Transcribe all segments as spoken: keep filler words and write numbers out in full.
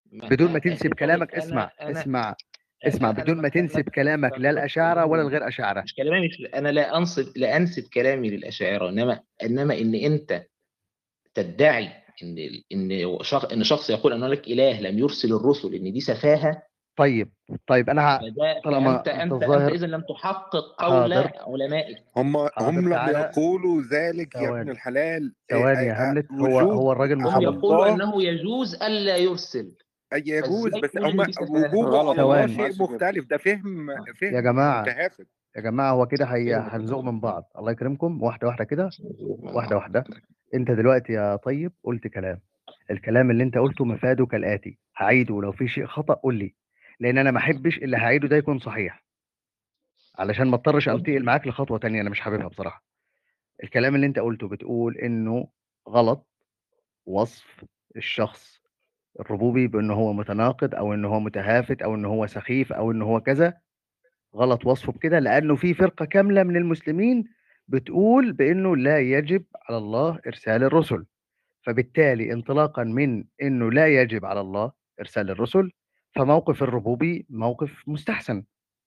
ما بدون ما أ تنسب أخي الفاضل كلامك أنا اسمع، أنا اسمع، أ اسمع، أنا أنا بدون ما ما تنسب اختلفتش كلامك لا اختلفتش الأشاعرة ولا كلامي الغير أشاعرة. مش كلامي مش أنا لا أنصب لا أنسب كلامي للأشاعرة، إنما إنما إن أنت تدعي إن ال إن شخ إن شخص يقول أنا لك إله لم يرسل الرسل إن دي سفاهة. طيب، طيب أنا ه فده فأنت طالما أنت أنت أنت الظاهر إذًا لم تحقق قول حاضر، علمائك. هم حاضر هم لم تعالَ يقولوا ذلك يا ابن ثواني، الحلال. آآ ثواني يا آآ هاملت، هو وجوب هو الراجل هم على مصمم. يقولوا الله أنه يجوز ألا يرسل، يجوز، فإزاي بس تقول هم إن دي سفاهة؟ وجوبه غلط على والله الله ثواني ما شيء قالش كده. مختلف، ده فهم آه. يا فهم جماعة، متهافت. يا جماعة هو كده هي فين هنزوغ من المتفق؟ بعض، الله يكرمكم واحدة واحدة كده، من واحدة بعض. واحدة. أنت دلوقتي يا طيب قُلت كلام، الكلام اللي أنت قُلته مفاده كالآتي، هاعيده ولو في شيء خطأ قُل لي، لإن أنا ما أحبش اللي هاعيده ده يكون صحيح، علشان ما اضطرش أنتقل معاك لخطوة تانية أنا مش حاببها بصراحة. الكلام اللي أنت قُلته بتقول إنه غلط وصف الشخص الربوبي بإن هو متناقض أو إن هو متهافت أو إن هو سخيف أو إن هو كذا، غلط وصفه بكده لأنه في فرقة كاملة من المسلمين بتقول بإنه لا يجب على الله إرسال الرسل، فبالتالي انطلاقًا من إنه لا يجب على الله إرسال الرسل، فموقف الربوبي موقف مستحسن،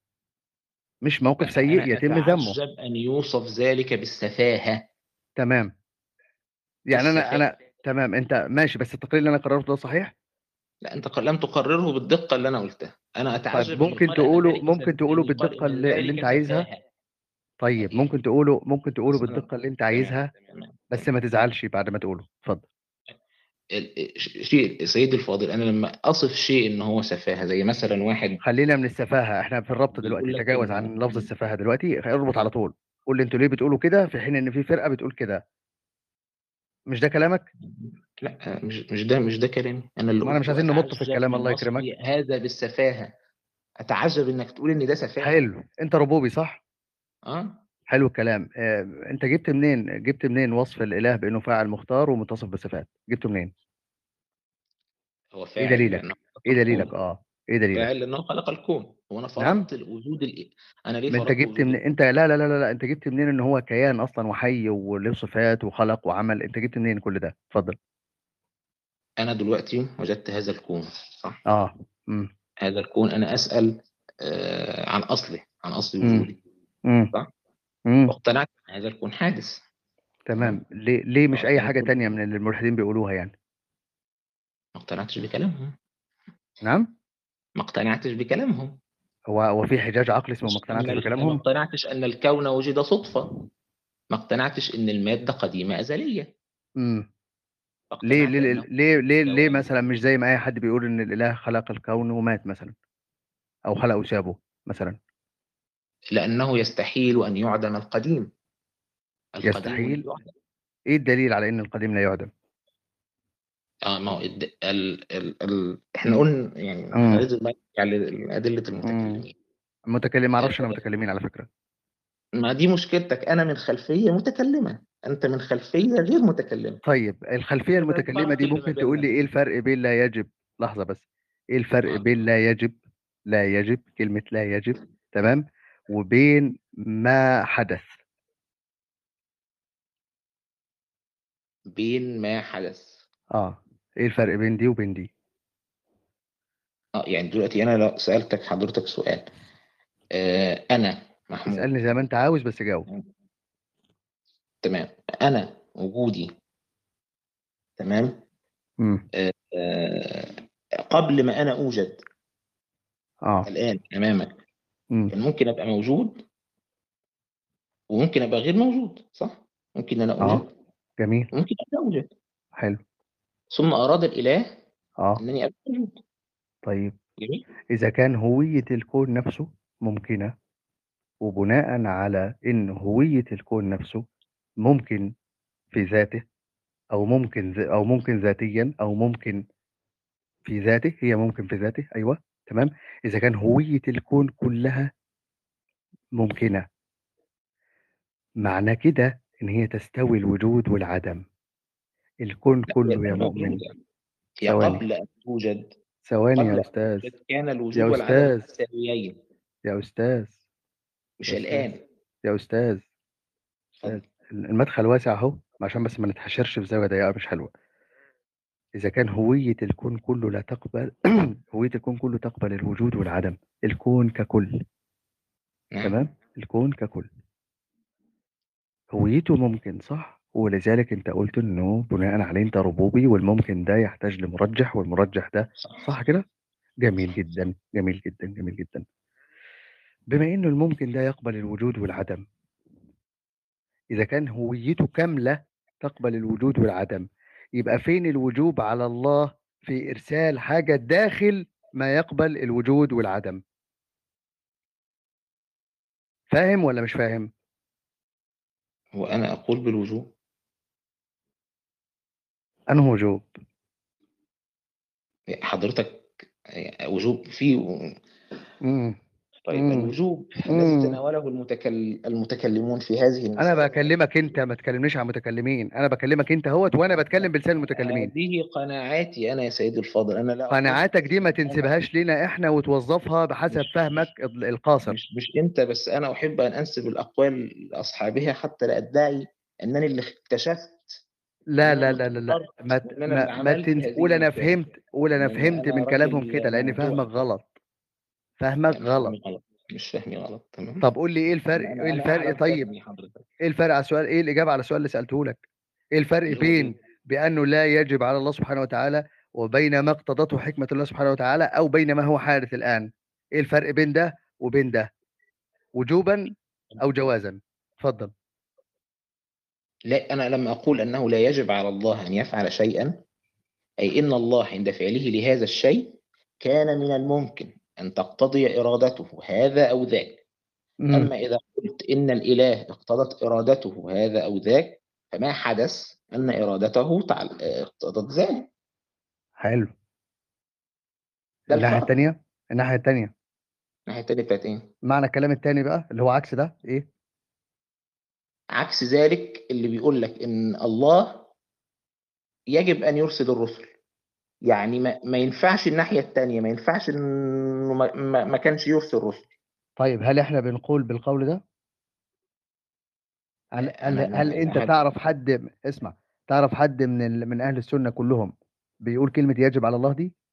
مش موقف أ سيء أنا يتم ذمه. أتعجب أن يوصف ذلك بالسفاهة. تمام، إيه يعني أنا السفاهة؟ أنا تمام، أنت ماشي، بس التقرير اللي أنا قررته ده صحيح؟ لأ أنت ق لم تقرره بالدقة اللي أنا قُلتها، أنا طيب أتعجب إن ممكن يقال أن تقوله ذلك سف ممكن تقوله إن يقال بالدقة إن اللي اللي ذلك أنت عايزها؟ سفاهة. طيب أكيد. ممكن تقوله ممكن تقوله أصلًا بالدقة اللي أنت تمام، عايزها، تمام، بس ما تمام. تزعلش بعد ما تقوله، اتفضل. ال آآ ش شيء سيدي الفاضل، أنا لمّا أصف شيء إن هو سفاهة زي مثلًا واحد خلّينا من السفاهة، إحنا في الربط دلوقتي، بيقول لك تجاوز إن عن لفظ إن السفاهة دلوقتي، اربط على طول، قُل لي أنتم ليه بتقولوا كده في حين إن في فرقة بتقول كده، مش ده كلامك؟ لأ مش مش ده مش ده كلامي، أنا اللي ما أنا مش قُلته عايزين نمُط في أتعجب الكلام من الله وصف يكرمك. هذا بالسفاهة، أتعجب إنك تقول إن ده سفاهة. حلو، أنت ربوبي صح؟ آه. حلو الكلام، آآ أنت جِبت منين جِبت منين وصف الإله بإنه فاعل مختار ومتصف بصفات، جِبته منين؟ هو إيه فاعل دليلك؟ لأنه خلق إيه دليلك؟ الكون، آه، إيه دليلك؟ فاعل لأنه خلق الكون، هو أنا نعم؟ فرضت الوجود ال أنا ليه ما أنت فرضت جِبت وجود من الإله؟ أنت لا، لا، لا، لا، لأ، أنت جِبت منين إن هو كيان أصلًا وحي وله صفات وخلق وعمل، أنت جِبت منين كل ده؟ اتفضل. أنا دلوقتي وجدت هذا الكون، صح؟ آه، إمم، هذا الكون أنا أسأل آآ عن أصله، عن أصل إمم، وجوده، إمم، صح؟ إمم، واقتنعت أن هذا الكون حادث، تمام؟ تمام، ليه ليه مش أي فهذا حاجة الكون تانية من اللي الملحدين بيقولوها يعني؟ ما اقتنعتش بكلامهم، نعم؟ ما اقتنعتش بكلامهم، هو هو في حجاج ما عقلي اسمه ما اقتنعتش أن اقتنعتش ال ما بكلامهم؟ اقتنعتش أن الكون وُجد صُدفة، ما اقتنعتش إن المادة قديمة أزلية، إمم، ليه فاقتنعت ليه أنه ليه ليه ليه كون مثلًا مش زي ما أي حد بيقول إن الإله خلق الكون ومات مثلًا، أو خلقه وسابه مثلًا؟ لأنه يستحيل أن يُعدم القديم، القديم لا يستحيل؟ يُعدم. إيه الدليل على إن القديم لا يُعدم؟ آه، ما هو الد ال ال ال إحنا قُلنا يعني إحنا إمم، لازم نرجع لأدلة إمم، المتكلمين. المتكلم ما آآ أعرفش أنا متكلمين على فكرة. ما دي مشكلتك، أنا من خلفية متكلمة، أنت من خلفية غير متكلمة، طيب الخلفية هذا المتكلمة الفرق دي اللي ما ممكن تقول لي بيننا. إيه الفرق بين لا يجب لحظة بس، إيه الفرق آه، بين لا يجب لا يجب كلمة لا يجب تمام، وبين ما حدث؟ بين ما حدث. آه، إيه الفرق بين دي وبين دي؟ آه، يعني دلوقتي أنا لو سألتك حضرتك سؤال، آآ أنا اسألني محمود، زي ما أنت عاوز بس جاوب. تمام، أنا وجودي تمام، إمم، آآ قبل ما أنا أوجد آه، الآن أمامك، إمم، كان ممكن أبقى موجود وممكن أبقى غير موجود، صح؟ ممكن أنا آه، أوجد جميل، وممكن أنا لا أوجد، حلو، ثم أراد الإله آه، أنني أبقى موجود، طيب جميل؟ إذا كان هوية الكون نفسه ممكنة، وبناءً على إن هوية الكون نفسه ممكن في ذاته أو ممكن ذ أو ممكن ذاتيًا أو ممكن في ذاته، هي ممكن في ذاته أيوه، تمام، إذا كان هوية الكون كلّها ممكنة، معنى كده إن هي تستوي الوجود والعدم، الكون لأ، هي كلّه يا غير مؤمن. موجودة، هي ثواني، قبل أن توجد، ثواني قبل يا أن أستاذ، توجد كان الوجود يا والعدم أستاذ، متساويين، يا أستاذ، مش يا أستاذ، الآن. يا أستاذ، أستاذ، اتفضل. ال المدخل واسع أهو، عشان بس ما نتحشرش في زاوية ضيّقة مش حلوة. إذا كان هوية الكون كله لا تقبل هوية الكون كله تقبل الوجود والعدم، الكون ككل، نعم. تمام؟ الكون ككل هويته ممكن، صح؟ ولذلك انت قلت انه بناء عليه انت ربوبي، والممكن ده يحتاج لمرجح، والمرجح ده صح. صح كده؟ جميل جدا جميل جدا جميل جدا. بما انه الممكن ده يقبل الوجود والعدم، اذا كان هويته كاملة تقبل الوجود والعدم، يبقى فين الوجوب على الله في ارسال حاجة داخل ما يقبل الوجود والعدم؟ فاهم ولا مش فاهم؟ وأنا أقول بالوجوب. انه وجوب. حضرتك وجوب فيه. امم طيب امم الوجوب الذي امم تناوله المتكل... المتكلمون في هذه انا المسألة، بكلمك انت، ما تكلمنيش عن متكلمين، انا بكلمك انت اهوت، وانا بتكلم بلسان المتكلمين. هذه قناعاتي أنا يا سيدي الفاضل، أنا لا أقول قناعاتك دي ما أنا تنسبهاش لنا احنا، وتوظفها بحسب مش فهمك ال- القاصر. مش مش أنت بس، أنا أحب أن أنسب الأقوال لأصحابها حتى لا أدعي أنني اللي اكتشفت لا وأنا لا اللي لا لا لا قررت ما ت- وأن أنا اللي ما ما عملت تنس... هذه قول انا المسألة. فهمت، قول انا إنني فهمت أنا من كلامهم راجل كده، لان موضوعي. فهمك غلط، فهمك لا، مش فهمي غلط. غلط، مش فهمي غلط، تمام. طب قول لي ايه الفرق، أنا ايه أنا أنا الفرق أعلم طيب؟ فهمي حضرتك. ايه الفرق على السؤال، ايه الاجابه على السؤال اللي سالته لك؟ ايه الفرق اللي هو بين إيه؟ بانه لا يجب على الله سبحانه وتعالى، وبين ما اقتضته حكمه الله سبحانه وتعالى، او بين ما هو حادث الان؟ ايه الفرق بين ده وبين ده، وجوبا او جوازا؟ اتفضل. لا، أنا لما أقول أنه لا يجب على الله أن يفعل شيئا، أي إن الله عند فعله لهذا الشيء كان من الممكن أن تقتضي إرادته هذا أو ذاك. امم أما إذا قلت إن الإله اقتضت إرادته هذا أو ذاك، فما حدث أن إرادته تعل- اقتضت ذلك. حلو. ده الناحيه الفرق. الثانيه، الناحيه الثانيه الناحية التانية بتاعت إيه؟ معنى الكلام الثاني بقى اللي هو عكس ده ايه؟ عكس ذلك اللي بيقول لك إن الله يجب أن يرسل الرسل. يعني ما, ما ينفعش الناحية التانية، ما ينفعش إنه ما, ما, ما كانش يرسل رسل. طيب هل احنا بنقول بالقول ده؟ هل أنا هل, هل أنا انت هل تعرف حد، اسمع، تعرف حد من ال... من اهل السنه كلهم بيقول كلمه يجب على الله دي؟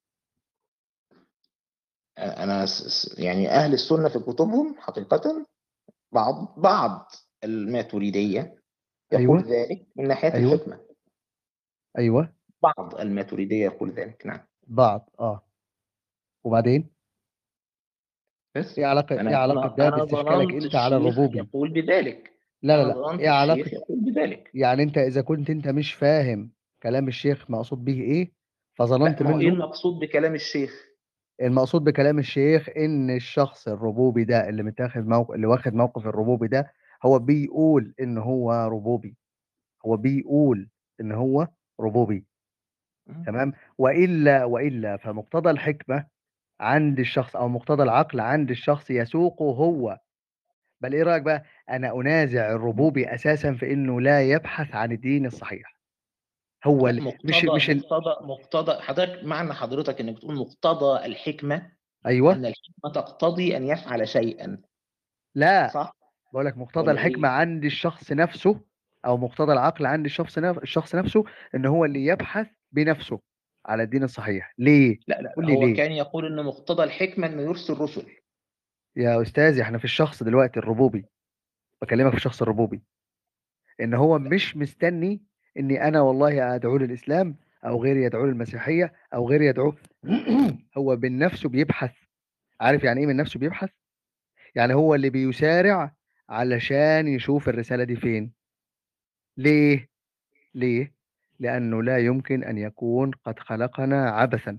أنا س- س- يعني أهل السنة في كتبهم حقيقة، بعض بعض الماتريدية يقول ايوه ذلك من ناحية ايوه الحكمة. ايوه. بعض الماتريدية يقول ذلك، نعم. بعض، اه. وبعدين بس ايه علاقه، ايه أنا علاقه أنا ده أنا باستشكالك ظننت انت على الشيخ الربوبي؟ يقول بذلك. لا لا أنا لا، ظننت ايه علاقه؟ الشيخ يقول بذلك. يعني انت اذا كنت انت مش فاهم كلام الشيخ مقصود به ايه، لا، فظننت ما هو إيه منه. المقصود بكلام الشيخ؟ المقصود بكلام الشيخ ان الشخص الربوبي ده اللي متاخد موقف، اللي واخد موقف الربوبي ده، هو بيقول ان هو ربوبي، هو بيقول ان هو ربوبي، تمام؟ والا والا فمقتضى الحكمه عند الشخص، او مقتضى العقل عند الشخص يسوقه هو. بل ايه رايك بقى، انا انازع الربوبي اساسا في انه لا يبحث عن الدين الصحيح. هو لا، ال... مش مقتضى مش ال... مقتضى مقتضى حضرتك، معنى حضرتك انك بتقول مقتضى الحكمة ايوه. ان الحكمة تقتضي ان يفعل شيئا، لا، صح بقول لك مقتضى ولا الحكمة ايه؟ عند الشخص نفسه، أو مقتضى العقل عند الشخص نف... الشخص نفسه، إن هو اللي يبحث بنفسه على الدين الصحيح. ليه؟ لا لا قول لا، لي هو ليه. كان يقول ان مقتضى الحكمة انه يرسل رسل. يا أستاذي إحنا في الشخص دلوقتي الربوبي، بكلمك في الشخص الربوبي، إن هو مش مستني إني أنا والله أدعو للإسلام، أو غيري يدعو للمسيحية، أو غيري يدعو هو من نفسه بيبحث. عارف يعني إيه من نفسه بيبحث؟ يعني هو اللي بيسارع علشان يشوف الرسالة دي فين. ليه؟ ليه؟ لأنه لا يمكن أن يكون قد خلقنا عبثا،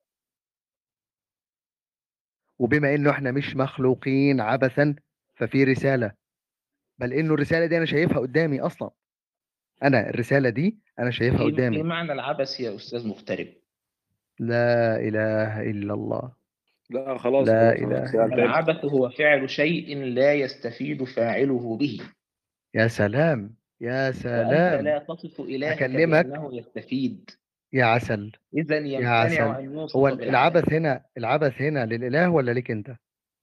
وبما إنه إحنا مش مخلوقين عبثا، ففي رسالة. بل إنه الرسالة دي أنا شايفها قدامي أصلا، أنا الرسالة دي أنا شايفها ايه ايه قدامي. معنى العبث يا استاذ مغترب؟ لا إله إلا الله. لا خلاص لا خلاص انا إله إلا الله. العبث هو فعل شيء لا يستفيد فاعله به. يا سلام يا وانت سلام. لا تصف الهك أكلمك بانه يستفيد، يا عسل، اذا يا يمتنع عسل. ان هو يوصف بالعبث. العبث هنا، العبث هنا للإله ولا ليك أنت؟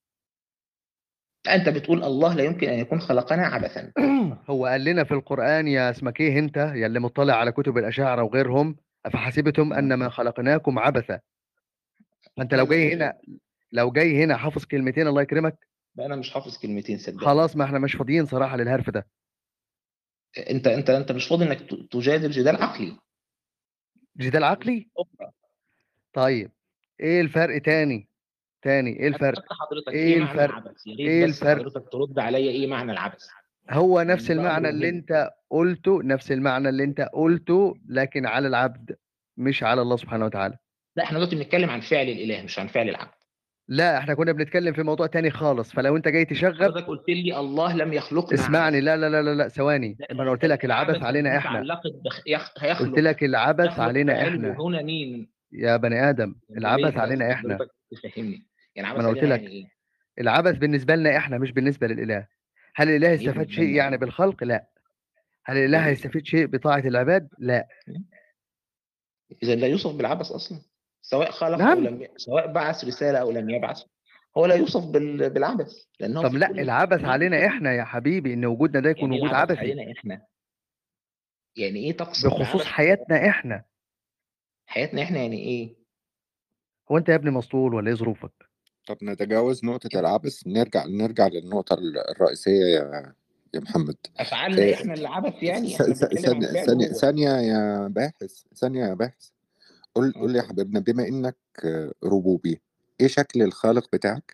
انت بتقول الله لا يمكن ان يكون خلقنا عبثا. هو قال لنا في القرآن، يا اسمك ايه انت يا اللي مطلع على كتب الأشاعرة وغيرهم، أفحسبتم أنما خلقناكم عبثا. فأنت لا لو لا جاي يا هنا شيخ، لو جاي هنا حافظ كلمتين الله يكرمك، لا انا مش حافظ كلمتين صدقني. خلاص ما احنا مش فاضيين صراحة للهرف ده. انت انت انت مش فاضي انك ت- تجادل جدال عقلي. جدال عقلي. أخرى. طيب ايه الفرق تاني تاني ايه انا الفرق؟ سألت حضرتك ايه ايه معنى الفرق؟ العبث، يا ريت ايه بس الفرق؟ حضرتك ترد عليا ايه معنى العبث. هو لان نفس ده امر المعنى اللي مهم. انت قلته، نفس المعنى اللي انت قلته، لكن على العبد مش على الله سبحانه وتعالى. لا احنا دلوقتي بنتكلم عن فعل الاله مش عن فعل العبد. لا احنا كنا بنتكلم في موضوع تاني خالص، فلو انت جاي تشغب حضرتك قلت لي الله لم يخلقنا اسمعني. عبثا. لا لا لا لا, لا. ثواني، ده- ما انا قلت لك العبث العبث علينا دي احنا. تعلقت بخ... يخ... قلت هيخلق. لك العبث يخلق علينا فاعله احنا هنا مين؟ يا بني ادم، امال العبث ايه بس علينا احنا. حضرتك تفهمني. يعني ما انا عبث قلت علينا يعني لك ايه؟ العبث بالنسبه لنا احنا مش بالنسبه للاله. هل الاله يعني ايه استفاد بالنسبه شيء لنا يعني احنا؟ بالخلق؟ لا. هل الاله يعني هيستفيد شيء بطاعه العباد؟ لا. اذا لا يوصف بالعبث اصلا، سواء خلق او نعم. لم ي... سواء بعث رساله او لم يبعث، هو لا يوصف بال... بالعبث لانه طب في لا، كل العبث كمال علينا التوحيد. احنا يا حبيبي، ان وجودنا ده يكون يعني ايه وجود العبث عبثي علينا احنا؟ يعني ايه تقصد بخصوص بعبث؟ حياتنا احنا. حياتنا احنا يعني ايه؟ هو انت يا ابني مسطول ولا ايه ظروفك؟ طب نتجاوز نقطة العبث، نرجع نرجع للنقطة الرئيسية يا يا محمد. افعالنا إيه، احنا اللي عبث، يعني ث- احنا ث- بنتكلم عن ثانية فعله ثانية هو. ثانية يا باحث، ثانية يا باحث. قول اه قول لي يا اتفضل. حبيبنا، بما إنك آه، ربوبي، إيه شكل الخالق بتاعك؟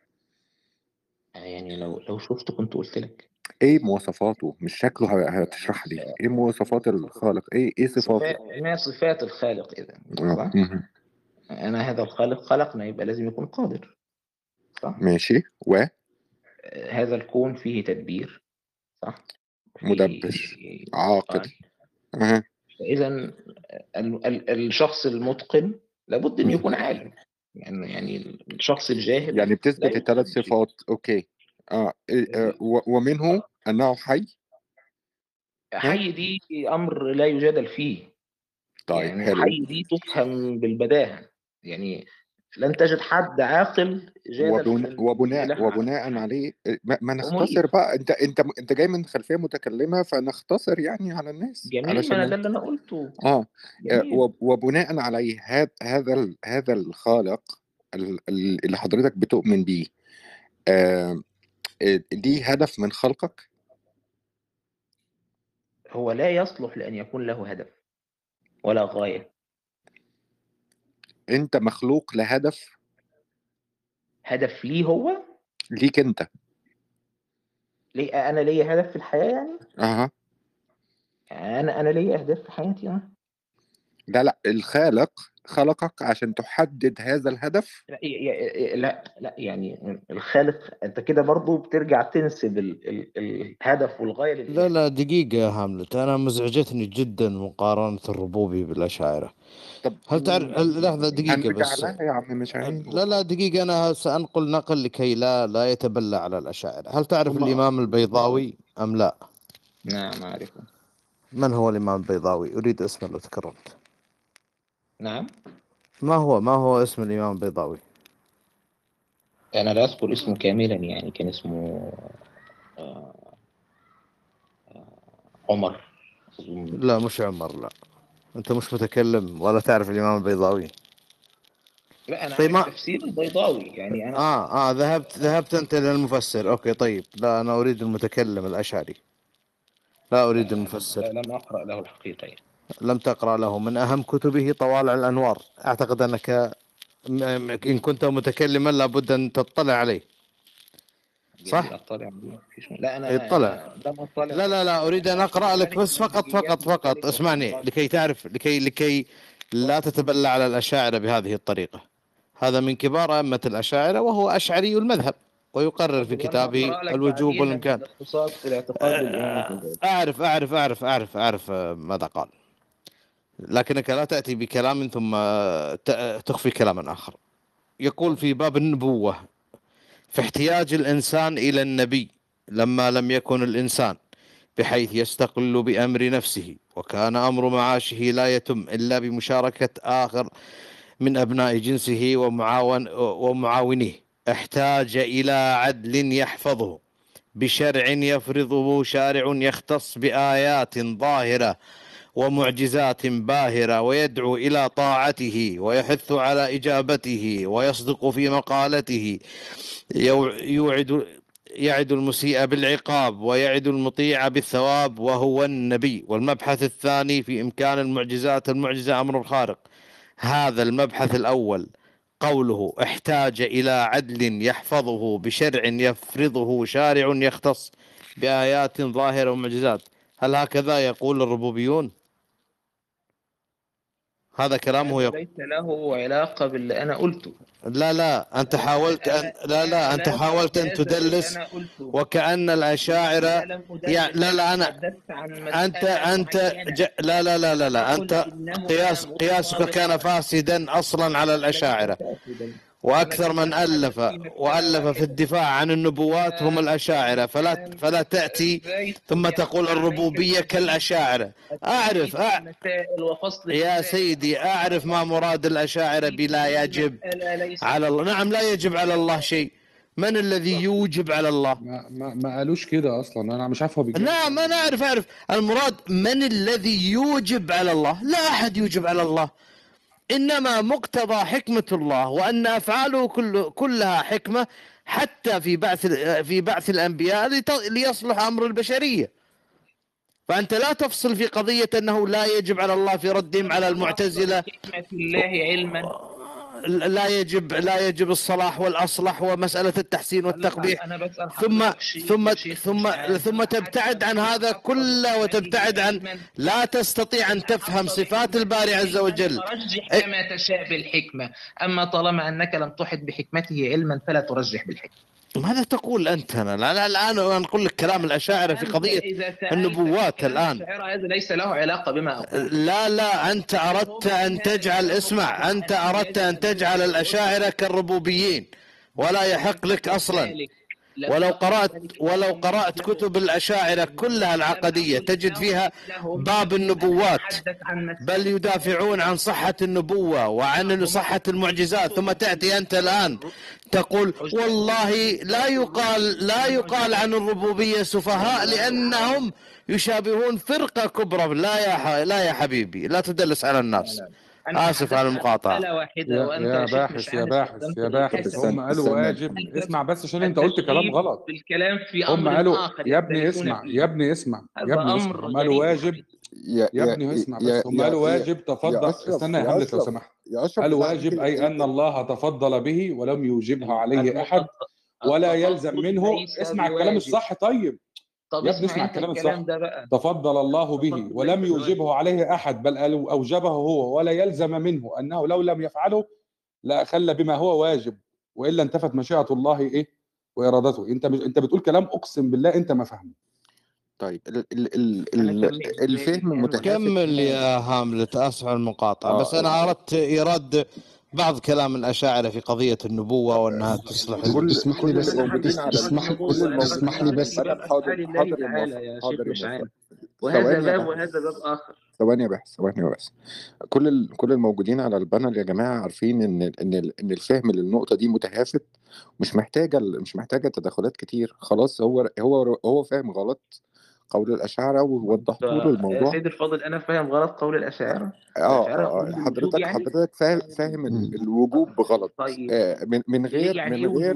يعني لو لو شفت كنت قلت لك. إيه مواصفاته؟ مش شكله، ه- هتشرح لي إيه مواصفات الخالق؟ إيه إيه صفاته؟ صفات، ما صفات الخالق اذا؟ آه. صح. مهم. انا هذا الخالق خلقنا يبقى لازم يكون قادر. صح. ماشي. هذا الكون فيه تدبير. صح. ومدبر. فيه عاقل. اتقان. أه. فاذا ال- ال- الشخص المتقن لابد ان يكون عالم. يعني يعني الشخص الجاهل يعني لا بتثبت الثلاث يتقن شيء. صفات. أوكي. آه. إيه، آه، و- ومنه أنه حي. ها. حي دي امر لا يجادل فيه. طيب يعني حلو. حي دي تفهم بالبداهة. يعني لن تجد حد عاقل جادل في وبناء ان وبناء الاله وبناء حي عليه، ما, ما نختصر ومريد. بقى. انت انت انت جاي من خلفيه متكلمه، فنختصر يعني على الناس جميل، ما انا علشان ده اللي انا قلته. اه. آه، جميل. وب- وبناء عليه هذا هذا ال- هذا الخالق ال- ال- اللي حضرتك بتؤمن بيه، آه، آه، ليه هدف من خلقك؟ هو لا يصلح لان يكون له هدف ولا غاية. انت مخلوق لهدف هدف ليه هو؟ ليك انت. ليه انا ليا هدف في الحياة يعني؟ اها. انا انا ليا اهداف في حياتي انا. لا لا، الخالق خلقك عشان تحدد هذا الهدف. لا ي- ي- لا لا يعني الخالق انت كده برضو بترجع تنسب ال ال الهدف والغاية لا للاله. لا دقيقة يا هاملت، أنا مزعجتني جدا مقارنة الربوبي بالأشاعرة. طب هل تعرف هل- لحظة دقيقة هنرجع بس. لها يا عم، مش عيب. لا لا دقيقة، أنا سأنقل نقل لكي لا لا يتبلى على الأشاعرة. هل تعرف هم الإمام البيضاوي أم لا؟ نعم أعرفه. من هو الإمام البيضاوي؟ أريد اسمه لو تكرمت. نعم. ما هو ما هو اسم الإمام البيضاوي؟ أنا لا أذكر اسمه كاملا، يعني كان اسمه آه، عمر أظن. لا مش عمر، لا. أنت مش متكلم ولا تعرف الإمام البيضاوي. لا أنا طيب عارف ما تفسير البيضاوي، يعني أنا آه آه ذهبت ذهبت أنت للمفسر. أوكي طيب، لا أنا أريد المتكلم الأشعري، لا لا أريد لا المفسر. لا لم أقرأ له الحقيقة يعني. لم تقرأ له من أهم كتبه طوالع الأنوار. أعتقد أنك م- إن كنت متكلما لابد أن تطلع عليه. جميل صح؟ أطلع عليه، مفيش م- لا أنا اطلع. أنا لم أطلع. لا لا لا أريد أن أنا أقصد أقرأ لك ذلك بس فقط منهجيات فقط فقط مختلفة في اسمعني، نقاش. لكي تعرف لكي لكي لا تتبلى على الأشاعرة بهذه الطريقة. هذا من كبار أئمة الأشاعرة وهو أشعري المذهب، ويقرر في اتفضل وأنا كتابه هقرأ لك الوجوب بعديها من والإمكان. الاقتصاد في الاعتقاد للإمام الغزالي. أعرف أعرف أعرف أعرف أعرف ماذا قال، لكنك لا تأتي بكلام ثم ت- تخفي كلاما آخر. يقول في باب النبوة: في احتياج الإنسان إلى النبي لما لم يكن الإنسان بحيث يستقل بأمر نفسه، وكان أمر معاشه لا يتم إلا بمشاركة آخر من أبناء جنسه ومعاون ومعاونيه، احتاج إلى عدل يحفظه بشرع يفرضه شارع يختص بآيات ظاهرة ومعجزات باهرة ويدعو إلى طاعته ويحث على إجابته ويصدق في مقالته، يوعد يعد المسيء بالعقاب ويعد المطيع بالثواب وهو النبي. والمبحث الثاني في إمكان المعجزات، المعجزة أمر خارق. هذا المبحث الأول قوله احتاج إلى عدل يحفظه بشرع يفرضه شارع يختص بآيات ظاهرة ومعجزات. هل هكذا يقول الربوبيون؟ هذا كلامه هذا يقول. ليس له علاقة باللي أنا قلته. لا لا أنت حاولت أن لا لا أنت حاولت أن تدلس وكأن الأشاعرة يعني لا لا أنا أنت أنت ج... لا لا لا لا لا أنت قياس قياسك كان فاسدا أصلا على الأشاعرة، وأكثر من ألف وألف في الدفاع عن النبوات هم الأشاعرة، فلا فلا تأتي ثم تقول الربوبية كالأشاعرة. أعرف أع... يا سيدي أعرف ما مراد الأشاعرة بلا يجب على الله. نعم لا يجب على الله شيء. من الذي يوجب على الله؟ ما ما, ما قالوش كده اصلا، انا مش عارف هو بيجيب. نعم انا اعرف اعرف المراد من الذي يوجب على الله. لا احد يوجب على الله، انما مقتضى حكمة الله وان افعاله كل كلها حكمة، حتى في بعث في بعث الانبياء ليصلح امر البشرية. فانت لا تفصل في قضية انه لا يجب على الله في ردهم على المعتزلة حكمة الله علما لا يجب لا يجب الصلاح والأصلح ومسألة التحسين والتقبيح، ثم ثم ثم ثم تبتعد عن هذا كله وتبتعد عن لا تستطيع أن تفهم صفات الباري عز وجل. ترجح كما تشاء بالحكمة، أما طالما أنك لم تحط بحكمته علما فلا ترجح بالحكمة. ماذا تقول أنت؟ أنا لا الآن نقول لك كلام الأشاعرة في قضية النبوات الآن. هذا ليس له علاقة بما أقول. لا لا أنت أردت أن تجعل اسمع أنت أردت أن تجعل الأشاعرة كالربوبيين، ولا يحق لك أصلا. ولو قرأت ولو قرأت كتب الأشاعرة كلها العقدية تجد فيها باب النبوات، بل يدافعون عن صحة النبوة وعن صحة المعجزات، ثم تأتي أنت الآن تقول والله لا يقال لا يقال عن الربوبية سفهاء لأنهم يشابهون فرقة كبرى. لا يا لا يا حبيبي لا تدلس على الناس. آسف على المقاطعة. يا, يا باحث يا باحث يا باحث هم قالوا واجب. اسمع بس عشان انت قلت كلام غلط. بالكلام في هم أمر قالوا آخر يا ابني اسمع يا ابني اسمع يا ابني اسمع هم قالوا واجب يا, يا ابني اسمع بس هم قالوا واجب تفضل. استنى يا حملة لو سمحت. قالوا واجب أي أن الله تفضل به ولم يوجبها عليه أحد ولا يلزم منه. اسمع الكلام الصح. طيب طب يا ابني اسمع الكلام الصح. تفضل الله به ولم يوجبه عليه أحد بل أوجبه هو ولا يلزم منه أنه لو لم يفعله لأخل بما هو واجب وإلا انتفت مشيئة الله إيه وإرادته. أنت أنت بتقول كلام أقسم بالله أنت ما فهمه. طيب ال ال ال ال الفهم متكافئ. كمل يا هاملت. آسف على المقاطعة بس أنا أردت إيراد بعض كلام الأشاعرة في قضية النبوة وأنها تصلح. اسمح لي بس اسمح اسمح لي بس حاضر حاضر يا حاضر يا وهذا باب وهذا باب آخر. ثواني بس ثواني بس كل ال... كل الموجودين على البانل يا جماعة عارفين إن ان ان الفهم للنقطة دي متهافت، مش محتاجة مش محتاجة تدخلات كتير. خلاص هو هو هو فاهم غلط قول الأشاعرة ووضحت له الموضوع. يا سيد الفاضل أنا فاهم غلط قول الأشاعرة. اه حضرتك يعني؟ حضرتك فاهم فاهم الوجوب غلط. طيب. آه من من غير يعني من غير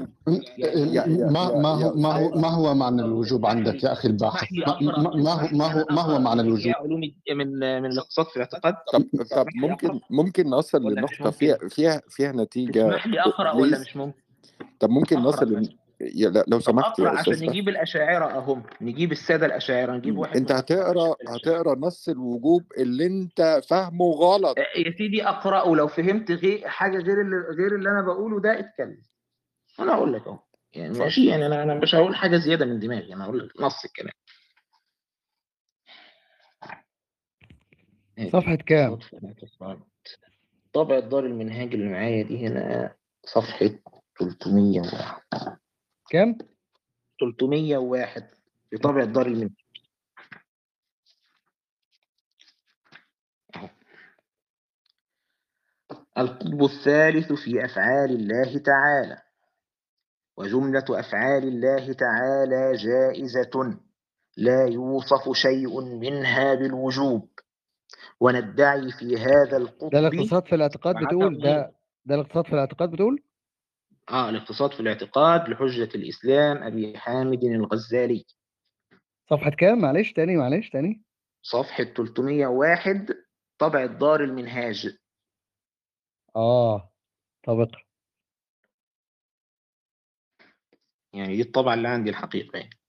يعني ما ما هو ما هو ما هو معنى الوجوب عندك يا أخي الباحث؟ ما, ما هو ما هو ما هو معنى الوجوب؟ علوم من من الاقتصاد في الاعتقاد. طب طب ممكن ممكن نصل لنقطة فيها فيها فيها نتيجة. تسمح لي أقرأ ولا مش ممكن؟ طب ممكن نصل لو سمحت يا عشان نجيب الأشاعرة أهم، نجيب السادة الأشاعرة، نجيب واحد. أنت هتقرأ هتقرأ نص الوجوب اللي أنت فاهمه غلط يا سيدي. أقرأه لو فهمت غير حاجة غير اللي غير اللي أنا بقوله ده اتكلم. أنا أقول لك أهو يعني ماشي. يعني أنا أنا مش هقول حاجة زيادة من دماغي، أنا هقول لك نص الكلام. صفحة كام؟ طبعة دار المنهاج اللي معايا دي هنا صفحة ثلاثمية وواحد. كم؟ ثلاثمية وواحد في طبعة دار المنهاج. القطب الثالث في أفعال الله تعالى. وجملة أفعال الله تعالى جائزة لا يوصف شيء منها بالوجوب وندعي في هذا القطب ده الاقتصاد في الاعتقاد سبعة بتقول أمور. ده ده الاقتصاد في الاعتقاد بتقول اه الاقتصاد في الاعتقاد لحجة الإسلام أبي حامد الغزالي، صفحة كام؟ معلش تاني معلش تاني صفحة ثلاثمائة وواحد، طبع الدار المنهاج. اه طب اقرا. يعني دي الطبعة اللي عندي الحقيقة يعني.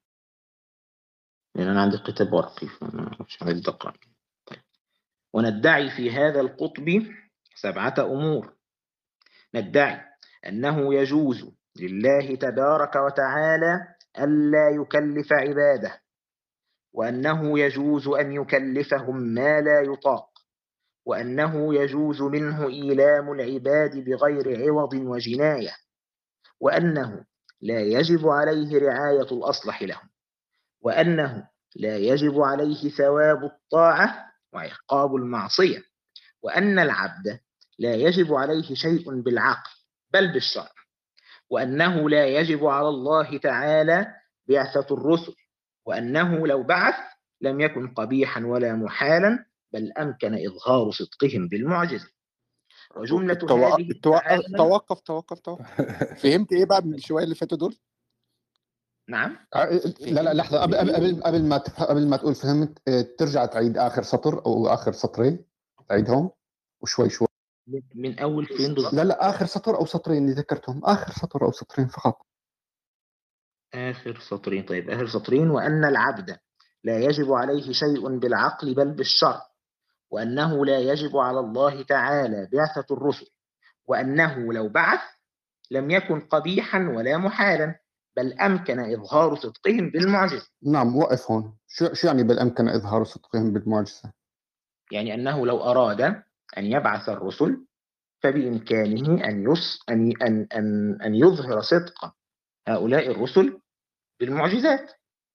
لأن أنا عندي كتاب ورقي فمش عايز أقرأ. طيب. وندعي في هذا القطب سبعة أمور. ندعي أنه يجوز لله تبارك وتعالى ألا يكلف عباده، وأنه يجوز أن يكلفهم ما لا يطاق، وأنه يجوز منه إيلام العباد بغير عوض وجناية، وأنه لا يجب عليه رعاية الأصلح لهم، وأنه لا يجب عليه ثواب الطاعة وعقاب المعصية، وأن العبد لا يجب عليه شيء بالعقل بل بالشرع، وأنه لا يجب على الله تعالى بعثة الرسل، وأنه لو بعث لم يكن قبيحا ولا محالا بل أمكن إظهار صدقهم بالمعجزة. وجملة التو... هذه التو... التعالى. توقف توقف توقف فهمت ايه بقى من الشويه اللي فاتوا دول؟ نعم. لا لا لحظه، قبل قبل قبل ما قبل ما تقول فهمت، ترجع تعيد اخر سطر او اخر سطرين، تعيدهم وشوي شوي. من اول فين بالضبط؟ لا لا اخر سطر او سطرين اللي ذكرتهم، اخر سطر او سطرين فقط. اخر سطرين. طيب اخر سطرين. وان العبد لا يجب عليه شيء بالعقل بل بالشرع، وانه لا يجب على الله تعالى بعثة الرسل، وانه لو بعث لم يكن قبيحا ولا محالا بل أمكن إظهار صدقهم بالمعجزة. نعم وقف هون. شو شو يعني بل أمكن إظهار صدقهم بالمعجزة؟ يعني أنه لو أراد أن يبعث الرسل فبإمكانه أن يص أن أن أن أن يظهر صدق هؤلاء الرسل بالمعجزات.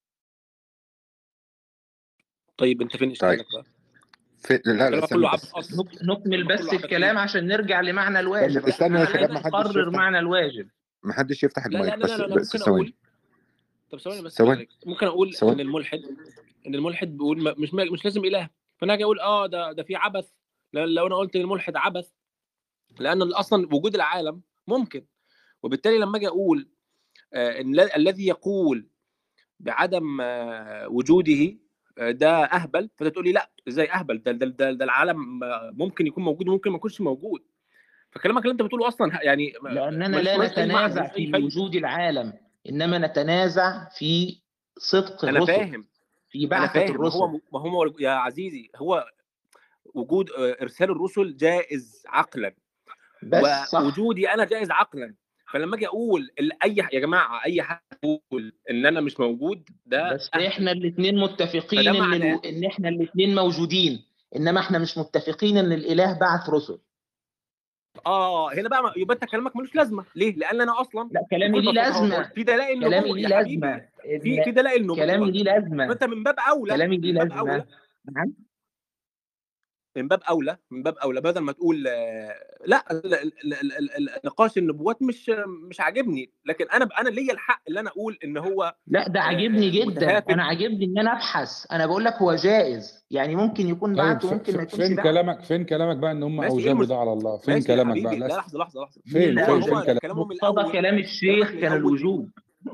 طيب أنت فين إشكالك بقى؟ في... لا لا كله عبث أصلا. نكمل بس الكلام عشان نرجع لمعنى الواجب. استنى يا شباب، ما حدش نقرر معنى الواجب. ما حدش يفتح لا المايك. لا لا لا, لا, لا ممكن ثواني. اقول طب ثواني بس ثواني. ممكن اقول سوان. ان الملحد ان الملحد بيقول مش مش لازم اله، فانا اجي اقول اه ده ده في عبث. لو انا قلت ان الملحد عبث لان اصلا وجود العالم ممكن، وبالتالي لما اجي اقول آه ان الذي يقول بعدم آه وجوده آه ده اهبل، فانت تقول لي لا ازاي اهبل؟ ده ده, ده, ده العالم ممكن يكون موجود وممكن ما يكونش موجود. فكلامك اللي انت بتقوله اصلا يعني لاننا لا نتنازع في وجود العالم، انما نتنازع في صدق انا الرسل. فاهم في بعثة الرسل. ما هو ما هو يا عزيزي هو وجود ارسال الرسل جائز عقلا، بس ووجودي انا جائز عقلا. فلما اجي اقول اي يا جماعه اي حد يقول ان انا مش موجود ده بس أهل. احنا الاثنين متفقين ان الو... ان احنا الاثنين موجودين، انما احنا مش متفقين ان الاله بعث رسل. اه هنا بقى يبقى انت كلامك ملوش لازمه. ليه؟ لان انا اصلا لا كلامي ليه لازمه. في دلائل كلامي ليه لازمه. في في دلائل نبوه. كلامي ليه لازمه. فانت من باب اولى كلامي ليه لازمه. نعم من باب اولى من باب اولى بدل ما تقول لا نقاش النبوات مش مش عاجبني، لكن انا انا ليا الحق اللي انا اقول ان هو لا ده عاجبني جدا. انا عاجبني ان انا ابحث. انا بقول لك هو جائز، يعني ممكن يكون بعث وممكن ما يكونش فين بعث. كلامك فين كلامك بقى ان هم اوجبوا ده على الله؟ فين كلامك بقى؟ لا لحظه لحظه لحظه فين هو فين هو كلامهم الاول كلام الشيخ كان الوجوب.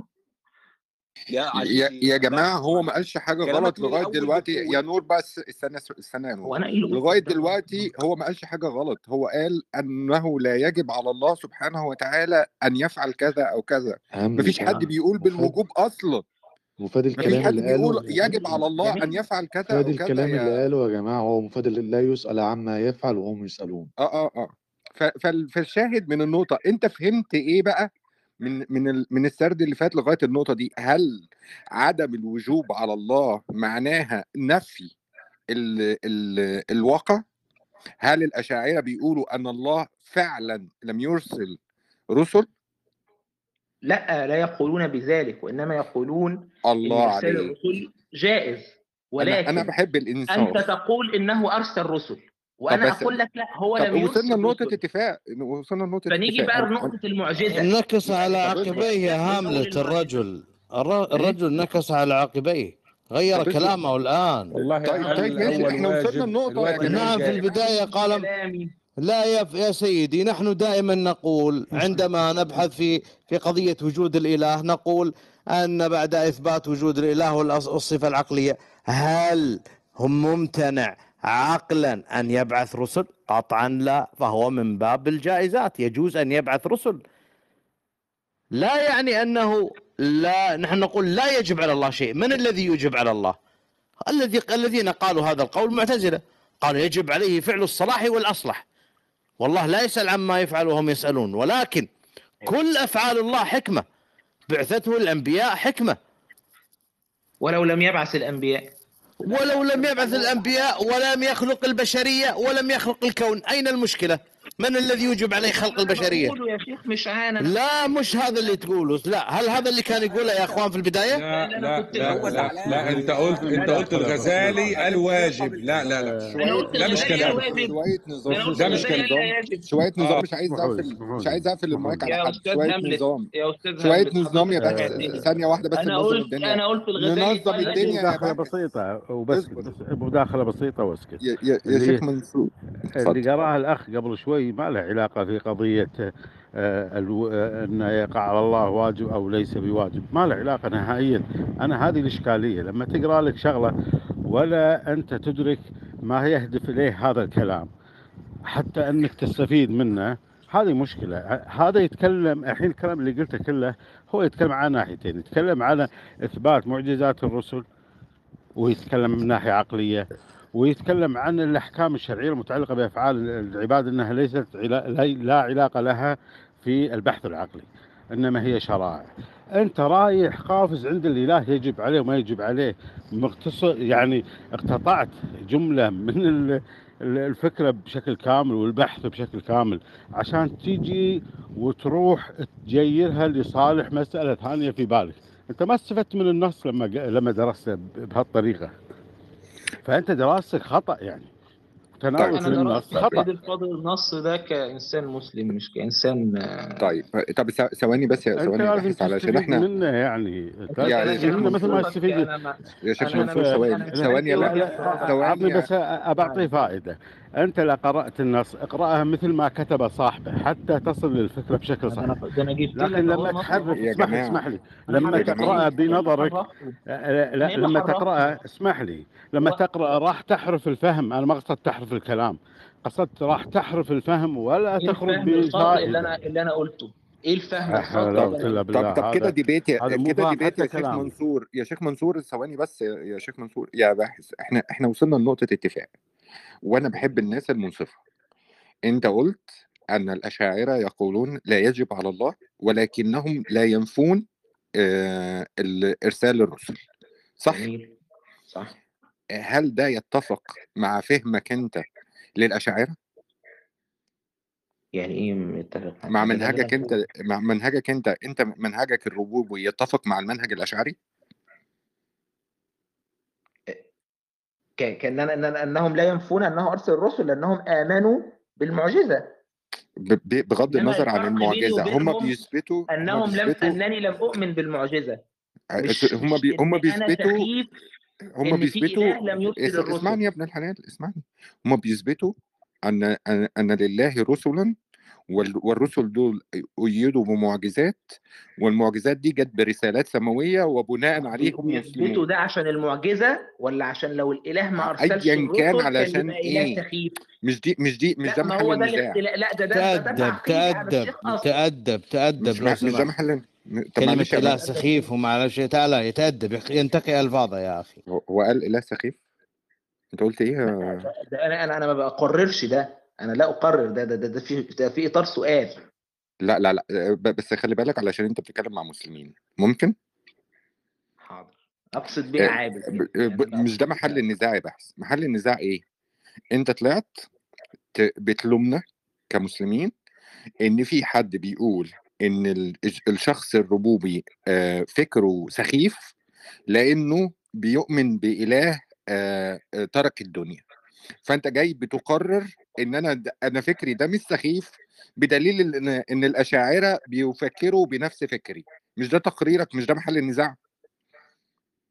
يا يا, يا جماعه هو ما قالش حاجه غلط لغايه دلوقتي يا نور. بس استنى استنى يا نور. لغايه دلوقتي هو ما قالش حاجه غلط. هو قال انه لا يجب على الله سبحانه وتعالى ان يفعل كذا او كذا. مفيش حد بيقول بالوجوب اصلا. مفاد الكلام مفيش حد اللي بيقول قاله يجب على الله ان يفعل كذا او كذا. مفاد الكلام يا... اللي قاله يا جماعه هو مفاد لا يسأل عما يفعل وهم يسألون. اه اه اه فالشاهد من النقطه، انت فهمت ايه بقى من من من السرد اللي فات لغايه النقطه دي؟ هل عدم الوجوب على الله معناها نفي ال ال الواقع؟ هل الاشاعره بيقولوا ان الله فعلا لم يرسل رسل؟ لا لا يقولون بذلك، وانما يقولون الله ان ارسال عليك. الرسل جائز، ولكن انا انا بحب الانصاف. انت تقول انه ارسل رسل وانا اقول لك لا هو لم يرسل. وصلنا لنقطه اتفاق وصلنا لنقطه اتفاق. فنيجي بقى لنقطه المعجزه. نكس على عقبيه هاملت الرجل الرجل نكس على عقبيه. غير طب اسمع كلامه الآن. والله طيب قال طيب ماشي أول احنا وصلنا واجب النقطة يا الواجب جماعة. نعم، في الجائز. البداية قال كلامي لا يا يا سيدي، نحن دائما نقول عندما نبحث في في قضية وجود الإله نقول أن بعد إثبات وجود الإله والصفة العقلية، هل هم ممتنع عقلا أن يبعث رسل؟ قطعا لا، فهو من باب الجائزات، يجوز أن يبعث رسل. لا يعني أنه لا، نحن نقول لا يجب على الله شيء. من الذي يجب على الله؟ الذي الذين قالوا هذا القول المعتزلة، قالوا يجب عليه فعل الصلاح والأصلح، والله لا يسأل عما يفعل وهم يسألون. ولكن كل أفعال الله حكمة، بعثته الأنبياء حكمة. ولو لم يبعث الأنبياء ولو لم يبعث الأنبياء ولم يخلق البشرية ولم يخلق الكون، أين المشكلة؟ من الذي يجب عليه خلق البشرية؟ يا شيخ مش أنا. لا مش هذا اللي تقوله. لا، هل هذا اللي كان يقوله يا أخوان في البداية؟ لا لا لا لا, لا انت قلت انت قلت الغزالي قال واجب. لا لا لا ده مش كلام. شوية نظام ده مش كلام. شوية نظام. مش عايز اسمحوا لي، اقفل اسمحوا مش لي، عايز اقفل المايك على يا حد. أستاذ شوية هملت نظام يا أستاذ شوية هملت نظام يا حضرتك باشا. سمعتني. ثانية واحدة بس أنا ننظم قلت الدنيا. أنا قلت الغزالي ننظم قال الدنيا يا مداخلة باشا. بسيطة وبس، اصبر. بس مداخلة بسيطة واسكت. يا يا يا اللي شيخ منصور اللي اتفضل. قراها الأخ قبل شوي ما له علاقة في قضية آه، الو- آه، أن يقع على الله واجب أو ليس بواجب، ما له علاقة نهائيا. أنا هذه الإشكالية لما تقرأ لك شغلة ولا أنت تدرك ما يهدف إليه هذا الكلام حتى أنك تستفيد منه، هذه مشكلة. هذا يتكلم الحين الكلام اللي قلته كله هو يتكلم عن ناحيتين، يتكلم على إثبات معجزات الرسل ويتكلم من ناحية عقلية، ويتكلم عن الأحكام الشرعية المتعلقة بأفعال العباد أنها ليست علا... لا علاقة لها في البحث العقلي، إنما هي شرائع. أنت رايح قافز عند الإله يجب عليه وما يجب عليه، مختصر يعني اقتطعت جملة من ال... الفكرة بشكل كامل والبحث بشكل كامل عشان تيجي وتروح تجيرها لصالح مسألة ثانية في بالك. أنت ما استفدت من النص لما لما درست بهالطريقة، فأنت دراستك خطأ يعني، تناولك أنا للنص درست خطأ. سيد الفاضل النص ده كإنسان مسلم مش كإنسان. طيب طب ث- ثواني بس يا أنت ثواني يا لازم باحث علشان تستفيد احنا منه يعني، يا يا تستفيد شيخ منه مثل ما منصور يستفيد. أنا ما يا شيخ أنا منصور أنا ثواني أنا ثواني يا لا باحث لا ثواني عطني يا بس أبعطي فائدة. أنت لا قرأت النص اقرأها مثل ما كتب صاحبه حتى تصل للفكرة بشكل ده صحيح. أنا ده أنا جبت لكن لك أهو لما النص تحرف، أهو. يا اسمح لي جماعة اسمح لي أنا لما يا حرفت جماعة تقرأها إيه؟ أنا إيه اللي بنظرك، حرفته؟ لا أنا إيه اللي لما حرفته؟ تقرأها اسمح لي لما هو تقرأ راح تحرف الفهم. أنا ما قصدت تحرف الكلام، قصدت راح تحرف الفهم ولا إيه تخرج الفهم الخاطئ اللي بفائدة. أنا اللي أنا قلته؟ إيه الفهم لا حول الخاطئ ولا اللي قوة أنا إلا قلته؟ طب بالله. طب كده هذا ديبيت هذا مو كده فاهم ديبيت يا حتى شيخ كلامي. منصور. يا شيخ منصور ثواني بس يا يا شيخ منصور يا باحث. احنا احنا وصلنا لنقطة اتفاق، وانا بحب الناس المنصفة. انت قلت ان الاشاعرة يقولون لا يجب على الله ولكنهم لا ينفون آه ال- ارسال الرسل، صح؟ جميل صح. هل ده يتفق مع فهمك انت للاشاعرة؟ يعني ايه متفق مع معاك؟ ده ده اللي منهجك انا انت بقوله. مع منهجك انت انت منهجك الربوبي يتفق مع المنهج الاشعري؟ ك- كان أنا- إن- انهم لا ينفون انه ارسل الرسل لانهم امنوا بالمعجزه. ب- ب- بغض انما النظر عن الفرق بيني المعجزة، هم وبينهم بيثبتوا هم انهم لم بيثبتوا انني لم اؤمن بالمعجزه، مش هم مش بي هم ان انا بيثبتوا سخيف هم ان في بيثبتوا اله لم يرسل اس- الرسل. اسمعني يا ابن الحلال اسمعني. هم بيثبتوا ان ان أن لله رسلا، وال- والرسل دول أيدوا بمعجزات، والمعجزات دي جت برسالات سماوية وبناء بي- عليهم بيثبتوا مسلمون. ده عشان المعجزه ولا عشان لو الاله ما ع- ارسلش ايا كان الرسل كان علشان يبقى اله ايه؟ سخيف؟ مش دي مش دي مش لا ده ما محل هو ده النزاع. الاختلاف. لا ده ده ده, ده تأدب تعقيد يا عم تأدب الشيخ اصلا. تأدب تأدب مش لو مح... مش ده سمحت. محل. طب كلمة معلش يا إله باحث، سخيف وما على شيء تعالى يتأدب يخ- ينتقي ألفاظه يا أخي. هو هو قال اله سخيف؟ انت قلت ايه؟ لا ده, ده انا انا انا ما بقررش ده، انا لا اقرر ده ده ده, ده في ده في اطار سؤال. لا لا لا ب- بس خلي بالك علشان انت بتتكلم مع مسلمين ممكن. حاضر اقصد بيها آه، عابد ب- يعني. يعني ب- انا مش ده اقصد محل بيها النزاع يا بحث. محل النزاع ايه؟ انت طلعت ت- بتلومنا كمسلمين ان في حد بيقول ان ال- الشخص الربوبي آه، فكره سخيف لانه بيؤمن بإله آه، آه، ترك الدنيا. فانت جاي بتقرر ان انا د- انا فكري ده مش سخيف بدليل ان ان الاشاعره بيفكروا بنفس فكري. مش ده تقريرك؟ مش ده محل النزاع؟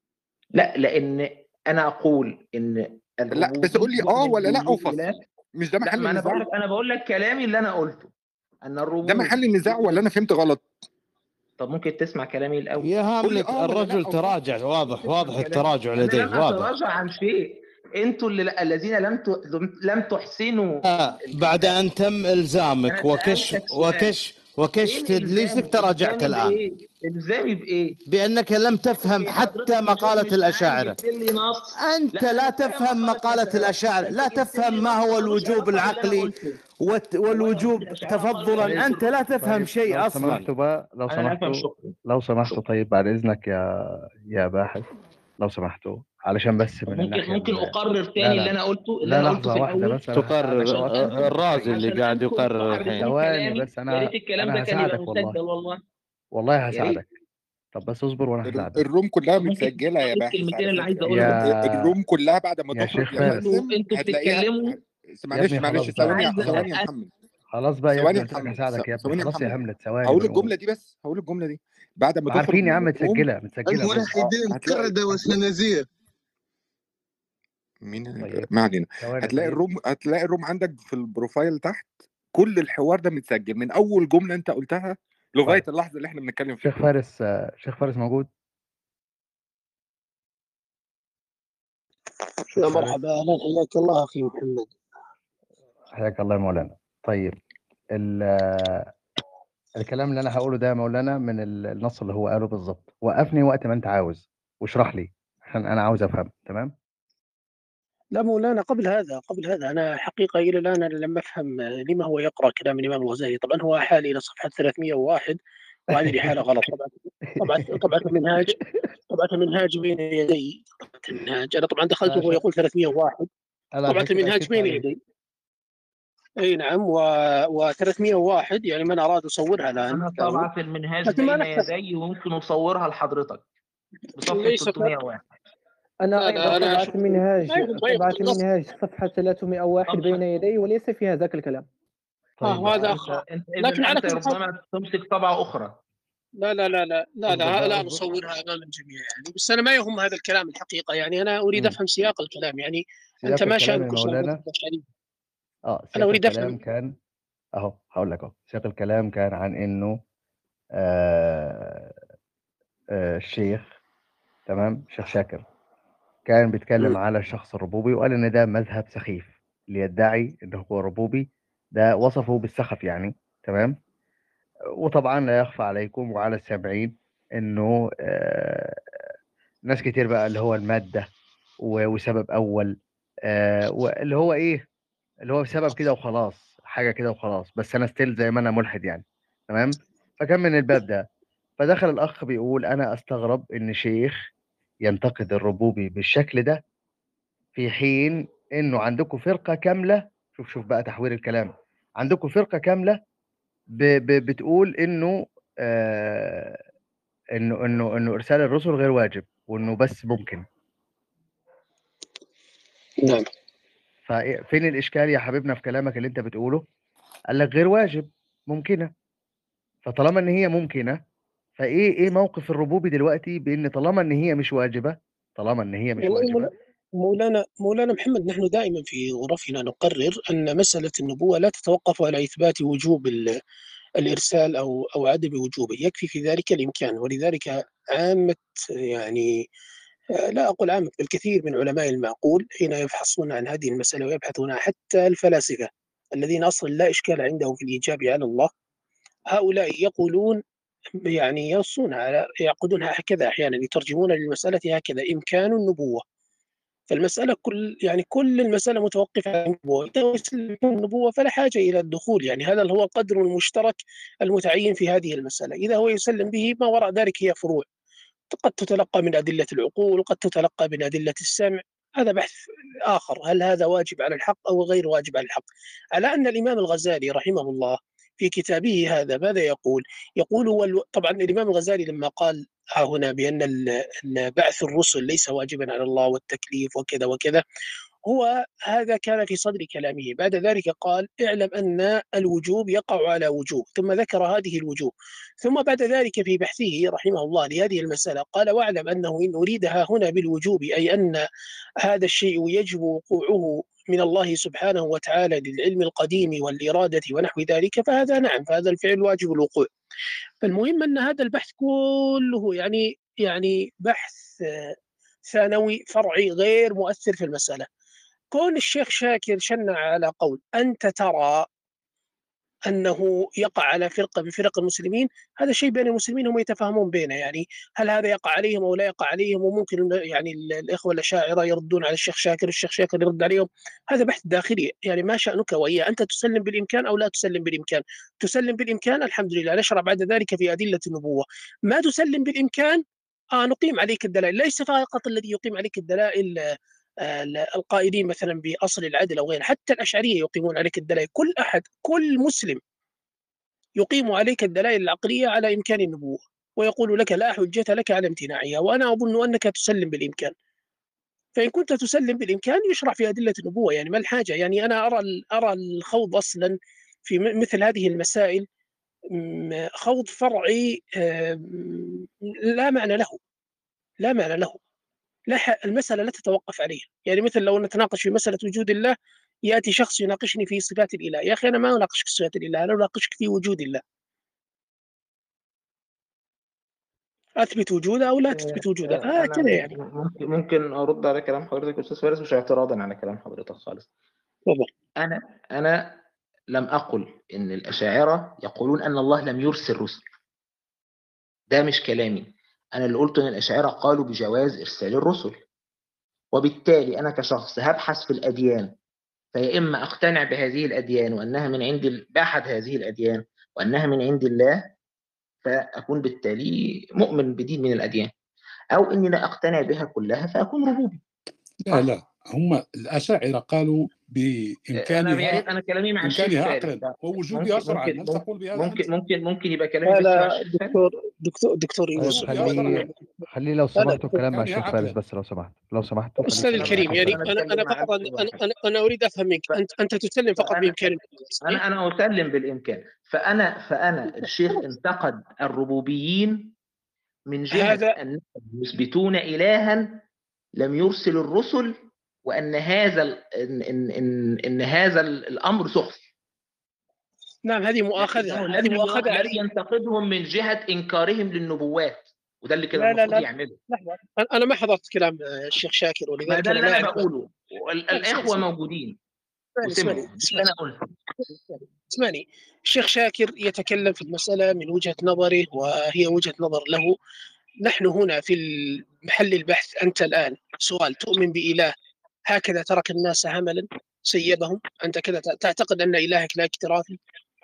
لا، لان انا اقول ان لا بس قول لي اه الربوبيه ولا لا لوجود اوفص، اله. مش ده لا، محل ما انا بقول النزاع؟ لك انا بقول لك كلامي اللي انا قلته ان ده الربوبيه. محل النزاع ولا انا فهمت غلط؟ طب ممكن تسمع كلامي الاول؟ يا قول لي هاملت، اه ولا لا الرجل او تراجع، واضح تسمع واضح كلامي. التراجع انا لديه، لم واضح. اتراجع عن شيء. انتوا اللي الذين لم ت... لم تحسنوا آه، بعد الكلام. أن تم انا إلزامك وكشف سالتك سؤال. وكشف وكشف فين تدليسك الزامي؟ تراجعت الزامي الآن بايه؟ الزامي بايه؟ بأنك لم تفهم إيه حتى حضرتك مش مقالة مش معايا الأشاعرة. جبت لي نص؟ أنت لا، لا انا فاهم تفهم مقالة مقالة الاشاعره. الأشاعرة، انت لا جبت لي تفهم ما نص هو ملوش الوجوب علاقه باللي انا العقلي قلته. والت- اولا والوجوب الاشاعره قالوا تفضلا. لا أنت يوجد لا رسل. تفهم طيب شيء لو أصلا. سمحتوا بقى، لو انا لا افهم. سمحتوا شكرا. لو سمحتوا شكرا. طيب بعد إذنك يا يا باحث، لو سمحتوا علشان بس من ممكن الناحية ممكن ال... اقرر لا تاني اللي لا انا قلته اللي لا انا قلته لحظة في واحدة الاول. بس، أنا هساعدك تقرر عشان أهو. انتم الرازي اللي عشان قاعد انتم يقرر الحين. تعرفون ثواني كلامي. بس، يا ريت أنا الكلام ده أنا كان يبقى هساعدك والله، مسجل والله. والله يا ريت. هساعدك. طب بس اصبر وأنا الر- هساعدك. الروم كلها طب ممكن متسجله يا تسمعوا باحث الكلمتين على اللي عايز فكره. اقولهم؟ يا الروم كلها بعد ما يا تخرج شيخ يا فارس، انتوا فندم انتوا هتلاقيها. بتتكلموا. يا ابني معلش معلش خلاص انا ثواني بقى، عايز خلاص ثواني يا أ- محمد، خلاص بقى يا ابني، ثواني يا قلت لك محمد هساعدك يا ابني، ثواني يا خلاص يا محمد. هملت، ثواني هقول بنقول. الجمله دي بس، هقول الجمله دي بعد ما تخرج عارفين يا من عم، الروم. متسجلة متسجلة قول. اه الملحدين هتلاقي كردة هتلاقي والخنازير. مين طيب ما علينا. ثواني هتلاقي طيب. الروم هتلاقي الروم عندك في البروفايل تحت، كل الحوار ده متسجل من اول جمله انت قلتها لغايه طيب اللحظه اللي احنا بنتكلم فيها. شيخ فارس، آه، شيخ فارس موجود؟ شيخ يا فارس، مرحبا، اهلا، حياك الله اخي محمد. حياك الله يا مولانا. طيب ال- آه، الكلام اللي انا هقوله ده يا مولانا من ال- النص اللي هو قاله بالظبط. وقفني وقت ما انت عاوز واشرح لي عشان انا عاوز افهم. تمام. لا مولانا، قبل هذا قبل هذا انا حقيقه الى الان أنا لم افهم لما هو يقرا كلام الامام الغزالي. طبعا هو حال الى صفحه ثلاثمئة وواحد وهذه لي حاله غلط. طبعا طبعا طبعا المنهاج طبعا المنهاج بين يدي. طبعا المنهاج انا طبعا دخلت وهو عشان يقول ثلاثمئة وواحد. انا طبعا عشان كده المنهاج اكدت بين عليك. يدي. اي نعم، و... و301 وواحد يعني من اراد يصورها الان انا له. طبعا في المنهاج لكن ما بين نحتاج. يدي وممكن اصورها لحضرتك بصفحه ليست ثلاثمئة وواحد. أنا لا أيضا لا انا طبعت شوف المنهاج ما يهم ما يهم طبعت النص. المنهاج صفحة ثلاثمئة وواحد بين صفحه. يدي وليس فيها ذاك الكلام. طيب اه هذا انت اخر. انت لكن اذا على انت كل حال ربما تمسك طبعه اخرى. لا لا لا لا لا اصبر لا, بقى، لا اصبر. نصورها امام الجميع يعني. بس انا ما يهم هذا الكلام الحقيقه يعني. انا اريد امم افهم سياق الكلام يعني. سياق انت ما الكلام شانك يا وشان مولانا، الشريف؟ اه انا سياق اريد افهم. الكلام كان اهو، هقول لك اهو. سياق الكلام كان عن انه آه آه الشيخ، تمام، الشيخ شاكر كان بيتكلم مم. على الشخص الربوبي وقال ان ده مذهب سخيف. اللي يدعي انه هو ربوبي ده وصفه بالسخف يعني. تمام. وطبعا لا يخفى عليكم وعلى السامعين انه آه ناس كتير بقى اللي هو المادة و- وسبب اول، آه واللي هو ايه، اللي هو سبب كده وخلاص، حاجة كده وخلاص، بس انا ستيل زي ما انا ملحد يعني. تمام. فكان من الباب ده. فدخل الاخ بيقول انا استغرب ان شيخ ينتقد الربوبي بالشكل ده في حين انه عندكم فرقة كاملة. شوف شوف بقى تحوير الكلام. عندكم فرقة كاملة ب ب بتقول انه آه انه انه انه ارسال الرسل غير واجب وانه بس ممكن. نعم. ففين الاشكال يا حبيبنا في كلامك اللي انت بتقوله؟ قال لك غير واجب، ممكنة. فطالما ان هي ممكنة، فايه ايه موقف الربوبي دلوقتي بان طالما ان هي مش واجبة، طالما ان هي مش والله واجبة. مولا- مولانا مولانا محمد، نحن دائما في غرفنا نقرر ان مساله النبوه لا تتوقف على اثبات وجوب ال- الارسال او او عدم وجوبه، يكفي في ذلك الامكان. ولذلك عامه يعني آه، لا أقول عامة، الكثير من علماء المعقول حين يبحثون عن هذه المسألة ويبحثون، حتى الفلاسفة الذين أصلا لا إشكال عندهم في الإجابة على الله، هؤلاء يقولون يعني ينصون على يعقدونها هكذا، أحيانا يترجمون للمسألة هكذا: إمكان النبوة. فالمسألة كل يعني كل المسألة متوقفة على النبوة. إذا يسلم النبوة فلا حاجة إلى الدخول، يعني هذا هو القدر المشترك المتعين في هذه المسألة. إذا هو يسلم به، ما وراء ذلك هي فروع قد تتلقى من أدلة العقول، قد تتلقى من أدلة السمع. هذا بحث آخر، هل هذا واجب على الحق أو غير واجب على الحق. على أن الإمام الغزالي رحمه الله في كتابه هذا ماذا يقول؟ يقول والو... طبعا الإمام الغزالي لما قال ها هنا بأن ال... أن بعث الرسل ليس واجبا على الله والتكليف وكذا وكذا، هو هذا كان في صدر كلامه. بعد ذلك قال اعلم أن الوجوب يقع على وجوب، ثم ذكر هذه الوجوب. ثم بعد ذلك في بحثه رحمه الله لهذه المسألة قال واعلم أنه إن أريدها هنا بالوجوب أي أن هذا الشيء يجب وقوعه من الله سبحانه وتعالى للعلم القديم والإرادة ونحو ذلك، فهذا نعم، فهذا الفعل واجب الوقوع. فالمهم أن هذا البحث كله يعني يعني بحث ثانوي فرعي غير مؤثر في المسألة. كون الشيخ شاكر شنع على قول أنت ترى أنه يقع على فرقة من فرق المسلمين، هذا شيء بين المسلمين هم يتفاهمون بينه، يعني هل هذا يقع عليهم أو لا يقع عليهم، وممكن يعني الإخوة الأشاعرة يردون على الشيخ شاكر، الشيخ شاكر يرد عليهم. هذا بحث داخلي، يعني ما شأنك وإياه، أنت تسلم بالإمكان أو لا تسلم بالإمكان. تسلم بالإمكان الحمد لله، نشرع بعد ذلك في أدلة النبوة. ما تسلم بالإمكان آه نقيم عليك الدلائل، ليس فقط الذي يقيم عليك الدلائل القائلين مثلا بأصل العدل أو غيره، حتى الأشعرية يقيمون عليك الدلائل، كل أحد كل مسلم يقيم عليك الدلائل العقلية على إمكان النبوة، ويقول لك لا حجة لك على امتناعها، وأنا أظن أنك تسلم بالإمكان. فإن كنت تسلم بالإمكان يشرع في أدلة النبوة، يعني ما الحاجة؟ يعني أنا أرى أرى الخوض أصلا في مثل هذه المسائل خوض فرعي لا معنى له، لا معنى له، لا، المسألة لا تتوقف عليه. يعني مثل لو نتناقش في مسألة وجود الله، يأتي شخص يناقشني في صفات الإله، يا أخي أنا ما أناقشك في صفات الإله، أنا أناقشك في وجود الله، أثبت وجوده أو لا تثبت وجوده. أنا هكذا يعني. ممكن ممكن أرد على كلام حضرتك أستاذ فارس، مش اعتراضا على كلام حضرتك خالص. طبعا. أنا أنا لم أقل إن الأشاعرة يقولون أن الله لم يرسل رسل، ده مش كلامي. أنا اللي قلت إن الأشاعرة قالوا بجواز إرسال الرسل، وبالتالي أنا كشخص هبحث في الأديان، فيا إما أقتنع بهذه الأديان وأنها من عند بأحد هذه الأديان وأنها من عند الله، فأكون بالتالي مؤمن بدين من الأديان، أو إني لا أقتنع بها كلها فأكون ربوبي. لا لا، هم الأشاعرة قالوا بإمكانها، أنا يا ريت أنا كلامي مع الشيخ إمكانها فارس عقلا ووجودها شرعا، هل تقول بهذا ممكن أنت؟ ممكن ممكن يبقى كلامي لا بس مع لا الشيخ فارس. دكتور دكتور دكتور طيب يوسف، خليه خليه لو سمحتوا الكلام مع الشيخ فارس بس، لو سمحت لو سمحتوا أستاذ الكريم، يعني أنا أنا فقط أنا أنا أنا أريد أفهم منك، أنت أنت تسلم فقط فأنا بإمكانك. أنا أنا أسلم بالإمكان. فأنا فأنا الشيخ انتقد الربوبيين من جهة هذا أنهم يثبتون إلها لم يرسل الرسل، وأن هذا ال- إن إن إن, إن هذا الأمر سخف. نعم، هذه مؤاخذة، لكنه هذه لم مؤاخذة لم عليه. ينتقدهم من جهة إنكارهم للنبوات، وده اللي كان لا لا المفروض لا يعمله. لحظة، أنا- أنا ما حضرت كلام الشيخ شاكر، ما ولذلك ده أنا اللي ما أنا أعرف. بقوله، وال- لا، اسمعني الإخوة اسمعني موجودين اسمعني وسمعوا، مش اسمعني أنا قلت. اسمعني. الشيخ شاكر يتكلم في المسألة من وجهة نظره، وهي وجهة نظر له. نحن هنا في محل البحث. أنت الآن سؤال، تؤمن بإله هكذا ترك الناس هملا سيبهم؟ أنت كذا تعتقد أن إلهك لا اكتراثي؟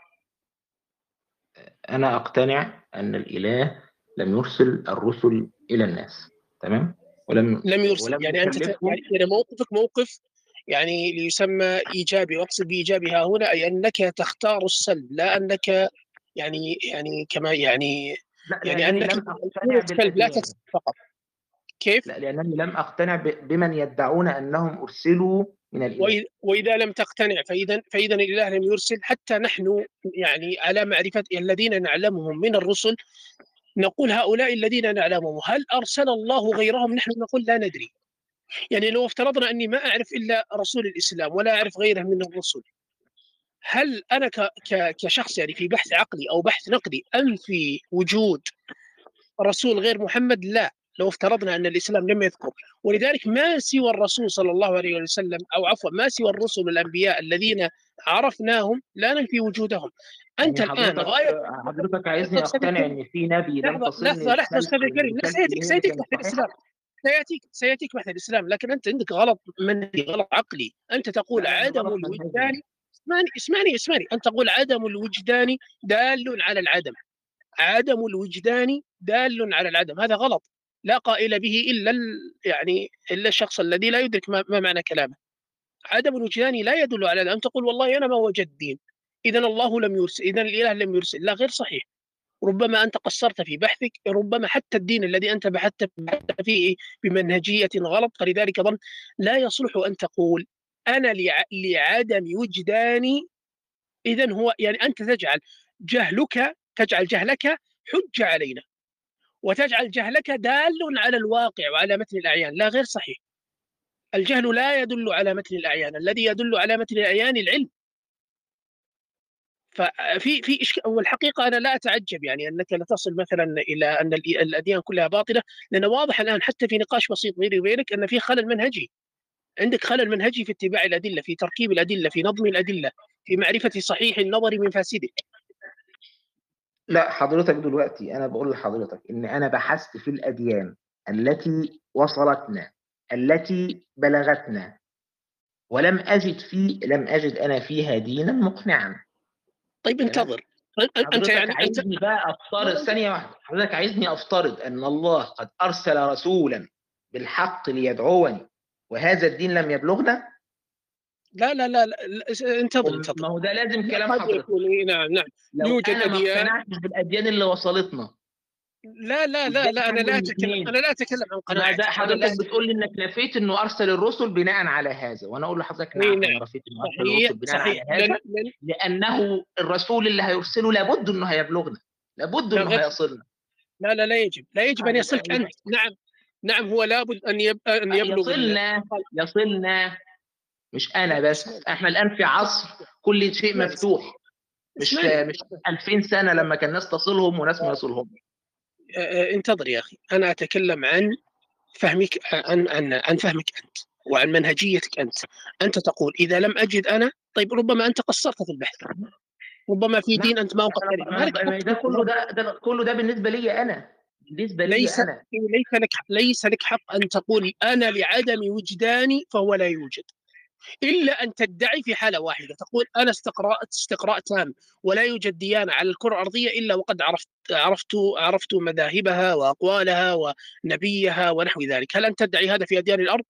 أنا أقتنع أن الإله لم يرسل الرسل إلى الناس، تمام؟ ولم لم يرسل، ولم يعني أنت ت... يكلفهم. يعني يعني موقفك موقف يعني ليسمى إيجابي، وأقصد بإيجابي ها هنا أي أنك تختار السلب، لا أنك يعني يعني كما يعني لا، يعني لأنني أنك لم أقتنع السلب لا بالأديان. تكسب فقط. كيف؟ لا، لأنني لم أقتنع ب- بمن يدعون أنهم أرسلوا من الإله. وإذا, وإذا لم تقتنع فإذا فإذا الإله لم يرسل. حتى نحن يعني على معرفة الذين نعلمهم من الرسل نقول هؤلاء الذين نعلمهم هل أرسل الله غيرهم؟ نحن نقول لا ندري. يعني لو افترضنا أني ما أعرف إلا رسول الإسلام ولا أعرف غيره من الرسل، هل أنا ك ك كشخص يعني في بحث عقلي أو بحث نقدي أنفي وجود رسول غير محمد؟ لا، لو افترضنا أن الإسلام لم يذكر. ولذلك ما سوى الرسول صلى الله عليه وسلم، أو عفوا ما سوى الرسل الأنبياء الذين عرفناهم لا ننفي وجودهم. أنت يعني الآن حضرتك غاية حضرتك عايزني أقتنع إن في نبي لم لحظة تصلني لحظة لحظة أستاذ رسالته الكريم، لا ورسالته سيأتيك هي اللي سيأتيك كانت بحث الإسلام، صحيحة. سيأتيك سيأتيك بحث الإسلام، لكن أنت عندك غلط منهجي، غلط عقلي. أنت تقول لا، لا، عدم غلط منهجي. الوجدان. اسمعني اسمعني اسمعني أنت تقول عدم الوجدان دال على العدم. عدم الوجدان دال على العدم، هذا غلط، لا قائل به إلا ال... يعني إلا الشخص الذي لا يدرك ما, ما معنى كلامه. عدم الوجدان لا يدل على أن تقول والله أنا ما وجدت دين إذا الله لم يرسل، إذا الإله لم يرسل. لا، غير صحيح. ربما أنت قصرت في بحثك، ربما حتى الدين الذي أنت بحثت فيه بمنهجية غلط، فلذلك ظن لا يصلح أن تقول أنا لع- لعدم وجداني، إذن هو يعني أنت تجعل جهلك تجعل جهلك حجة علينا، وتجعل جهلك دال على الواقع وعلى متن الأعيان. لا، غير صحيح. الجهل لا يدل على متن الأعيان، الذي يدل على متن الأعيان العلم. ففي في إشكال. والحقيقة أنا لا أتعجب يعني أنك لا تصل مثلا إلى أن ال- الأديان كلها باطلة، لأن واضح الآن حتى في نقاش بسيط بيني وبينك أن في خلل منهجي. عندك خلل منهجي في اتباع الأدلة، في تركيب الأدلة، في نظم الأدلة، في معرفة صحيح النظر من فاسده. لا حضرتك دلوقتي أنا بقول لحضرتك إن أنا بحثت في الأديان التي وصلتنا التي بلغتنا، ولم أجد في لم أجد أنا فيها دينا مقنعا. طيب انتظر. أنت حضرتك يعني أنت عايزني بقى أفترض ثانية واحدة، حضرتك عايزني أفترض أن الله قد أرسل رسولا بالحق ليدعوني وهذا الدين لم يبلغنا؟ لا لا لا, لا. انتظر انتظر. ما هو ده لازم كلام قد حضرتك. يكون إيه، نعم نعم لو يوجد أنا ما أديان. اقتنعتش بالأديان اللي وصلتنا، لا لا لا لا أنا لا أتكلم أنا لا أتكلم عن ما قناعتي. ده أنا حضرتك لا بتقول لي انك نفيت انه ارسل الرسل بناء على هذا، وانا اقول لحضرتك إيه، نعم نعم. انا رفيت انه ارسل صحيح الرسل بناء صحيح على هذا، لن لن لانه الرسول اللي هيرسله لابد انه هيبلغنا، لابد لا انه غير هيصلنا. لا لا لا يجب لا يجب أن يصلك أنت. نعم نعم هو لابد أن يب... أن يبلغ ال- يصلنا يصلنا مش انا بس، احنا الان في عصر كل شيء لا، مفتوح، مش اسمعني. مش ألفين سنه لما كان ناس تصلهم وناس ما يصلهم. آه، آه، انتظر يا أخي، أنا أتكلم عن فهمك عن عن عن فهمك أنت وعن منهجيتك أنت. أنت تقول إذا لم أجد أنا، طيب ربما أنت قصرت في البحث، ربما في دين أنت ما وقفت عليه. ما لك حق ده كله ده, ده كله ده بالنسبه لي انا، بالنسبه لي ليس انا ليس لك ليس لك حق أن تقول أنا لعدم وجداني فهو لا يوجد، إلا أن تدعي في حالة واحدة، تقول أنا استقرأت استقراء تام ولا يوجد ديانة على الكرة الأرضية إلا وقد عرفت عرفت عرفت مذاهبها وأقوالها ونبيها ونحو ذلك. هل أنت تدعي هذا في أديان الأرض؟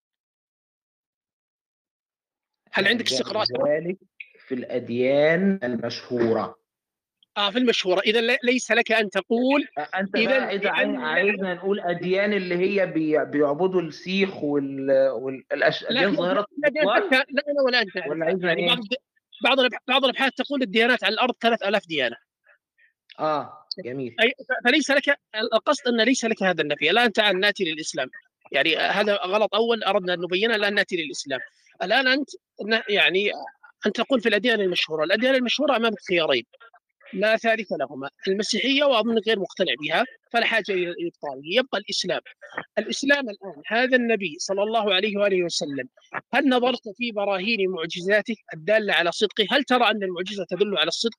هل عندك استقراء ذلك في الأديان المشهورة؟ آه في المشهورة. إذا ليس لك أن تقول أنت إذا بقى إذا عايزنا نقول أديان اللي هي بي بيعبدوا السيخ وال والأديان ظاهرة الأديان لا أنا ولا أنت ولا عايزنا يعني إيه؟ بعض بعض الأبحاث تقول الديانات على الأرض ثلاث آلاف ديانة. آه جميل. أي فليس لك القصد أن ليس لك هذا النفي. الآن تعال نأتي للإسلام، يعني هذا غلط أول أردنا أن نبينه، الآن نأتي للإسلام. الآن أنت يعني أنت تقول في الأديان المشهورة، الأديان المشهورة أمامك خيارين لا ثالث لهما، المسيحية وأظن غير مقتنع بها فلا حاجة إلى إبطاله، يبقى الإسلام. الإسلام الآن هذا النبي صلى الله عليه وآله وسلم، هل نظرت في براهين معجزاته الدالة على صدقه؟ هل ترى أن المعجزة تدل على الصدق؟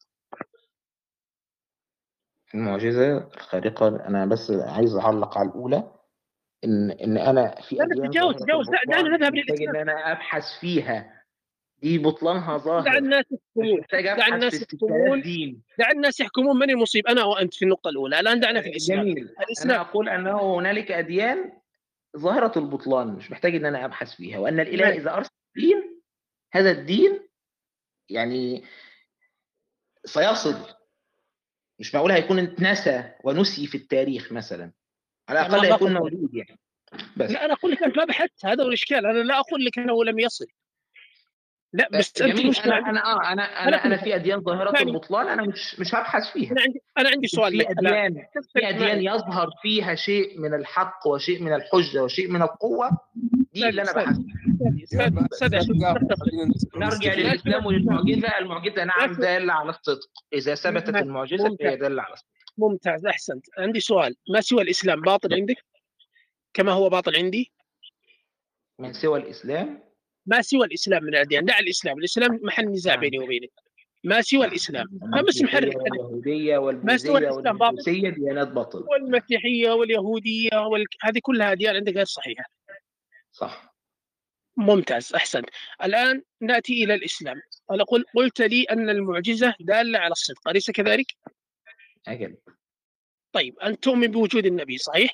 المعجزة الخارقة، أنا بس عايز أعلق على الأولى إن إن أنا في أديان تجاوز تجاوز دعنا نذهب للإسلام. إن أنا أبحث فيها دي بطلانها ظاهر. دع الناس يحكمون دع الناس يحكمون دع الناس يحكمون من المصيب أنا وأنت في النقطة الأولى. الآن دعنا في الإسلام. جميل. الإسلام. أنا أقول أنه هنالك أديان ظاهرة البطلان مش محتاج إن أنا أبحث فيها، وأن الإله إذا أرسل دين هذا الدين يعني سيصل، مش معقول هيكون اتنسى ونسي في التاريخ مثلا، على الأقل يكون موجود يعني. بس لا أنا أقول لك أنت ما بحثت، هذا هو الإشكال. أنا لا أقول لك أنه لم يصل، لا بس أنت مش أنا أنا آه أنا أنا أنا في أديان ظاهرة البطلان أنا مش مش هبحث فيها. أنا عندي أنا عندي سؤال في أديان في أديان يظهر فيها شيء من الحق وشيء من الحجة وشيء من القوة، دي اللي أنا بحث فيها. نرجع للإسلام وللمعجزة. المعجزة نعم دالة على الصدق، إذا ثبتت المعجزة فهي دالة على الصدق. ممتاز أحسنت. عندي سؤال، ما سوى الإسلام باطل عندك كما هو باطل عندي؟ من سوى الإسلام؟ ما سوى الإسلام من الأديان، دع الإسلام، الإسلام محل نزاع بيني وبينك. ما سوى الإسلام فبس محرك. اليهودية والبوذية والهندوسية ديانات باطلة، والمسيحية واليهودية وال... هذه كلها أديان عندك غير صحيحة. صح. ممتاز أحسنت. الآن نأتي إلى الإسلام. أنا قل... قلت لي أن المعجزة دالة على الصدق، أليس كذلك؟ أجل. طيب أنت تؤمن بوجود النبي صحيح؟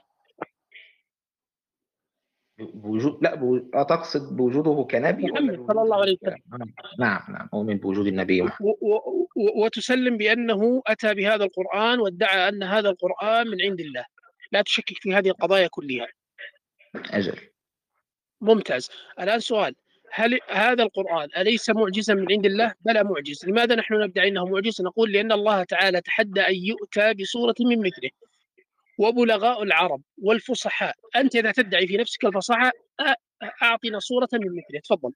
بوجود لا بو... تقصد بوجوده كنبي محمد صلى الله عليه وسلم. نعم نعم أؤمن بوجود النبي محمد. و... و... وتسلم بأنه أتى بهذا القرآن وادعى أن هذا القرآن من عند الله، لا تشكك في هذه القضايا كلها. أجل. ممتاز. الآن سؤال، هل هذا القرآن أليس معجزا من عند الله؟ بلى معجز. لماذا نحن ندعي أنه معجز؟ نقول لأن الله تعالى تحدى أن يؤتى بسورة من مثله، وبلغاء العرب والفصحاء، أنت إذا تدعي في نفسك الفصاحة أعطنا صورة من مثله. تفضل.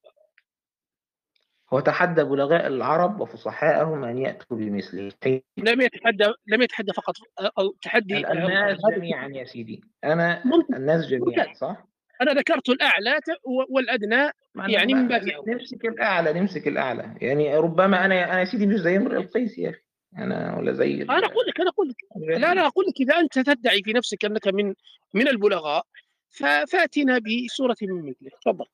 هو تحدى بلغاء العرب وفصحائهم أن يأتوا بمثله. لم يتحدى لم يتحدى فقط، تحدي الناس جميعا يا سيدي. أنا ممكن. الناس جميعا صح؟ أنا ذكرت الأعلى والأدنى، يعني من باب نمسك الأعلى نمسك الأعلى يعني ربما أنا أنا يا سيدي مش زي امرئ القيس يا أخي، أنا ولا زي أنا أقول لك أنا أقول لك لا لا أقول لك إذا أنت تدعي في نفسك أنك من من البلغاء فاتنا بسورة من مثله. تفضل.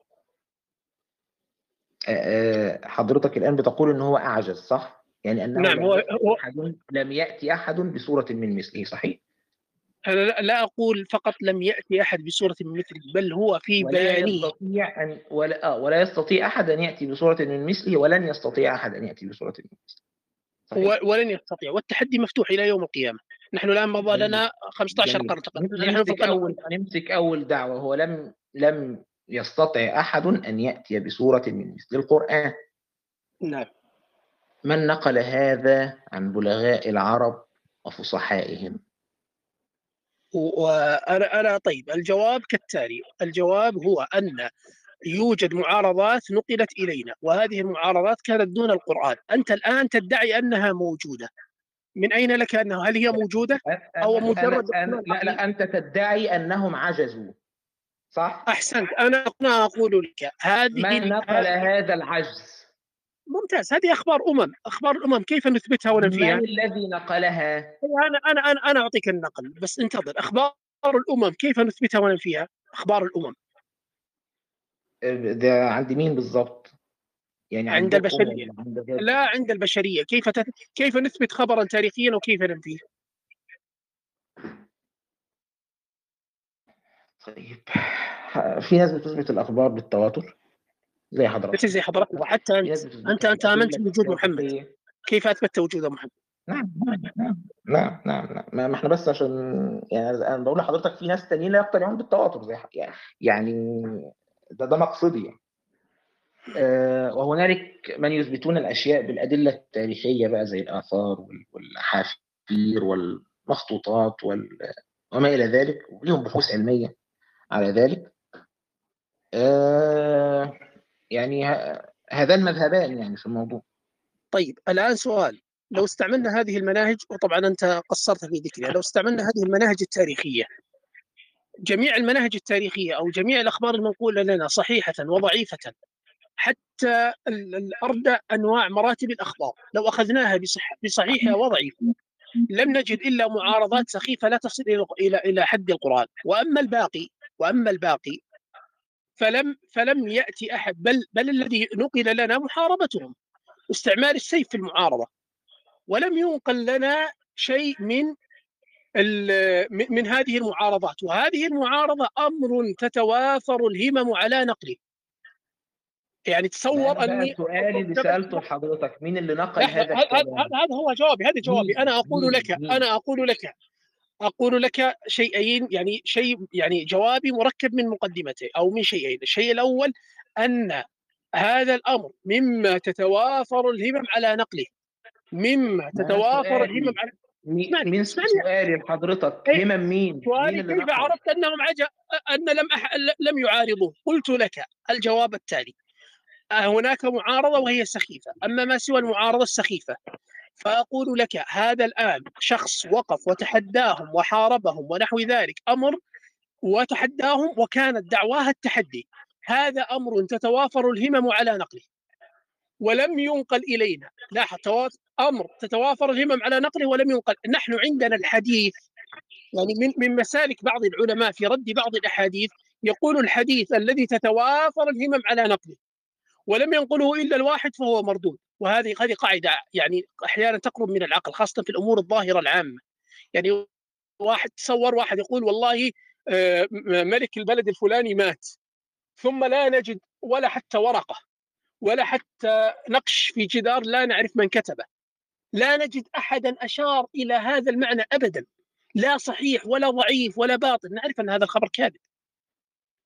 حضرتك الآن بتقول إن هو أعجز صح؟ يعني أنه نعم. لم, هو يأتي أحد لم يأتي أحد بسورة من مثله صحيح؟ أنا لا أقول فقط لم يأتي أحد بسورة من مثله، بل هو في ولا بيانه يستطيع أن ولا آه ولا يستطيع أحد أن يأتي بسورة من مثله، ولن يستطيع أحد أن يأتي بسورة من مثله صحيح؟ ولن يستطيع، والتحدي مفتوح إلى يوم القيامة. نحن الآن مضى لنا خمسة عشر قرن تقريبا. نمسك أول نمسك أول دعوة، هو لم لم يستطع أحد أن يأتي بسورة من مثل القرآن. نعم. من نقل هذا عن بلغاء العرب وفصحائهم؟ وأنا أنا طيب الجواب كالتالي. الجواب هو أن يوجد معارضات نقلت إلينا، وهذه المعارضات كانت دون القرآن. أنت الآن تدعي أنها موجودة، من أين لك أنها؟ هل هي موجودة أو مجرد أنا أنا لا لا أنت تدعي أنهم عجزوا صح؟ أحسنت. أنا أنا أقول لك هذه من نقل هذا العجز؟ ممتاز. هذه أخبار أمم أخبار الأمم كيف نثبتها وننفيها؟ من الذي نقلها؟ أنا أنا أنا أنا أعطيك النقل بس انتظر. أخبار الأمم كيف نثبتها وننفيها؟ أخبار الأمم ده عند مين بالضبط؟ يعني عند البشرية. عند لا عند البشرية. كيف تت... كيف نثبت خبرا تاريخيا وكيف ننفيه؟ طيب في ناس بتثبت الأخبار بالتواتر زي حضرتك. زي حضرتك وحتى أنت أنت أنت آمنت بوجود محمد. كيف أثبت وجود محمد؟ نعم نعم نعم نعم نعم ما احنا بس عشان يعني انا بقول لحضرتك في ناس تانيين لا يقتنعون بالتواتر زي يعني يعني ده ده مقصدي يعني. أه وهنالك من يثبتون الاشياء بالادله التاريخيه بقى زي الاثار والحافير والمخطوطات وال وما الى ذلك، وليهم بحوث علميه على ذلك. أه يعني هذان المذهبان يعني في الموضوع. طيب الآن سؤال، لو استعملنا هذه المناهج، وطبعا أنت قصرت في ذكرها، لو استعملنا هذه المناهج التاريخية، جميع المناهج التاريخية أو جميع الأخبار المنقولة لنا صحيحة وضعيفة، حتى الأردى أنواع مراتب الأخبار، لو أخذناها بصح بصحيحها وضعيفها لم نجد إلا معارضات سخيفة لا تصل إلى إلى حد القرآن. وأما الباقي وأما الباقي فلم فلم يأتي أحد، بل بل الذي نقل لنا محاربتهم واستعمال السيف في المعارضة، ولم ينقل لنا شيء من من هذه المعارضات. وهذه المعارضة أمر تتوافر الهمم على نقله. يعني تصور أني سؤالي اللي سألته لحضرتك مين اللي نقل هذا الكلام؟ هذا هو جوابي هذا جوابي أنا أقول مين لك مين أنا أقول لك أقول لك شيئين، يعني شيء يعني جوابي مركب من مقدمتين أو من شيئين. الشيء الأول أن هذا الأمر مما تتوافر الهمم على نقله، مما تتوافر الهمم على من سؤالي لحضرتك همم مين؟ سؤالي كيف نقل؟ عرفت أنهم عجب أن لم أح... لم يعارضوه؟ قلت لك الجواب التالي: هناك معارضة وهي سخيفة، أما ما سوى المعارضة السخيفة فأقول لك هذا الآن شخص وقف وتحداهم وحاربهم ونحو ذلك، أمر وتحداهم وكانت دعواها التحدي، هذا أمر تتوافر الهمم على نقله ولم ينقل إلينا. لاحظ، أمر تتوافر الهمم على نقله ولم ينقل. نحن عندنا الحديث، يعني من من مسالك بعض العلماء في رد بعض الأحاديث يقول الحديث الذي تتوافر الهمم على نقله ولم ينقله إلا الواحد فهو مردود. وهذه هذه قاعدة يعني أحيانا تقرب من العقل، خاصة في الأمور الظاهرة العامة. يعني واحد تصور واحد يقول والله ملك البلد الفلاني مات، ثم لا نجد ولا حتى ورقة ولا حتى نقش في جدار لا نعرف من كتبه، لا نجد أحدا أشار إلى هذا المعنى أبدا، لا صحيح ولا ضعيف ولا باطل، نعرف أن هذا الخبر كاذب.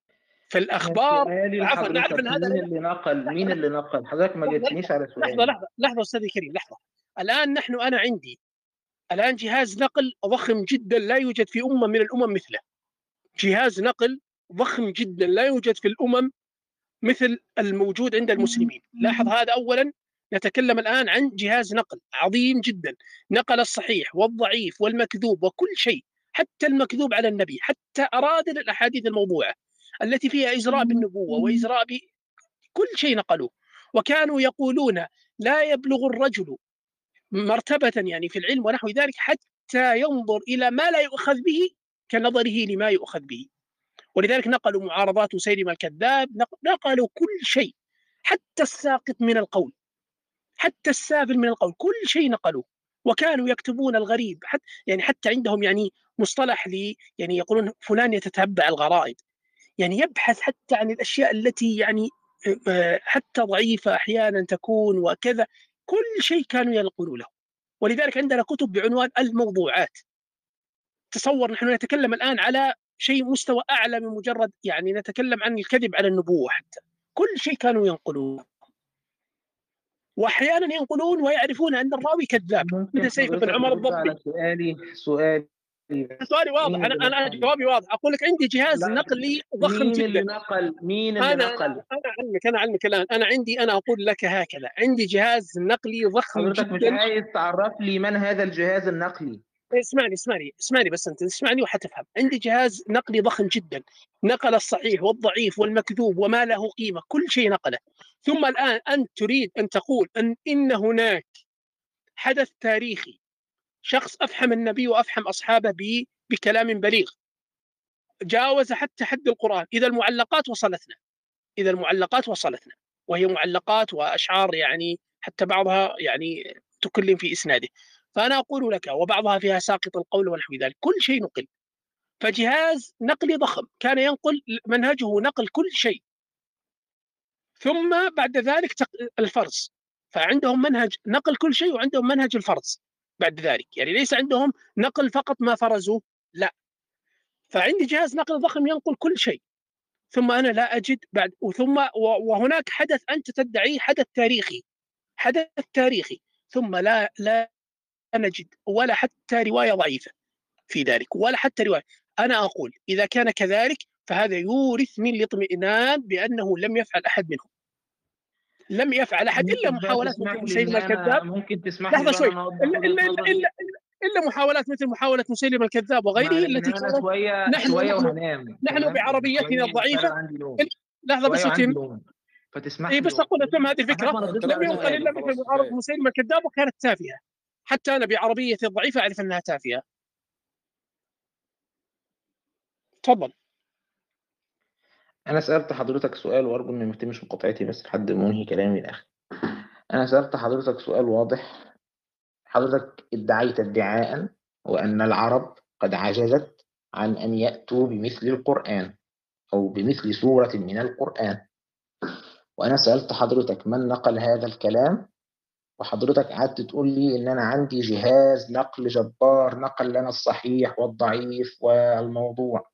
فالاخبار سؤالي عفوا نعرف لحضرتك ان هذا مين اللي نقل مين اللي نقل حضرتك ما لحظه جبتنيش على لحظه سؤالي. لحظه لحظه استاذ الكريم لحظه. الان نحن انا عندي الان جهاز نقل ضخم جدا لا يوجد في امه من الامم مثله. جهاز نقل ضخم جدا لا يوجد في الامم مثل الموجود عند المسلمين. لاحظ هذا اولا. نتكلم الان عن جهاز نقل عظيم جدا نقل الصحيح والضعيف والمكذوب وكل شيء، حتى المكذوب على النبي، حتى أرادل الأحاديث الموضوعة التي فيها إزراء بالنبوة وإزراء بكل شيء نقلوه. وكانوا يقولون لا يبلغ الرجل مرتبة يعني في العلم ونحو ذلك حتى ينظر إلى ما لا يؤخذ به كنظره لما يؤخذ به. ولذلك نقلوا معارضات مسيلمة الكذاب، نقلوا كل شيء حتى الساقط من القول، حتى السافل من القول، كل شيء نقلوه. وكانوا يكتبون الغريب، حتى يعني حتى عندهم يعني مصطلح لي يعني يقولون فلان يتتبع الغرائب، يعني يبحث حتى عن الأشياء التي يعني حتى ضعيفة أحيانا تكون وكذا، كل شيء كانوا ينقلوا له. ولذلك عندنا كتب بعنوان الموضوعات. تصور نحن نتكلم الآن على شيء مستوى أعلى من مجرد يعني نتكلم عن الكذب على النبوة، حتى كل شيء كانوا ينقلون، واحيانا ينقلون ويعرفون ان الراوي كذاب مثل سيف بن عمر الضبي. سؤالي سؤالي سؤالي واضح. انا انا جوابي واضح. اقول لك عندي جهاز نقلي ضخم مين جدا. اللي نقل مين اللي أنا نقل انا علمك انا علمك الان انا عندي انا اقول لك هكذا عندي جهاز نقلي ضخم حضرتك جدا. مش عايز تعرف لي من هذا الجهاز النقلي؟ اسمعني اسمعني اسمعني بس انت اسمعني وحتفهم. عندي جهاز نقلي ضخم جدا نقل الصحيح والضعيف والمكذوب وما له قيمة، كل شيء نقله. ثم الآن أنت تريد أن تقول أن إن هناك حدث تاريخي شخص أفحم النبي وأفحم أصحابه بكلام بليغ جاوز حتى حد القرآن. إذا المعلقات وصلتنا إذا المعلقات وصلتنا وهي معلقات وأشعار يعني حتى بعضها يعني تكلم في إسناده، فأنا أقول لك وبعضها فيها ساقط القول ونحو ذلك، كل شيء نقل. فجهاز نقلي ضخم كان ينقل، منهجه نقل كل شيء، ثم بعد ذلك الفرز. فعندهم منهج نقل كل شيء وعندهم منهج الفرز بعد ذلك، يعني ليس عندهم نقل فقط ما فرزوا، لا. فعندي جهاز نقل ضخم ينقل كل شيء، ثم أنا لا أجد بعد ثم وهناك حدث أنت تدعيه حدث تاريخي حدث تاريخي ثم لا لا نجد ولا حتى رواية ضعيفة في ذلك ولا حتى رواية. أنا أقول إذا كان كذلك فهذا يورثني الاطمئنان بأنه لم يفعل أحد منهم، لم يفعل أحد إلا محاولات مثل مسيلمة الكذاب. ممكن تسمح لحظة شوي إلا, إلا, إلا, إلا, إلا, إلا محاولات مثل محاولة مسيلمة الكذاب وغيره التي أنا شوية نحن شوية نحن, وهنام نحن بعربيتنا الضعيفة. لحظة بس أتم فتسمح إيه بس أقول أتم هذه الفكرة. لم ينقل إلا مثل معارضة مسيلمة الكذاب وكانت تافهة، حتى أنا بعربيتي الضعيفة أعرف أنها تافهة. تفضل. أنا سألت حضرتك سؤال وأرجو إن ما يتمش مقاطعتي بس لحد ما أنهي كلامي الأخير. أنا سألت حضرتك سؤال واضح. حضرتك ادعيت ادعاء وأن العرب قد عجزت عن أن يأتوا بمثل القرآن أو بمثل سورة من القرآن، وأنا سألت حضرتك من نقل هذا الكلام، وحضرتك قعدت تقول لي إن أنا عندي جهاز نقل جبار نقل لنا الصحيح والضعيف والموضوع.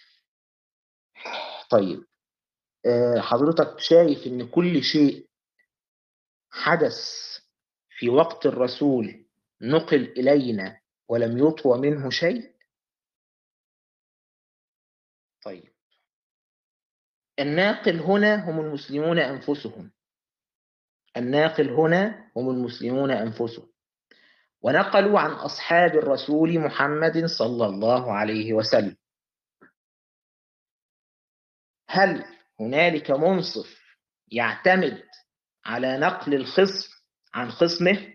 طيب حضرتك شايف إن كل شيء حدث في وقت الرسول نقل إلينا ولم يطوى منه شيء؟ طيب الناقل هنا هم المسلمون أنفسهم الناقل هنا هم المسلمون أنفسهم ونقلوا عن أصحاب الرسول محمد صلى الله عليه وسلم. هل هنالك منصف يعتمد على نقل الخصم عن خصمه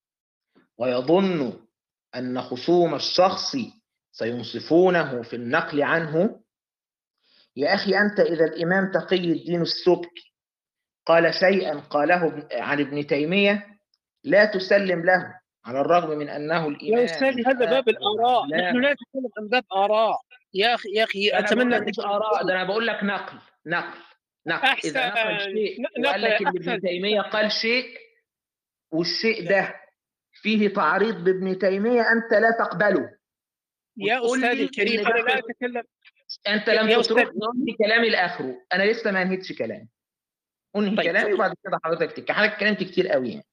ويظن أن خصوم الشخص سينصفونه في النقل عنه؟ يا أخي أنت إذا الإمام تقي الدين السبكي قال شيئا قاله عن ابن تيمية لا تسلم له على الرغم من أنه الإمام. يا أستاذي هذا باب الآراء، نحن لا نتكلم عن باب آراء يا أخي. يا أخي أتمنى أن آراء، ده أنا بقول لك نقل نقل نقل أحسن. إذا نقل شيء وقال لك إن ابن تيمية قال شيء والشيء ده فيه تعريض بابن تيمية أنت لا تقبله. يا أستاذي الكريم أنا لا أتكلم انت يا- لم يا أستاذ. تتركني انهي كلامي لاخره، انا لسه ما انهيتش كلامي. انهي طيب كلامي تفضل. وبعد كده حضرتك تك حضرتك اتكلمت كتير قوي يعني.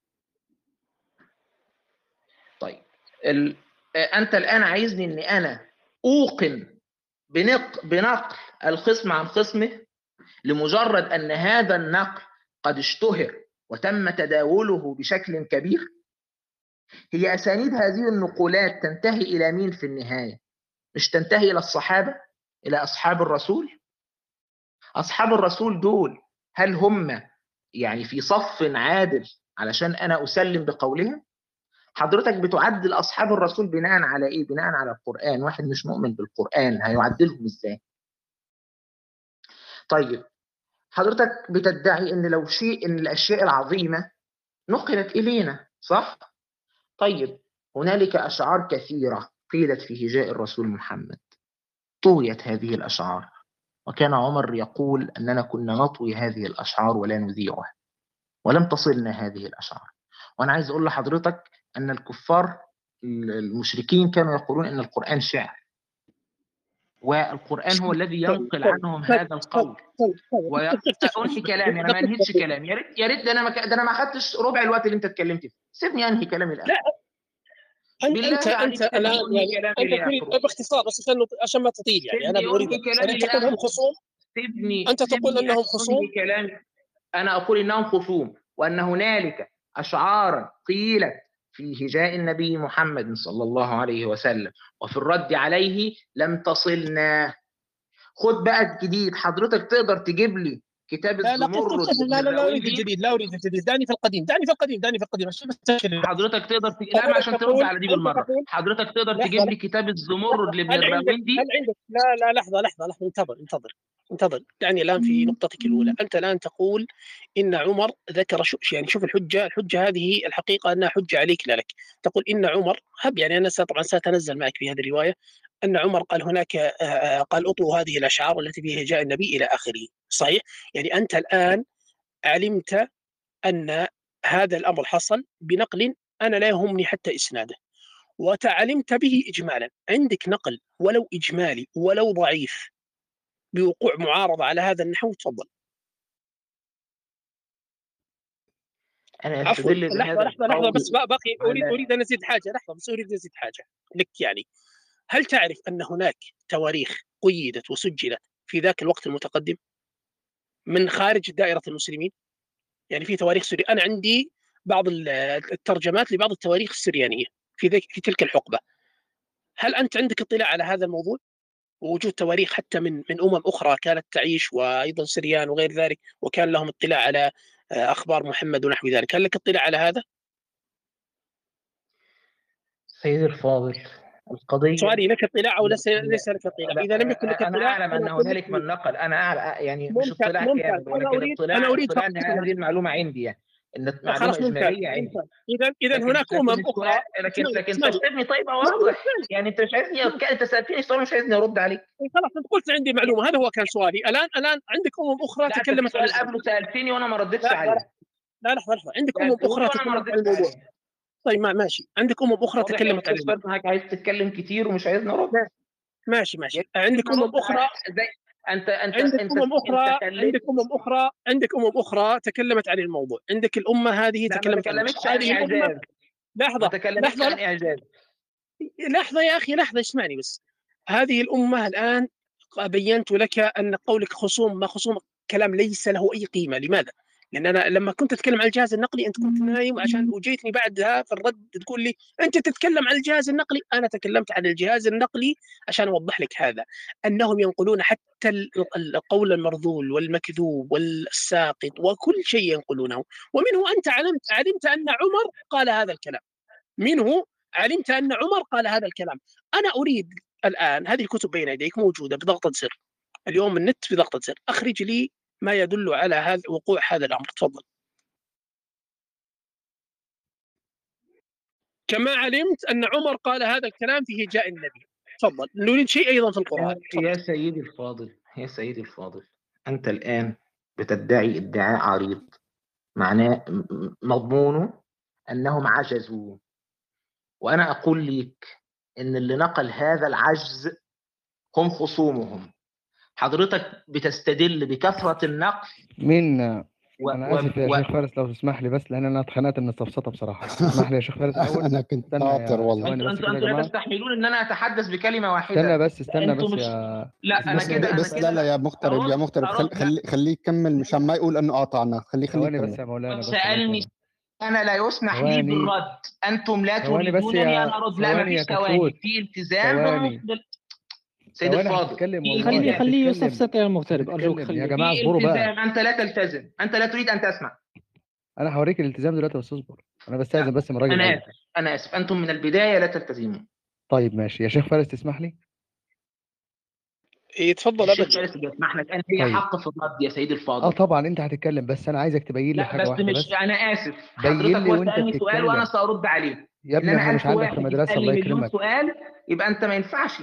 طيب ال... آه، انت الان عايزني ان انا اوقن بنق... بنقل الخصم عن خصمه لمجرد ان هذا النقل قد اشتهر وتم تداوله بشكل كبير. هي اسانيد هذه النقولات تنتهي الى مين في النهايه؟ مش تنتهي الى الصحابه، الى اصحاب الرسول. اصحاب الرسول دول هل هم يعني في صف عادل علشان انا اسلم بقولهم؟ حضرتك بتعدل اصحاب الرسول بناء على ايه؟ بناء على القران. واحد مش مؤمن بالقران هيعدلهم ازاي؟ طيب حضرتك بتدعي ان لو شيء ان الاشياء العظيمه نقلت الينا، صح؟ طيب هنالك اشعار كثيره قيلت في هجاء الرسول محمد، طويت هذه الاشعار، وكان عمر يقول اننا كنا نطوي هذه الاشعار ولا نذيعها، ولم تصلنا هذه الاشعار. وانا عايز اقول لحضرتك ان الكفار المشركين كانوا يقولون ان القران شعر، والقران هو الذي ينقل عنهم هذا القول. وانهي كلامي، انا ما انهيتش كلامي. يا ريت يا ريت ده انا ما ده انا ما اخدتش ربع الوقت اللي انت اتكلمت فيه. سيبني انهي كلامي الان. لا بالله انت عليك انت الان سيبني انهي يعني كلامي انت تريد لاخره. باختصار بس عشان عشان ما تطيل يعني انا سيبني اريد انهي يعني كلامي انت تقول هم لاخره. خصوم. سيبني انت تقول سيبني انهم خصوم. انهي كلامي. انا اقول انهم خصوم، وان هنالك اشعارا قيلت في هجاء النبي محمد صلى الله عليه وسلم وفي الرد عليه لم تصلنا. خد بقى الجديد. حضرتك تقدر تجيب لي كتاب لا لا الزمرد لا لا لا اريد للراوندي؟ الجديد، لا اريد الجديد، دعني في القديم، دعني في القديم، دعني في القديم عشان بس حضرتك تقدر ت... لا ما عشان ترد على دي انت بالمره. تقول حضرتك تقدر لحظه تجيب لي كتاب الزمرد لابن هل عندك الراوندي؟ هل عندك لا لا لحظه لحظه لحظه انتظر انتظر انتظر دعني الان في نقطتك الاولى. انت الان تقول ان عمر ذكر شو يعني شوف الحجه الحجه هذه الحقيقه انها حجه عليك لا لك. تقول ان عمر هب يعني انا طبعا ساتنزل معك في هذه الروايه ان عمر قال هناك قال اطلوا هذه الاشعار التي فيها جاء النبي الى اخره. صحيح؟ يعني انت الان علمت ان هذا الامر حصل بنقل انا لا يهمني حتى اسناده، وتعلمت به إجمالا. عندك نقل ولو إجمالي ولو ضعيف بوقوع معارضة على هذا النحو؟ تفضل. انا عفوا استدل لحظة بهذا لحظة لحظة بس القول باقي أريد على أريد أن أزيد حاجة لحظة بس أريد أن أزيد حاجة لك يعني. هل تعرف أن هناك تواريخ قيدت وسجلت في ذاك الوقت المتقدم من خارج دائرة المسلمين؟ يعني في تواريخ سوري أنا عندي بعض الترجمات لبعض التواريخ السريانية في ذيك في تلك الحقبة. هل أنت عندك اطلاع على هذا الموضوع؟ ووجود تواريخ حتى من من امم اخرى كانت تعيش وايضا سريان وغير ذلك وكان لهم اطلاع على اخبار محمد ونحو ذلك، هل لك اطلاع على هذا؟ سيدي الفاضل القضيه سؤالي لك اطلاع او ليس ليس لك اطلاع؟ اذا لم يكن لك انا اطلاع اعلم ان هنالك من نقل. انا أعلم يعني مش ممتاز اطلاع ممتاز كامل انا ولكن اريد انا اطلاع اريد اطلاع فقط ان هذه المعلومه عندي، يعني ان معلومه خلاص ممتاز اجماليه عندي. اذا اذا لكن هناك امم لكن اخرى. السؤال لكن لكن اسمعني تسيبني طيب اسمعني اوضح. يعني انت مش عايزني أتك- انت سالتني سؤال مش عايزني ارد عليك. خلاص انت قلت عندي معلومه، هذا هو كان سؤالي. الان الان عندك امم اخرى لا انت في تكلمت عن سؤال الموضوع. قبله سالتني وانا ما ردتش لا عليه. لا لحظه لحظه عندك امم سالته لي اخرى وانا ما تكلمت عن ردتش الموضوع. عليه. طيب ما ماشي عندك امم اخرى واضح يا تكلمت عن استاذ الموضوع. فاتن انك عايز تتكلم كتير ومش عايزني ارد. ماشي ماشي يعني عندك امم اخرى. زي انت انت عندك انت امم اخرى انت خليت. عندك امم اخرى عندك امم اخرى تكلمت عن الموضوع. عندك الامه هذه لا ما تكلمت عن تكلمتش الموضوع. عن هذه الامه اعجاز. ما لحظه تكلمتش لحظه عن اعجاز. لحظه يا اخي لحظه اسمعني بس. هذه الامه الان بينت لك ان قولك خصوم ما خصوم كلام ليس له اي قيمه. لماذا؟ لان انا لما كنت اتكلم عن الجهاز النقلي انت كنت نايم عشان وجيتني بعدها في الرد تقول لي انت تتكلم عن الجهاز النقلي. انا تكلمت عن الجهاز النقلي عشان اوضح لك هذا انهم ينقلون حتى القول المرذول والمكذوب والساقط وكل شيء ينقلونه. ومنه انت علمت علمت ان عمر قال هذا الكلام. منه علمت ان عمر قال هذا الكلام. انا اريد الان هذه الكتب بين يديك موجوده بضغطه زر. اليوم النت بضغطه زر اخرج لي ما يدل على هذا وقوع هذا الامر. تفضل. كما علمت ان عمر قال هذا الكلام في هجاء النبي. تفضل. نريد شيء ايضا في القران. يا سيدي الفاضل يا سيدي الفاضل انت الان بتدعي ادعاء عريض معناه مضمونه انهم عجزوا، وانا اقول لك ان اللي نقل هذا العجز هم خصومهم. حضرتك بتستدل بكثرة النقل مين و... انا و... اسف يا و... شيخ فارس لو تسمح لي بس، لان انا اتخنقت من السفسطه بصراحه. اسمح لي يا شيخ فارس الاول. انا كنت استنى ناطر يا والله. ثواني انتوا بس انتوا كده يا انتوا لا جماعه. تستحملون ان انا اتحدث بكلمة واحدة. استنى بس استنى انتوا بس مش يا لا انا بس كده انا بس كده لا لا يا مغترب، يا ارد مغترب خل... ارد لا خلي خليه يكمل مشان ما يقول انه قاطعنا. خليه خليه ثواني بس يكمل. يا مولانا بس الله سألني يكرمك. انا لا يسمح لي ثواني بالرد. انتم لا ثواني بس تريدونني ان يا ارد. لا ثواني يا مفيش ثواني، كتكوت. في التزام ثواني بال... سيد ثواني الفاضل هتتكلم في والله خليه التزام خليه هتتكلم يستفسر يا مغترب، ارجوك هتتكلم يا خليه. جماعه في اصبروا بقى. التزام. انت لا تلتزم، انت لا تريد ان تسمع. انا هوريك الالتزام دلوقتي بس اصبر. انا بستاذن لا بس من الراجل انا الاول. اسف انا اسف انتم من البداية لا تلتزمون. طيب ماشي يا شيخ فارس تسمح لي. يتفضل الشيخ ابدا. فارس بيسمح لك، انت هي طيب حق في الرد يا سيدي اه الفاضل. طبعا انت هتتكلم، بس انا عايزك تبين لي لا حاجه بس واحده مش بس. انا اسف. بين حضرتك لي هو وانت سألني سؤال وانا بتتكلم سأرد عليه. يا ابني. انما احنا مش ألف عندك في واحد المدرسه الله يسألني مليون يكرمك. سؤال يبقى انت ما ينفعش.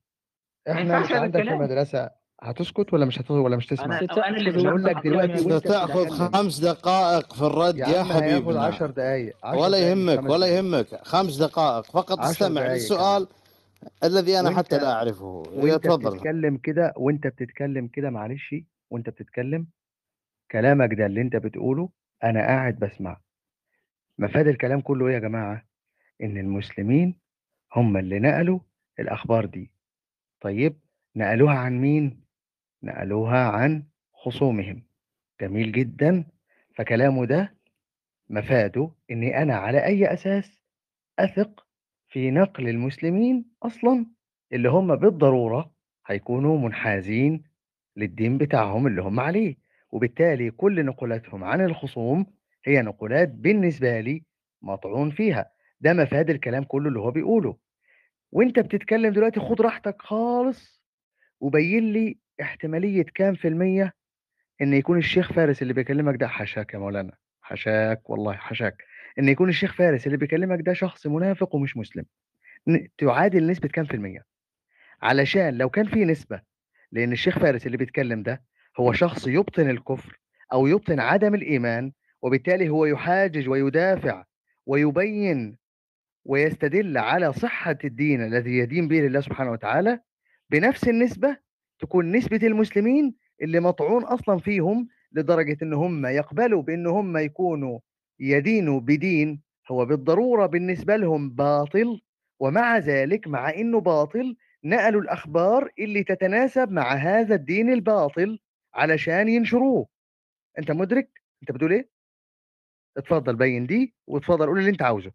ما احنا ينفعش مش هذا عندك في الكلام. المدرسه. هتسكت ولا مش هتسكت ولا مش تسمع؟ انا انا اللي ستأخذ مش بقول وقت لك هسمع. دلوقتي انت وانت تاخذ بتتكلم. خمس دقائق في الرد يا يا عم هياخد حبيبنا. عشر دقايق عشر ولا دقايق مش يهمك خمس ولا دقايق. يهمك خمس دقائق فقط عشر استمع دقايق كمان. للسؤال الذي انا حتى لا وانت اعرفه. وانت تفضل. بتتكلم كده وانت بتتكلم كده معلش. وانت بتتكلم كلامك ده اللي انت بتقوله انا قاعد بسمع. مفاد الكلام كله ايه يا جماعه؟ ان المسلمين هم اللي نقلوا الاخبار دي. طيب نقلوها عن مين؟ نقلوها عن خصومهم. جميل جدا. فكلامه ده مفاده اني انا على اي اساس اثق في نقل المسلمين اصلا اللي هم بالضرورة هيكونوا منحازين للدين بتاعهم اللي هم عليه، وبالتالي كل نقولاتهم عن الخصوم هي نقولات بالنسبة لي مطعون فيها. ده مفاد الكلام كله اللي هو بيقوله. وانت بتتكلم دلوقتي خد راحتك خالص وبين لي احتمالية كام في المية ان يكون الشيخ فارس اللي بيكلمك ده. حشاك يا مولانا، حشاك والله حشاك. ان يكون الشيخ فارس اللي بيكلمك ده شخص منافق ومش مسلم. ن- تعادل نسبة كام في المية؟ علشان لو كان في نسبة لان الشيخ فارس اللي بيتكلم ده هو شخص يبطن الكفر او يبطن عدم الايمان، وبالتالي هو يحاجج ويدافع ويبين ويستدل على صحة الدين الذي يدين به لله سبحانه وتعالى، بنفس النسبة تكون نسبة المسلمين اللي مطعون أصلا فيهم لدرجة إن هم يقبلوا بإن هم يكونوا يدينوا بدين هو بالضرورة بالنسبة لهم باطل، ومع ذلك مع إنه باطل نقلوا الأخبار اللي تتناسب مع هذا الدين الباطل علشان ينشروه. أنت مدرك؟ أنت بتقول إيه؟ اتفضل بين دي واتفضل قول اللي أنت عاوزه.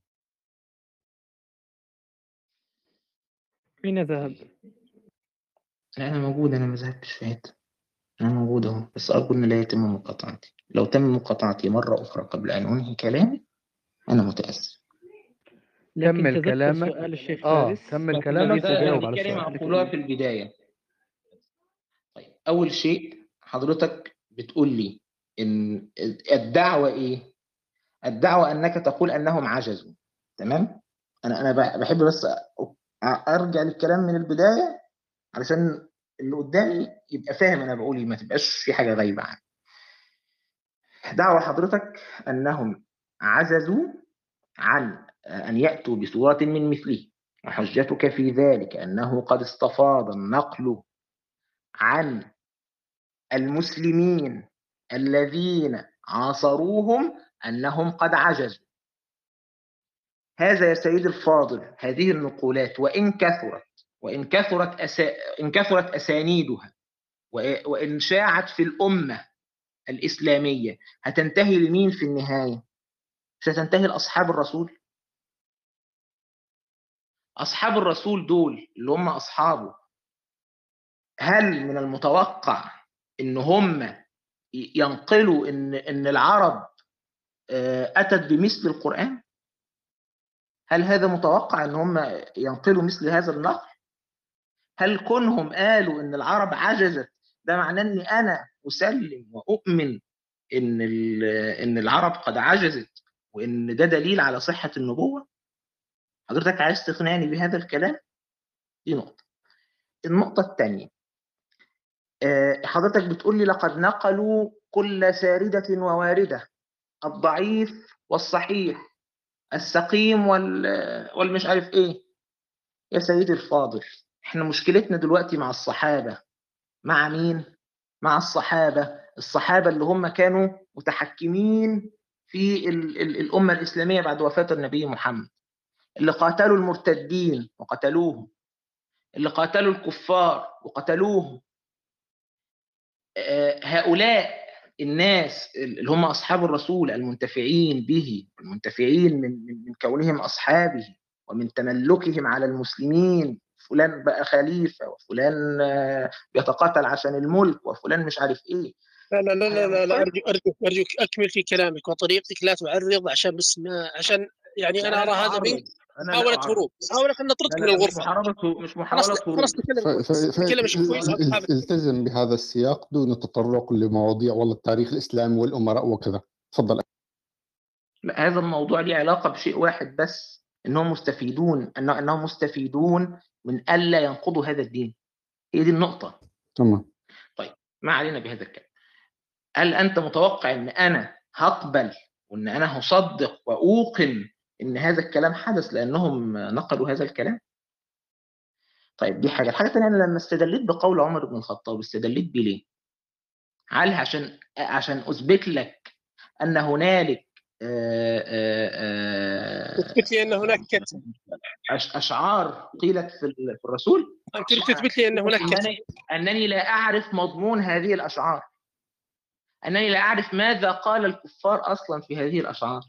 أين ذهب؟ لا انا موجود، انا ما ذهبتش في حته. انا موجود اهو، بس ارجو ان لا يتم مقاطعتي. لو تم مقاطعتي مره اخرى قبل ان انهي كلامي انا متاسف. لكن كمل تذكر كلامك. سؤال الشيخ اه فارس. كمل كلامك هذه وجاوب هذه على كلمه السؤال. اقولها في البدايه. طيب اول شيء حضرتك بتقول لي ان الدعوه ايه؟ الدعوه انك تقول انهم عجزوا. تمام. انا انا بحب بس ارجع للكلام من البدايه علشان اللي قدامي يبقى فاهم انا بقول ايه، ما تبقاش في حاجه غايبه عني. دعوة حضرتك أنهم عجزوا عن أن يأتوا بصورة من مثله، وحجتك في ذلك أنه قد استفاض النقل عن المسلمين الذين عاصروهم أنهم قد عجزوا. هذا يا سيد الفاضل هذه النقولات وإن كثرت وإن كثرت أسا... إن كثرت أسانيدها وإن شاعت في الأمة الإسلامية هتنتهي لمين في النهاية؟ مش هتنتهي لأصحاب الرسول؟ أصحاب الرسول دول اللي هم أصحابه، هل من المتوقع إن هم ينقلوا إن إن العرب أتت بمثل القرآن؟ هل هذا متوقع إن هم ينقلوا مثل هذا النقل؟ هل كونهم قالوا إن العرب عجزت ده معناه إني أنا أسلم وأؤمن إن إن العرب قد عجزت وإن ده دليل على صحة النبوة؟ حضرتك عايز تقنعني بهذا الكلام؟ دي نقطة. النقطة الثانية، حضرتك بتقول لي لقد نقلوا كل ساردة وواردة، الضعيف والصحيح، السقيم وال... والمش عارف ايه. يا سيدي الفاضل، احنا مشكلتنا دلوقتي مع الصحابة. مع مين؟ مع الصحابة. الصحابة اللي هم كانوا متحكمين في ال ال الأمة الإسلامية بعد وفاة النبي محمد، اللي قاتلوا المرتدين وقتلوهم، اللي قاتلوا الكفار وقتلوهم. آه، هؤلاء الناس اللي هم أصحاب الرسول المنتفعين به، المنتفعين من, من, من كونهم أصحابه ومن تملكهم على المسلمين. فلان بقى خليفة، وفلان آه، بيتقاتل عشان الملك، وفلان مش عارف إيه. لا لا لا لا, لا أرجو أرجوك أرجوك أكمل في كلامك وطريقتك، لا تعرض عشان بس ما عشان يعني أنا أرى هذا به محاولة هروب، محاولة أن نطردك من الغرفة. مش محاولة مش محاولة هروب. خلاص نتكلم كويس، نتكلم شيء كويس. التزم بهذا السياق دون التطرق لمواضيع والله التاريخ الإسلامي والأمراء وكذا. تفضل. لا، هذا الموضوع له علاقة بشيء واحد بس، انهم مستفيدون انه انهم مستفيدون من الا ينقضوا هذا الدين. هي دي النقطة. تمام. طيب، ما علينا بهذا الكلام. هل انت متوقع ان انا هقبل وان انا هصدق واوقن ان هذا الكلام حدث لانهم نقلوا هذا الكلام؟ طيب، دي حاجة. الحاجة الثانية، انا لما استدليت بقول عمر بن الخطاب استدليت بيه ليه؟ هل عشان عشان اثبت لك ان هنالك تثبت لي ان هناك كتم اشعار قيلت في الرسول؟ انت تثبت لي ان هناك كتم. انني لا اعرف مضمون هذه الاشعار، انني لا اعرف ماذا قال الكفار اصلا في هذه الاشعار.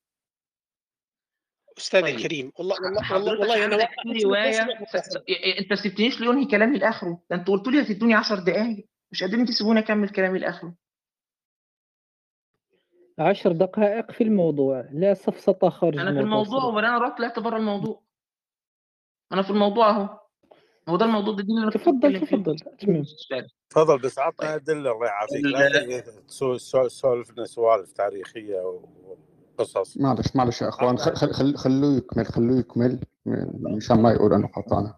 استاذ طيب. الكريم، والله والله والله, والله انا في روايه س... انت سبتنيش لينهي كلامي لاخره، ده انتوا قلتوا لي هتدوني عشر دقائق، مش قادرين تسيبوني اكمل كلامي لاخره. عشر دقائق في الموضوع، لا سفسطة خارج أنا في الموضوع ولا أنا رحت طلعت بره الموضوع؟ أنا في الموضوع أهو. هو ده الموضوع ده. اللي تفضل تفضل تمام. تفضل بس عطنا أدلة الله يعافيك، لا تسولفنا سوالف تاريخية وقصص. معلش معلش يا أخوان، خل خل خلوه يكمل خلوه يكمل مشان ما يقول أنه قطعنا.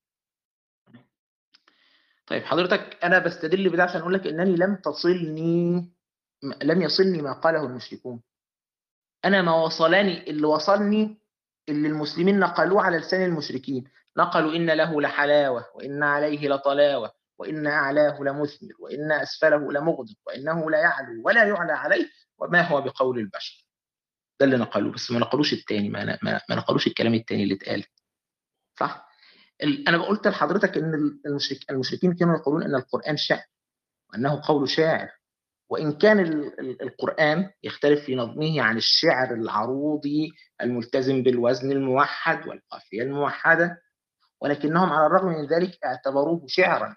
طيب حضرتك، أنا بستدل بده عشان أقول لك إنني لم تصلني لم يصلني ما قاله المشركون. أنا ما وصلني، اللي وصلني اللي المسلمين نقلوه على لسان المشركين. نقلوا إن له لحلاوة، وإن عليه لطلاوة، وإن أعلاه لمثمر، وإن أسفله لمغدق، وإنه لا يعلو ولا يعلى عليه، وما هو بقول البشر. ده اللي نقلوه، بس ما نقلوش التاني، ما, ما, ما نقلوش الكلام التاني اللي اتقال. صح؟ أنا قلت لحضرتك إن المشرك المشركين كانوا يقولون إن القرآن شعر، وأنه قول شاعر، وإن كان القرآن يختلف في نظمه عن الشعر العروضي الملتزم بالوزن الموحد والقافية الموحدة، ولكنهم على الرغم من ذلك اعتبروه شعرا.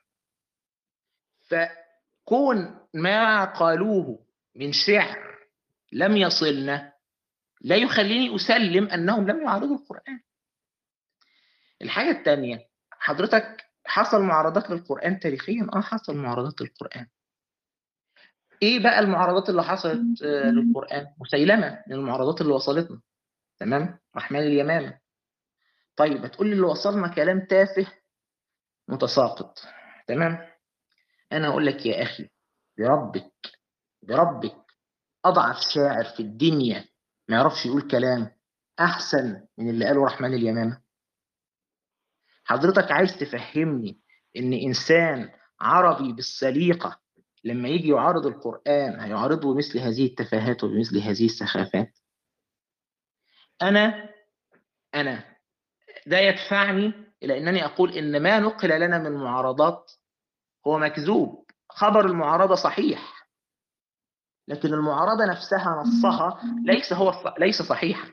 فكون ما قالوه من شعر لم يصلنا لا يخليني أسلم أنهم لم يعارضوا القرآن. الحاجة الثانية، حضرتك حصل معارضات للقرآن تاريخيا؟ آه حصل معارضات للقرآن. ايه بقى المعارضات اللي حصلت للقرآن؟ مسيلمة من المعارضات اللي وصلتنا. تمام؟ رحمن اليمامة. طيب هتقول لي اللي وصلنا كلام تافه متساقط. تمام؟ انا اقول لك يا اخي، بربك بربك اضعف شاعر في الدنيا ما يعرفش يقول كلام احسن من اللي قاله رحمن اليمامة. حضرتك عايز تفهمني ان انسان عربي بالسليقة لما يجي يعارض القرآن هيعارضه بمثل هذه التفاهات وبمثل هذه السخافات؟ أنا أنا ده يدفعني إلى أنني أقول إن ما نقل لنا من معارضات هو مكذوب. خبر المعارضة صحيح، لكن المعارضة نفسها نصها ليس هو ليس صحيحا.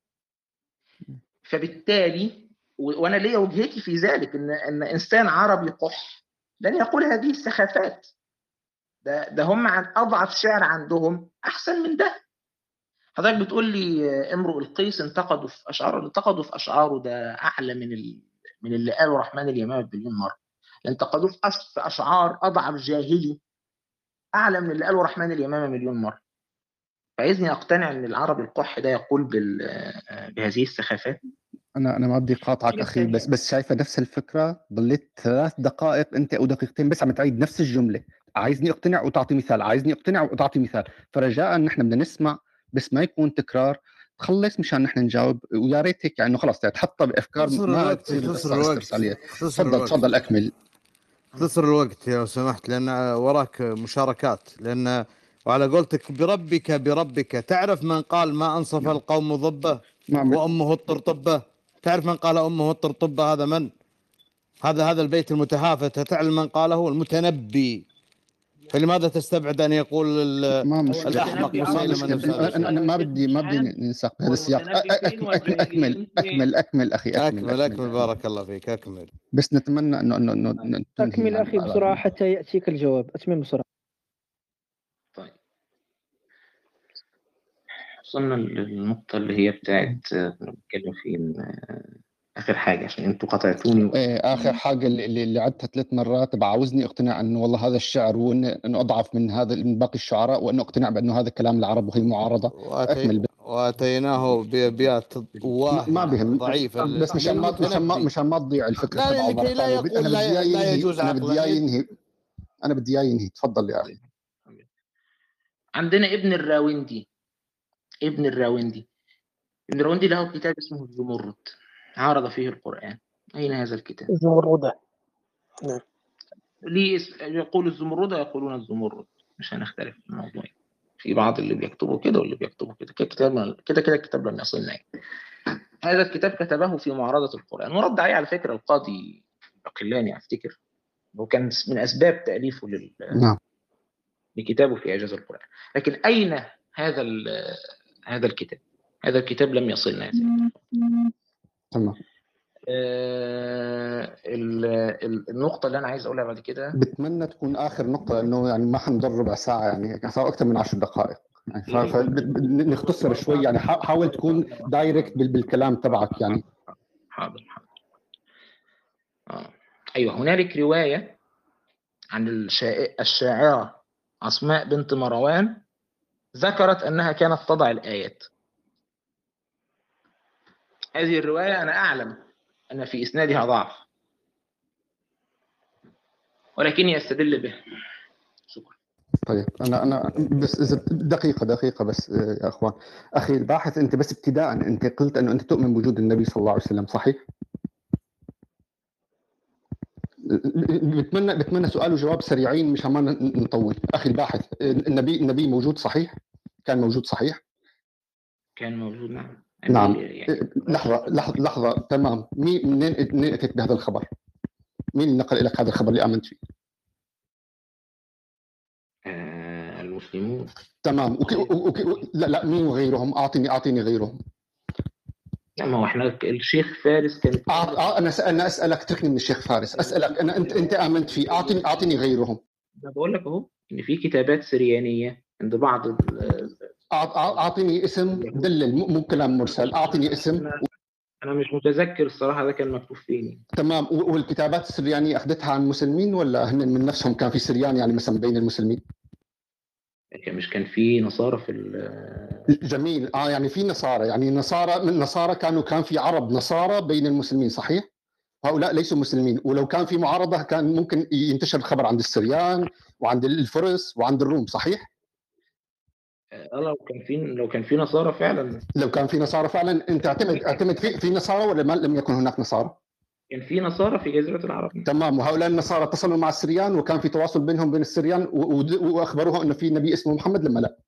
فبالتالي وأنا ليا وجهتي في ذلك، إن إن إنسان عربي قح لن يقول هذه السخافات. ده ده هم عن أضعف شعر عندهم أحسن من ده. حضرتك بتقول لي امرؤ القيس انتقدوا في أشعاره، انتقدوا في أشعاره ده أعلى من ال... من اللي قاله رحمن اليمامة بمليون مرة. انتقدوه في أشعار أضعف جاهلي أعلى من اللي قاله رحمن اليمامة مليون مرة. فعايزني أقتنع إن العربي القح ده يقول بال... بهذه السخافات؟ انا انا ما بدي اقاطعك اخي، بس بس شايفه نفس الفكره. ضليت ثلاث دقائق انت او دقيقتين بس عم تعيد نفس الجمله. عايزني اقتنع وتعطي مثال، عايزني اقتنع وتعطي مثال. فرجاء نحن بدنا نسمع بس ما يكون تكرار. تخلص مشان نحن نجاوب، ويا ريت هيك يعني خلاص تحطها بافكار ما تصير استرساليه. تفضل تفضل اكمل. تختصر الوقت لو سمحت، لان وراك مشاركات. لان وعلى قولتك بربك بربك، تعرف من قال ما انصف القوم ضبه وامه الطرطبه؟ تعرف من قال امه الطرطبه هذا من؟ هذا هذا البيت المتهافت، تعلم من قاله؟ المتنبي. فلماذا تستبعد ان يقول الاحمق مسيلمة؟ انا انا ما بدي ما بدي ننسق بهذا السياق. اكمل اكمل اكمل اكمل اخي اكمل اكمل, أكمل بارك الله فيك. اكمل. بس نتمنى انه انه انه اكمل اخي بسرعه حتى ياتيك الجواب. اتمم بسرعه. طيب وصلنا للنقطه اللي هي بتاعت نتكلم في اخر حاجه، عشان انتوا قطعتوني. ايه اخر حاجه اللي, اللي عدتها ثلاث مرات بعاوزني اقتنع انه والله هذا الشعر وانه اضعف من هذا من باقي الشعراء، وانه اقتنع بانه هذا كلام العرب وهي معارضه. وأتي... اكمل. واتيناه بابيات واهيه ما بهم ضعيفه، بس مشان ما مشان ما مشان ما تضيع الفكره لا لا لا يقول انا بدي لا, لا يجوز انا بدي ينهي انا بدي ينهي. تفضل يا اخي. عندنا ابن الراوندي. ابن الراوندي ابن الراوندي له كتاب اسمه الزمرد، عارض فيه القرآن. أين هذا الكتاب؟ الزمردة. نعم. ليه يقول الزمردة يقولون الزمرد، مش هنختلف في الموضوع. في بعض اللي بيكتبوا كده واللي بيكتبوا كده. كتاب كده كده الكتاب لم يصلنا. هذا الكتاب كتبه في معارضة القرآن، ورد عليه على فكرة القاضي الباقلاني أفتكر، وكان من أسباب تأليفه لل نعم لكتابه في إعجاز القرآن. لكن أين هذا هذا الكتاب؟ هذا الكتاب لم يصلنا. تمام. آه النقطة اللي أنا عايز أقولها بعد كده، بتمنى تكون آخر نقطة، إنه يعني ما حنضل ربع ساعة، يعني صار أكثر من عشر دقائق يعني، فنختصر شوي يعني. حاول تكون دايركت بالكلام تبعك يعني. حاضر حاضر. آه. أيوة، هنالك رواية عن الشاعرة أسماء بنت مروان ذكرت أنها كانت تضع الآيات. هذه الرواية أنا أعلم أن في إسنادها ضعف، ولكني أستدل به. شكرا. طيب أنا أنا بس دقيقة دقيقة بس يا أخوان. أخي الباحث، أنت بس ابتداء أنت قلت أنه أنت تؤمن بوجود النبي صلى الله عليه وسلم، صحيح؟ بتمنى بتمنى سؤال وجواب سريعين مش ما نطول. أخي الباحث، النبي النبي موجود صحيح؟ كان موجود صحيح؟ كان موجود نعم. نعم. يعني لحظة لحظة لحظة تمام. مين منين منين أتيت بهذا الخبر؟ مين نقل لك هذا الخبر اللي آمنت فيه؟ آه المسلمون. تمام. وكي وكي لا لا مين وغيرهم؟ أعطيني أعطيني غيرهم. لا ما هو احنا الشيخ فارس كان آه آه أنا أنا أسألك، تركني من الشيخ فارس. أسألك أنا أنت أنت آمنت فيه، أعطيني أعطيني غيرهم. أنا بقول لك أهو إن في كتابات سريانية عند بعض. أعطيني اسم دلل، مو كلام مرسل. أعطيني اسم. أنا مش متذكر الصراحة ده كان مكتوب فين. تمام. والكتابات السريانية أخذتها عن المسلمين ولا هن من نفسهم كان في سريان يعني مثلا بين المسلمين؟ مش كان في نصارى في جميل. اه يعني في نصارى، يعني نصارى من نصارى كانوا كان في عرب نصارى بين المسلمين، صحيح؟ هؤلاء ليسوا مسلمين، ولو كان في معارضة كان ممكن ينتشر الخبر عند السريان وعند الفرس وعند الروم، صحيح؟ اه لو كان في لو كان في نصارى فعلا. لو كان في نصارى فعلا انت اعتمد اعتمد في في نصارى ولا ما لم يكن هناك نصارى؟ كان في نصارى في جزيرة العرب. تمام. وهؤلاء النصارى اتصلوا مع السريان وكان في تواصل بينهم بين السريان واخبروها انه في نبي اسمه محمد لما لا؟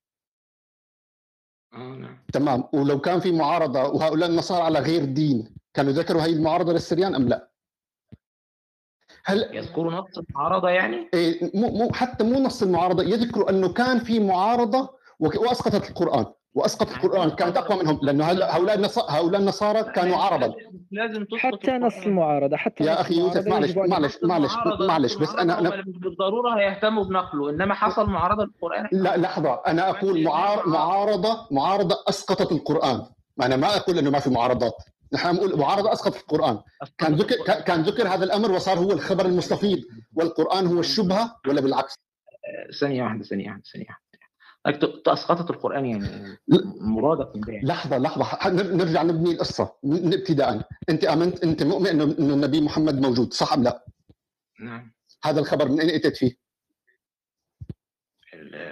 اه نعم. تمام. ولو كان في معارضة وهؤلاء النصارى على غير دين كانوا ذكروا هذه المعارضة للسريان ام لا؟ هل يذكروا نص المعارضة يعني؟ إيه مو مو حتى مو نص المعارضة، يذكروا انه كان في معارضة واسقطت القرآن، واسقط القرآن كانت اقوى منهم، لانه هؤلاء النصارى هؤلاء النصارى كانوا عربا. لازم حتى نص المعارضة حتى يا اخي يوسف معلش معلش معلش معلش بس انا انا مش بالضرورة هيهتموا بنقله، انما حصل معارضة للقرآن. لا لحظة، انا اقول معار معارضة معارضة اسقطت القرآن، انا ما اقول انه ما في معارضات، نحن نقول معارضة اسقطت القرآن. كان ذكر كان ذكر هذا الامر وصار هو الخبر المستفيض والقرآن هو الشبهة ولا بالعكس؟ ثانية واحدة ثانية واحدة ثانية واحدة أسقطت القرآن يعني مرادك من ده يعني. لحظة لحظة نرجع نبني القصة ابتداء. أنت آمنت أنت مؤمن إنه إنه النبي محمد موجود، صح أم لا؟ نعم. هذا الخبر من أين أتيت فيه؟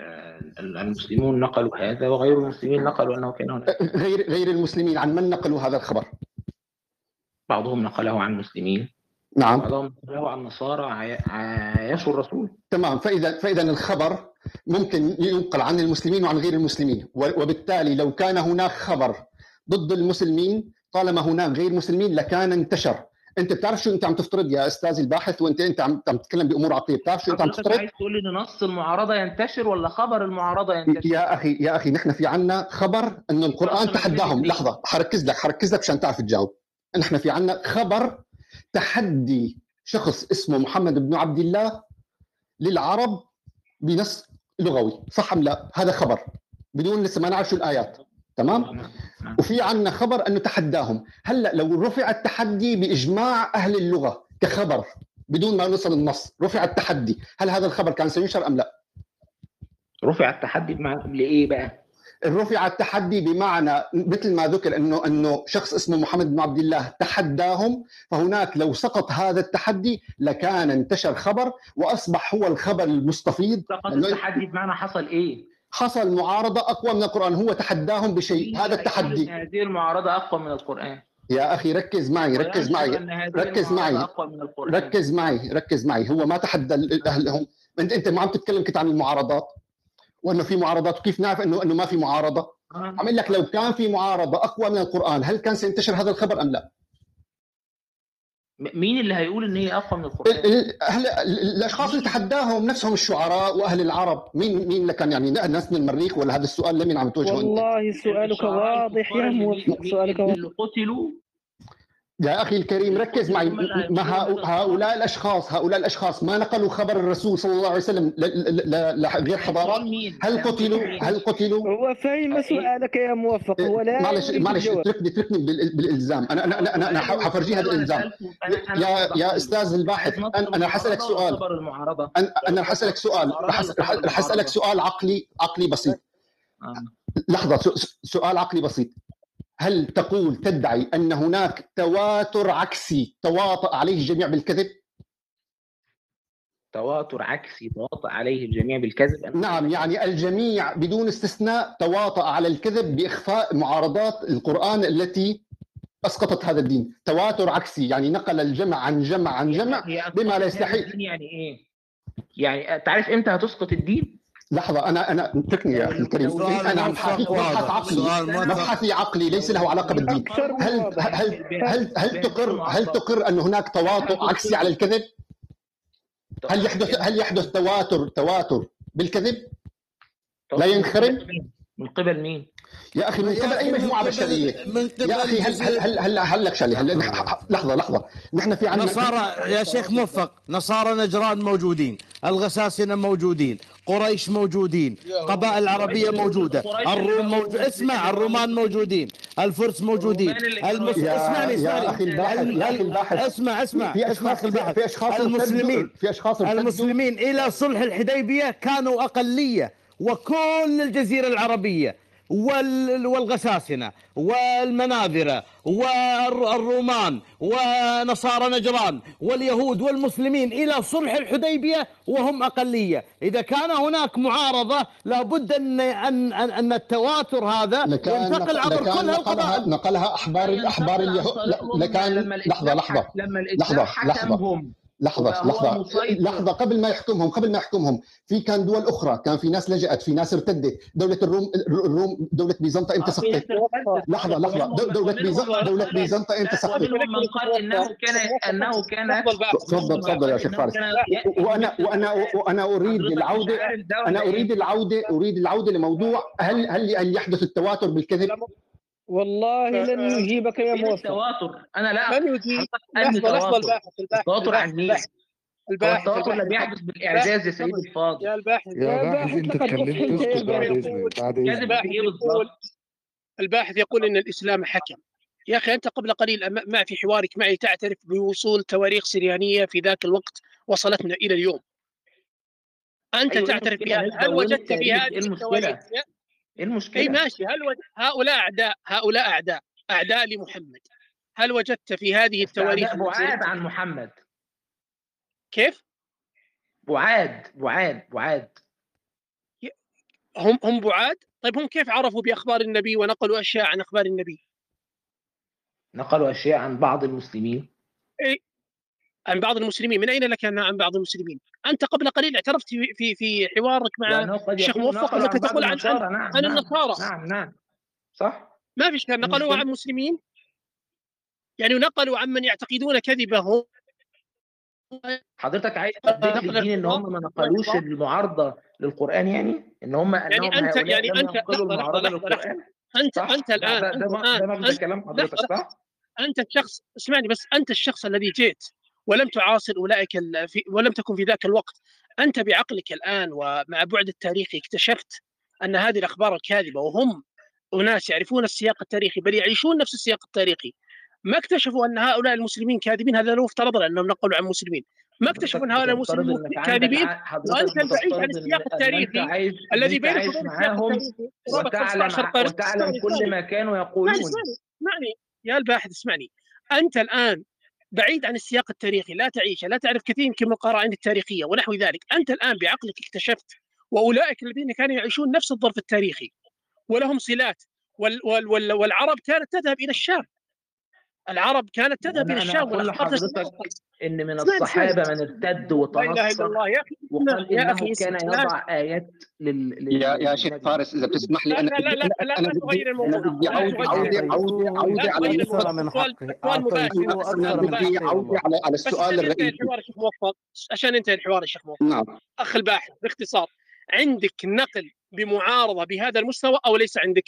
المسلمون نقلوا هذا وغير المسلمين نقلوا أنه كان هناك. غير غير المسلمين عن من نقلوا هذا الخبر؟ بعضهم نقله عن مسلمين، نعم، بعضهم نقله عن نصارى عايشوا الرسول. تمام. فإذا فإذا الخبر ممكن ينقل عن المسلمين وعن غير المسلمين، وبالتالي لو كان هناك خبر ضد المسلمين طالما هناك غير مسلمين لكان انتشر. انت بتعرف شو انت عم تفترض يا استاذ الباحث، وانت انت عم عم تتكلم بامور عقليه، بتعرف شو انت عم تفترض؟ عايز تقول لي ان نص المعارضه ينتشر ولا خبر المعارضه ينتشر؟ يا اخي يا اخي نحن في عنا خبر انه القران تحداهم. لحظه حركز لك حركز لك عشان تعرف تجاوب. نحن في عنا خبر تحدي شخص اسمه محمد بن عبد الله للعرب بنص لغوي، صح ام لا؟ هذا خبر بدون لسه ما نعرف شو الايات، تمام؟ وفي عنا خبر انه تحداهم. هلا لو رفع التحدي باجماع اهل اللغه كخبر بدون ما نوصل النص، رفع التحدي، هل هذا الخبر كان سينشر ام لا؟ رفع التحدي بمعنى لايه بقى؟ رفع التحدي بمعنى مثل ما ذكر انه انه شخص اسمه محمد بن عبد الله تحداهم، فهناك لو سقط هذا التحدي لكان انتشر خبر واصبح هو الخبر المستفيض. سقط التحدي بمعنى حصل ايه؟ حصل معارضه اقوى من القران، هو تحداهم بشيء، هذا التحدي. هذه المعارضه اقوى من القران يا اخي ركز معي ركز معي ركز معي ركز معي ركز معي هو ما تحدى اهلهم. انت انت ما عم تتكلم كنت عن المعارضات وانه في معارضات، وكيف نعرف انه انه ما في معارضه؟ عم اقول لك لو كان في معارضه اقوى من القران هل كان سينتشر هذا الخبر ام لا؟ مين اللي هيقول ان هي اقوى من القران؟ هلا الاشخاص اللي تحداهم نفسهم الشعراء واهل العرب، مين مين اللي كان يعني ناس من المريخ ولا هذا السؤال لمين عم توجهه؟ والله سؤالك واضح يا موفق، سؤالك واضح. اللي قتلوا يا اخي الكريم ركز معي. ما هؤلاء الاشخاص هؤلاء الاشخاص ما نقلوا خبر الرسول صلى الله عليه وسلم لغير حضارات؟ هل قتلوا هل قتلوا هو فهم سؤالك يا موفق، هو لا معلش معلش اتركني اتركني بالالزام. انا انا انا انا, أنا حفرجيه هذا الالزام. يا يا استاذ الباحث انا انا حسألك سؤال. انا انا حسألك سؤال رح اسالك سؤال عقلي عقلي بسيط. لحظه، سؤال عقلي بسيط. هل تقول تدعي أن هناك تواتر عكسي تواطأ عليه الجميع بالكذب؟ تواتر عكسي تواطأ عليه الجميع بالكذب؟ نعم، يعني الجميع بدون استثناء تواطأ على الكذب بإخفاء معارضات القرآن التي أسقطت هذا الدين. تواتر عكسي يعني نقل الجمع عن جمع عن جمع بما لا يستحق. يعني إيه؟ يعني تعرف إمتى هتسقط الدين؟ لحظة، أنا أنا اتركني يا أخي الكريم، أنا عم حكيك مبحث عقلي، مبحثي عقلي ليس له علاقة بالدين. هل هل هل هل تقر هل تقر أن هناك تواطؤ عكسي على الكذب؟ هل يحدث هل يحدث تواتر تواتر بالكذب؟ لا ينخرم؟ من قبل مين؟ يا اخي من قبل اي مجموعه بشريه. يا اخي هل هل هل هل, هل لك شغله هل لحظه لحظه نحن في عندنا نصارى يا شيخ موفق، نصارى نجران موجودين، الغساسنه موجودين، قريش موجودين، قبائل عربيه موجوده، الروم موجود، اسمع الرومان موجودين، الفرس موجودين، المس... اسمعني اسمعني يا اخي الباحث يا اخي الباحث اسمع اسمع في اشخاص في اشخاص المسلمين في اشخاص المسلمين الى صلح الحديبيه كانوا اقليه، وكل الجزيره العربيه والغساسنة والمناذرة والرومان ونصارى نجران واليهود والمسلمين إلى صلح الحديبية وهم أقلية. إذا كان هناك معارضة لابد أن أن أن التواتر هذا ينتقل عبر كل القبائل. نقلها أحبار الأحبار اليهود. لكان لحظة لحظة لحظة لحظة لحظة لحظة لحظة قبل ما يحكمهم قبل ما يحكمهم في كان دول أخرى، كان في ناس لجأت، في ناس ارتدت. دولة الروم الروم دولة بيزنطة امتى سقطت؟ لحظة لحظة دولة بيزنطة دولة بيزنطة امتى سقطت؟ من قال إنه كان إنه كان تفضل تفضل يا شيخ فارس. وأنا وأنا وأنا أريد العودة أنا أريد العودة أريد العودة لموضوع هل هل هل يحدث التواتر بالكذب؟ والله لن يجيبك يا موفق. التواتر أنا لا من يجيب. لحظة لحظة الباحث التواتر عن مين؟ الباحث التواتر اللي بيحدث بالإعجاز يا سيدي الفاضل. يا الباحث يا باحث انت تكلمت اسكت بعد اذنك بعد اذنك. الباحث يقول ان الاسلام حكم. يا اخي انت قبل قليل ما في حوارك معي تعترف بوصول تواريخ سريانيه في ذاك الوقت وصلتنا الى اليوم. انت أيوة تعترف بها. هل وجدت في هذه التواريخ؟ ايه المشكله؟ اي ماشي. هل وجد... هؤلاء اعداء هؤلاء اعداء اعداء لمحمد. هل وجدت في هذه التواريخ بعاد عن محمد؟ كيف؟ بعاد بعاد بعاد هم هم بعاد. طيب هم كيف عرفوا بأخبار النبي ونقلوا أشياء عن أخبار النبي؟ نقلوا أشياء عن بعض المسلمين. إيه؟ عن بعض المسلمين. من أين لك أنها عن بعض المسلمين؟ أنت قبل قليل اعترفت في في في حوارك مع الشيخ موفق أنك تقول عن عن, نعم عن نعم النصارى. نعم نعم صح. ما فيش كان نقلوا عن مسلمين، يعني نقلوا عن من يعتقدون كذبه. حضرتك عايز تثبت للدين ان هم ما نقلوش المعارضه للقران، يعني ان هم يعني انهم أنت هؤلاء يعني لم أنت ينقلوا لحظة المعارضه لحظة للقران. أنت صح؟ أنت الآن ده, أنت ده, الآن ده مبدا أنت كلام حضرتك صح؟ أنت الشخص، اسمعني بس، أنت الشخص الذي جئت ولم تعاصر أولئك في ولم تكن في ذاك الوقت. أنت بعقلك الآن ومع بعد التاريخي اكتشفت أن هذه الأخبار الكاذبة، وهم أناس يعرفون السياق التاريخي بل يعيشون نفس السياق التاريخي. ما اكتشفوا أن هؤلاء المسلمين كاذبين. هذا لو افترضنا أنهم نقلوا عن مسلمين، ما اكتشفوا أن هؤلاء المسلمين كاذبين. وأنت البعيد عن السياق التاريخي الذي بينك وبين السياق التاريخي وتعلم وتعلم كل ما كانوا يقولون. اسمعني اسمعني يا الباحث، اسمعني. أنت الآن بعيد عن السياق التاريخي، لا تعيشه، لا تعرف كثير من القرائن التاريخية ونحو ذلك. أنت الآن بعقلك اكتشفت، وأولئك الذين كانوا يعيشون نفس الظرف التاريخي ولهم صلات، وال وال وال والعرب كانت تذهب إلى الشام. العرب كانت تذهب إلى الشام. أنا أقول لحضرتك إن من الصحابة من ارتد وتنصر وقال إنه كان يضع آيات لل يا يا شيخ فارس إذا تسمح لي، أنا لا لا لا لا أنا بدي أنا بدي عودة عودة عودة عودة على أكثر من حقه، أعطيته أنا أكثر من بدي حقه. عودة على على السؤال الرئيسي. عشان انتهي الحوار يا شيخ موفق. نعم. أخ الباحث، باختصار، عندك نقل بمعارضة بهذا المستوى أو ليس عندك؟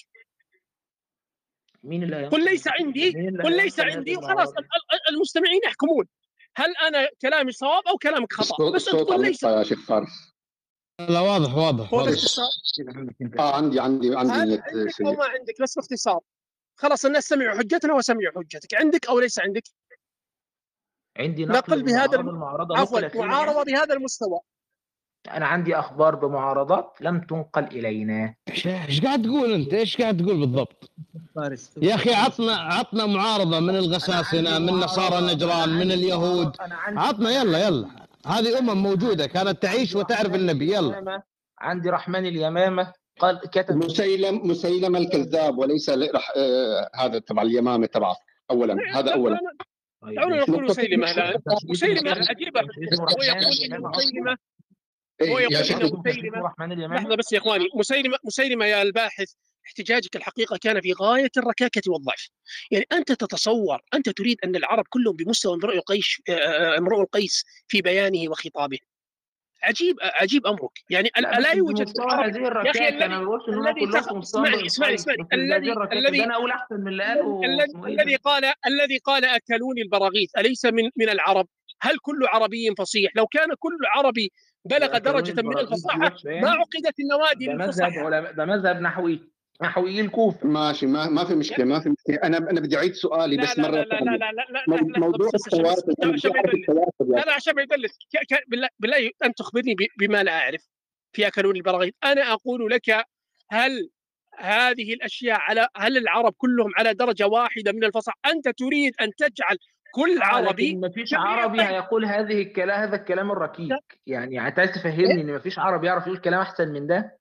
مين اللي قل ليس عندي، قل ليس عندي، وخلاص المستمعين يحكمون هل انا كلامي صواب او كلامك خطا. بس تقول ليس يا شيخ فارس. لا واضح واضح واضح. اه عندي عندي عندي نية شيء. او ما عندك، بس باختصار خلاص الناس سمعوا حجتنا وسمعوا حجتك. عندك او ليس عندك؟ عندي نقل بهذا المعارضة، عفوا معارضة بهذا المستوى. أنا عندي أخبار بمعارضات لم تنقل إلينا. إيش قاعد تقول أنت؟ إيش قاعد تقول بالضبط؟ يا أخي عطنا عطنا معارضة من الغساسنة، من نصارى نجران، من اليهود. عطنا يلا يلا. هذه أمم موجودة كانت تعيش وتعرف النبي. يلا. عندي رحمن اليمامة قال كتب مسيلم مسيلم الكذاب وليس رح آه هذا تبع اليمامة تبعه. أولا هذا أولا. دعونا نقول مسيلمة الآن. مسيلمة عجيبة. هو يقول إن مسيلمة هو يقول إن مسيلمة. لحظة بس يا إخواني. مسيلمة مسيلمة يا الباحث، احتجاجك الحقيقة كان في غاية الركاكة والضعف. يعني أنت تتصور، أنت تريد أن العرب كلهم بمستوى امرؤ القيس امرؤ القيس في بيانه وخطابه. عجيب عجيب أمرك. يعني لا, لا يوجد يا أخي الذي اسمعني اسمعني اسمعني الذي الذي أنا أقول أحسن من اللي قاله الذي قال الذي قال أكلوني البراغيث أليس من من العرب؟ هل كل عربي فصيح؟ لو كان كل عربي بلغ درجة من الفصاحة ما عقدت النوادي للفصاحة. ده مذهب نحوي نحوي الكوفة. ماشي، ما ما في مشكلة ما في مشكلة. أنا أنا بدي أعيد سؤالي بس مرة. لا لا لا لا لا لا موضوع التواتر. لا لا عشان يدلس بالله بالله أن تخبرني بما لا أعرف في أكلون البراغيث. أنا أقول لك هل هذه الأشياء على هل العرب كلهم على درجة واحدة من الفصاحة؟ أنت تريد أن تجعل كل عربي. ما فيش عربي هيقول هذه الكلام هذا الكلام الركيك. يعني عايز تفهمني ان ما فيش عربي يعرف يقول كلام احسن من ده؟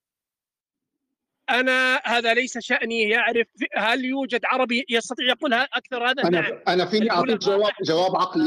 انا هذا ليس شأني يعرف هل يوجد عربي يستطيع يقولها اكثر هذا. انا نعم. انا فيني اعطيك جواب جواب عقلي.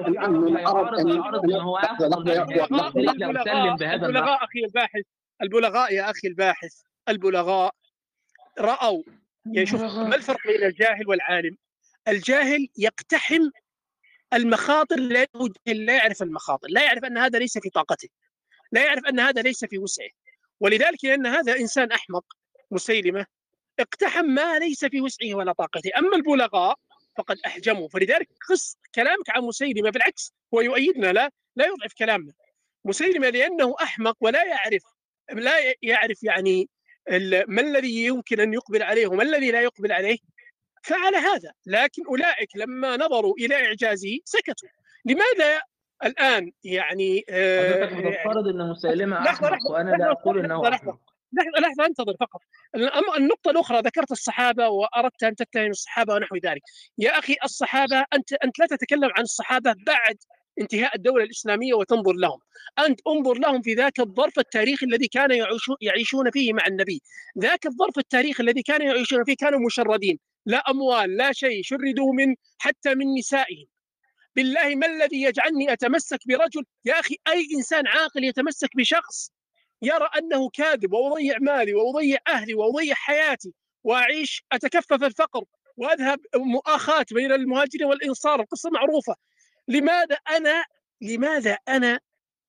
البلغاء اخي الباحث البلغاء يا اخي الباحث البلغاء راوا. يعني شوف ما الفرق بين الجاهل والعالم؟ الجاهل يقتحم المخاطر، لا لا يعرف المخاطر، لا يعرف ان هذا ليس في طاقته، لا يعرف ان هذا ليس في وسعه. ولذلك لان هذا انسان احمق مسيلمة اقتحم ما ليس في وسعه ولا طاقته. اما البلغاء فقد احجموا. فلذلك قص كلامك عن مسيلمة بالعكس هو يؤيدنا، لا لا يضعف كلامنا. مسيلمة لانه احمق ولا يعرف لا يعرف يعني ما الذي يمكن ان يقبل عليه وما الذي لا يقبل عليه، فعل هذا. لكن أولئك لما نظروا إلى إعجازه سكتوا. لماذا الآن يعني حضرتك بتفترض أن مسيلمة أحمق وأنا لا أقول أنه أحمق. لحظة لحظة انتظر فقط. النقطة الأخرى ذكرت الصحابة وأردت أن تتهم الصحابة ونحو ذلك. يا أخي الصحابة أنت أنت لا تتكلم عن الصحابة بعد انتهاء الدولة الإسلامية وتنظر لهم. أنت انظر لهم في ذاك الظرف التاريخي الذي كان يعيشون فيه مع النبي. ذاك الظرف التاريخي الذي كانوا يعيشون فيه كانوا مشردين، لا أموال لا شيء، شردوا من حتى من نسائهم. بالله ما الذي يجعلني أتمسك برجل؟ يا أخي أي إنسان عاقل يتمسك بشخص يرى أنه كاذب وأضيع مالي وأضيع أهلي وأضيع حياتي وأعيش أتكفف الفقر وأذهب مؤاخاة بين المهاجرين والإنصار، القصة معروفة. لماذا أنا لماذا أنا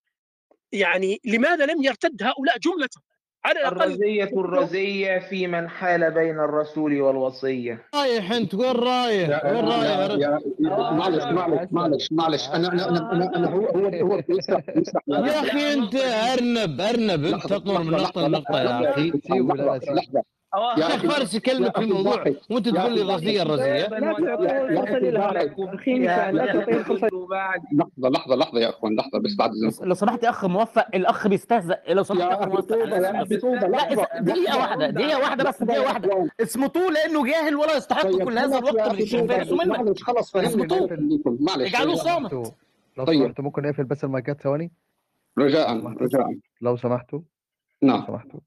يعني لماذا لم يرتد هؤلاء جملة؟ على الأقل الرزية الرزية في من حال بين الرسول والوصية. رايح انت وين رايح؟ وين رايح؟ معلش معلش معلش معلش انا انا انا انا, أنا هو هو هو بيسرح بيسرح يا اخي انت ارنب ارنب انت تطمر من نقطة لنقطة يا اخي. لحظة الشيخ فارس يكلمك في الموضوع وانت تقول لي الرزية الرزية. لا تعطوا فرصة لها اخي ميكائيل، لا تعطيه فرصة. لحظة لحظة لحظة يا اخوان، لحظة بس بعد اذنكم. لو سمحت يا اخ موفق، الاخ بيستهزأ. لو سمحت يا اخ موفق، لا دقيقة واحدة دقيقة واحدة بس دقيقة واحدة. اصمتوه لانه جاهل ولا يستحق كل هذا الوقت من الشيخ فارس ومنك. خلاص اصمتوه، اجعلوه صامت. لو سمحتوا ممكن نقفل بس المايكات ثواني رجاء رجاء لو سمحتوا. نعم لو سمحتوا.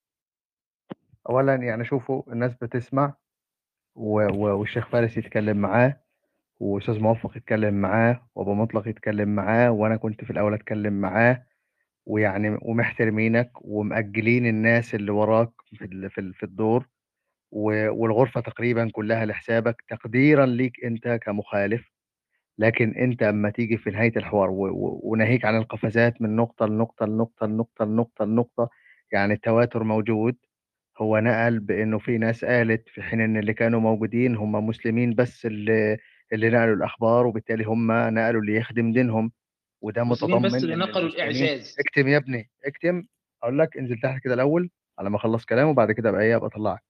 اولا يعني شوفوا الناس بتسمع و... و... والشيخ فارس يتكلم معاه واستاذ موفق يتكلم معاه وابو مطلق يتكلم معاه وانا كنت في الاول اتكلم معاه، ويعني ومحترمينك ومأجلين الناس اللي وراك في ال... في, ال... في الدور و... والغرفة تقريبا كلها لحسابك تقديرا ليك انت كمخالف. لكن انت اما تيجي في نهاية الحوار و... و... وناهيك عن القفزات من نقطة لنقطة لنقطة لنقطة لنقطة لنقطة، يعني التواتر موجود. هو نقل بانه في ناس قالت في حين ان اللي كانوا موجودين هم مسلمين بس اللي اللي نقلوا الاخبار، وبالتالي هم نقلوا اللي يخدم دينهم، وده المسلمين متضمن بس اللي إن نقلوا المسلمين. الإعجاز. اكتم يا ابني اكتم. اقول لك انزل تحت كده الاول على ما اخلص كلام وبعد كده ابقى ايه ابقى اطلعك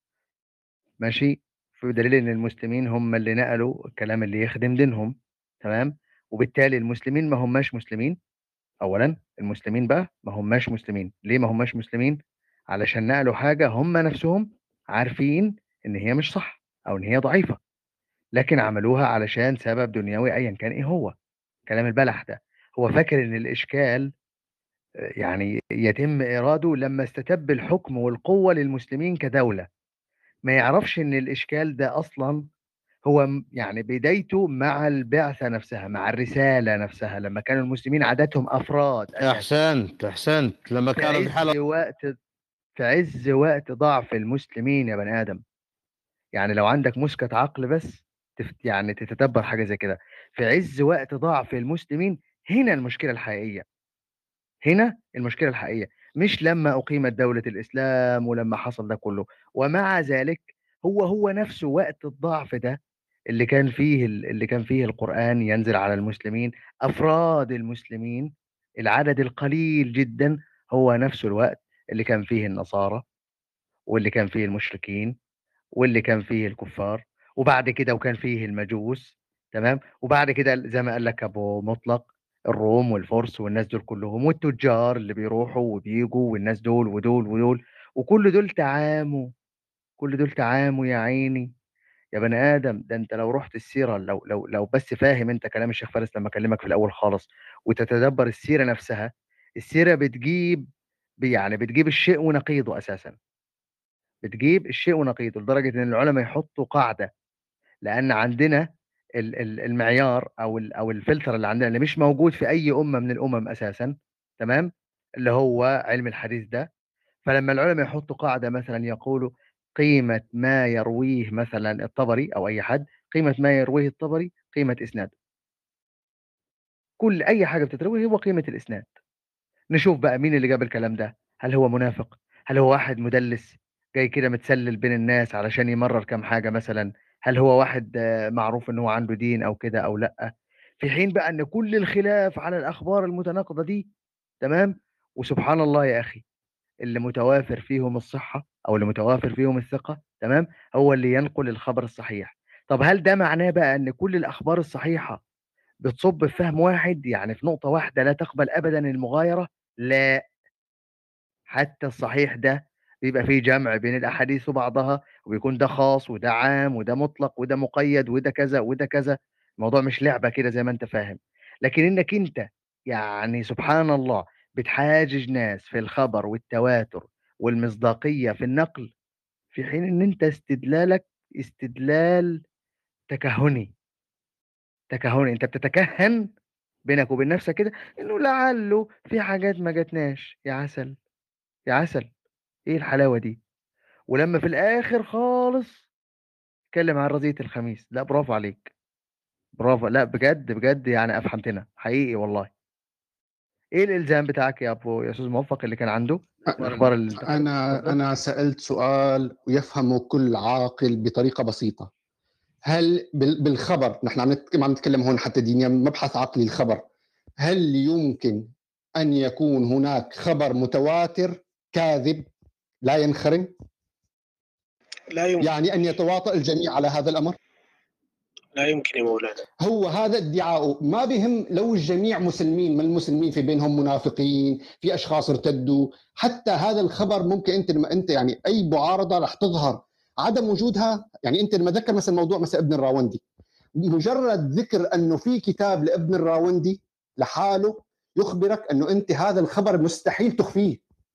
ماشي. في دليل ان المسلمين هم اللي نقلوا الكلام اللي يخدم دينهم، تمام. وبالتالي المسلمين ما هماش مسلمين. اولا المسلمين بقى ما هماش مسلمين. ليه ما هماش مسلمين؟ علشان نقلوا حاجة هم نفسهم عارفين ان هي مش صح او ان هي ضعيفة، لكن عملوها علشان سبب دنيوي ايا كان ايه هو. كلام البلح ده. هو فاكر ان الاشكال آه، يعني يتم ايراده لما استتب الحكم والقوة للمسلمين كدولة. ما يعرفش ان الاشكال ده اصلا هو م- يعني بدايته مع البعثة نفسها، مع الرسالة نفسها، لما كانوا المسلمين عادتهم افراد اساسا احسنت احسنت لما في كانوا في عز حالة. وقت في عز وقت ضعف المسلمين يا بني آدم. يعني لو عندك مسكة عقل بس تفت يعني تتدبر حاجة زي كده. في عز وقت ضعف المسلمين هنا المشكلة الحقيقية. هنا المشكلة الحقيقية مش لما أقيمت دولة الإسلام ولما حصل ده كله. ومع ذلك هو هو نفسه وقت الضعف ده اللي كان فيه اللي كان فيه القرآن ينزل على المسلمين، أفراد المسلمين، العدد القليل جدا، هو نفسه الوقت اللي كان فيه النصارى واللي كان فيه المشركين واللي كان فيه الكفار، وبعد كده وكان فيه المجوس، تمام. وبعد كده زي ما قال لك ابو مطلق الروم والفرس والناس دول كلهم والتجار اللي بيروحوا وبيجوا والناس دول ودول ودول، وكل دول تعاموا. كل دول تعاموا يا عيني يا بني ادم. ده انت لو رحت السيره، لو لو لو بس فاهم انت كلام الشيخ فارس لما اكلمك في الاول خالص وتتدبر السيره نفسها. السيره بتجيب يعني بتجيب الشيء ونقيضه اساسا. بتجيب الشيء ونقيضه لدرجه ان العلماء يحطوا قاعده. لان عندنا ال- ال- المعيار او ال- او الفلتر اللي عندنا اللي مش موجود في اي امه من الامم اساسا، تمام، اللي هو علم الحديث ده. فلما العلماء يحطوا قاعده مثلا يقولوا قيمه ما يرويه مثلا الطبري او اي حد، قيمه ما يرويه الطبري قيمه اسناده. كل اي حاجه بتتروي هو قيمه الاسناد. نشوف بقى مين اللي جاب الكلام ده. هل هو منافق؟ هل هو واحد مدلس جاي كده متسلل بين الناس علشان يمرر كام حاجة مثلا؟ هل هو واحد آه، معروف ان هو عنده دين او كده او لا؟ في حين بقى ان كل الخلاف على الاخبار المتناقضة دي، تمام. وسبحان الله يا اخي، اللي متوافر فيهم الصحة او اللي متوافر فيهم الثقة، تمام، هو اللي ينقل الخبر الصحيح. طب هل ده معناه بقى ان كل الاخبار الصحيحة بتصب في فهم واحد، يعني في نقطة واحدة لا تقبل ابدا المغايرة؟ لا. حتى الصحيح ده بيبقى فيه جمع بين الأحاديث وبعضها، وبيكون ده خاص وده عام وده مطلق وده مقيد وده كذا وده كذا. الموضوع مش لعبة كده زي ما أنت فاهم. لكن انك انت يعني سبحان الله بتحاجج ناس في الخبر والتواتر والمصداقية في النقل، في حين ان انت استدلالك استدلال تكهني. تكهني، انت بتتكهن بينك وبين نفسك كده انه لعله في حاجات ما جاتناش. يا عسل يا عسل، ايه الحلاوة دي؟ ولما في الاخر خالص اتكلم عن رزية الخميس، لا برافو عليك، برافو، لا بجد بجد يعني افهمتنا حقيقي والله. ايه الالزام بتاعك يا ابو يا استاذ موفق اللي كان عنده الاخبار اللي انت انا اتفضل. انا سالت سؤال ويفهمه كل عاقل بطريقه بسيطه. هل بال- بالخبر، نحن عم نتك- عم نتكلم هون حتى دينيا، مبحث عقلي الخبر، هل يمكن ان يكون هناك خبر متواتر كاذب لا ينخرم؟ لا يمكن يعني ان يتواطأ الجميع على هذا الامر؟ لا يمكن يا مولانا. هو هذا ادعاؤه، ما بهم لو الجميع مسلمين، ما المسلمين في بينهم منافقين، في اشخاص ارتدوا، حتى هذا الخبر ممكن انت لما انت يعني اي معارضه رح تظهر عدم وجودها. يعني انت لما ذكر مثلا موضوع مثلا ابن الراوندي، مجرد ذكر انه في كتاب لابن الراوندي لحاله يخبرك انه انت هذا الخبر مستحيل تخفيه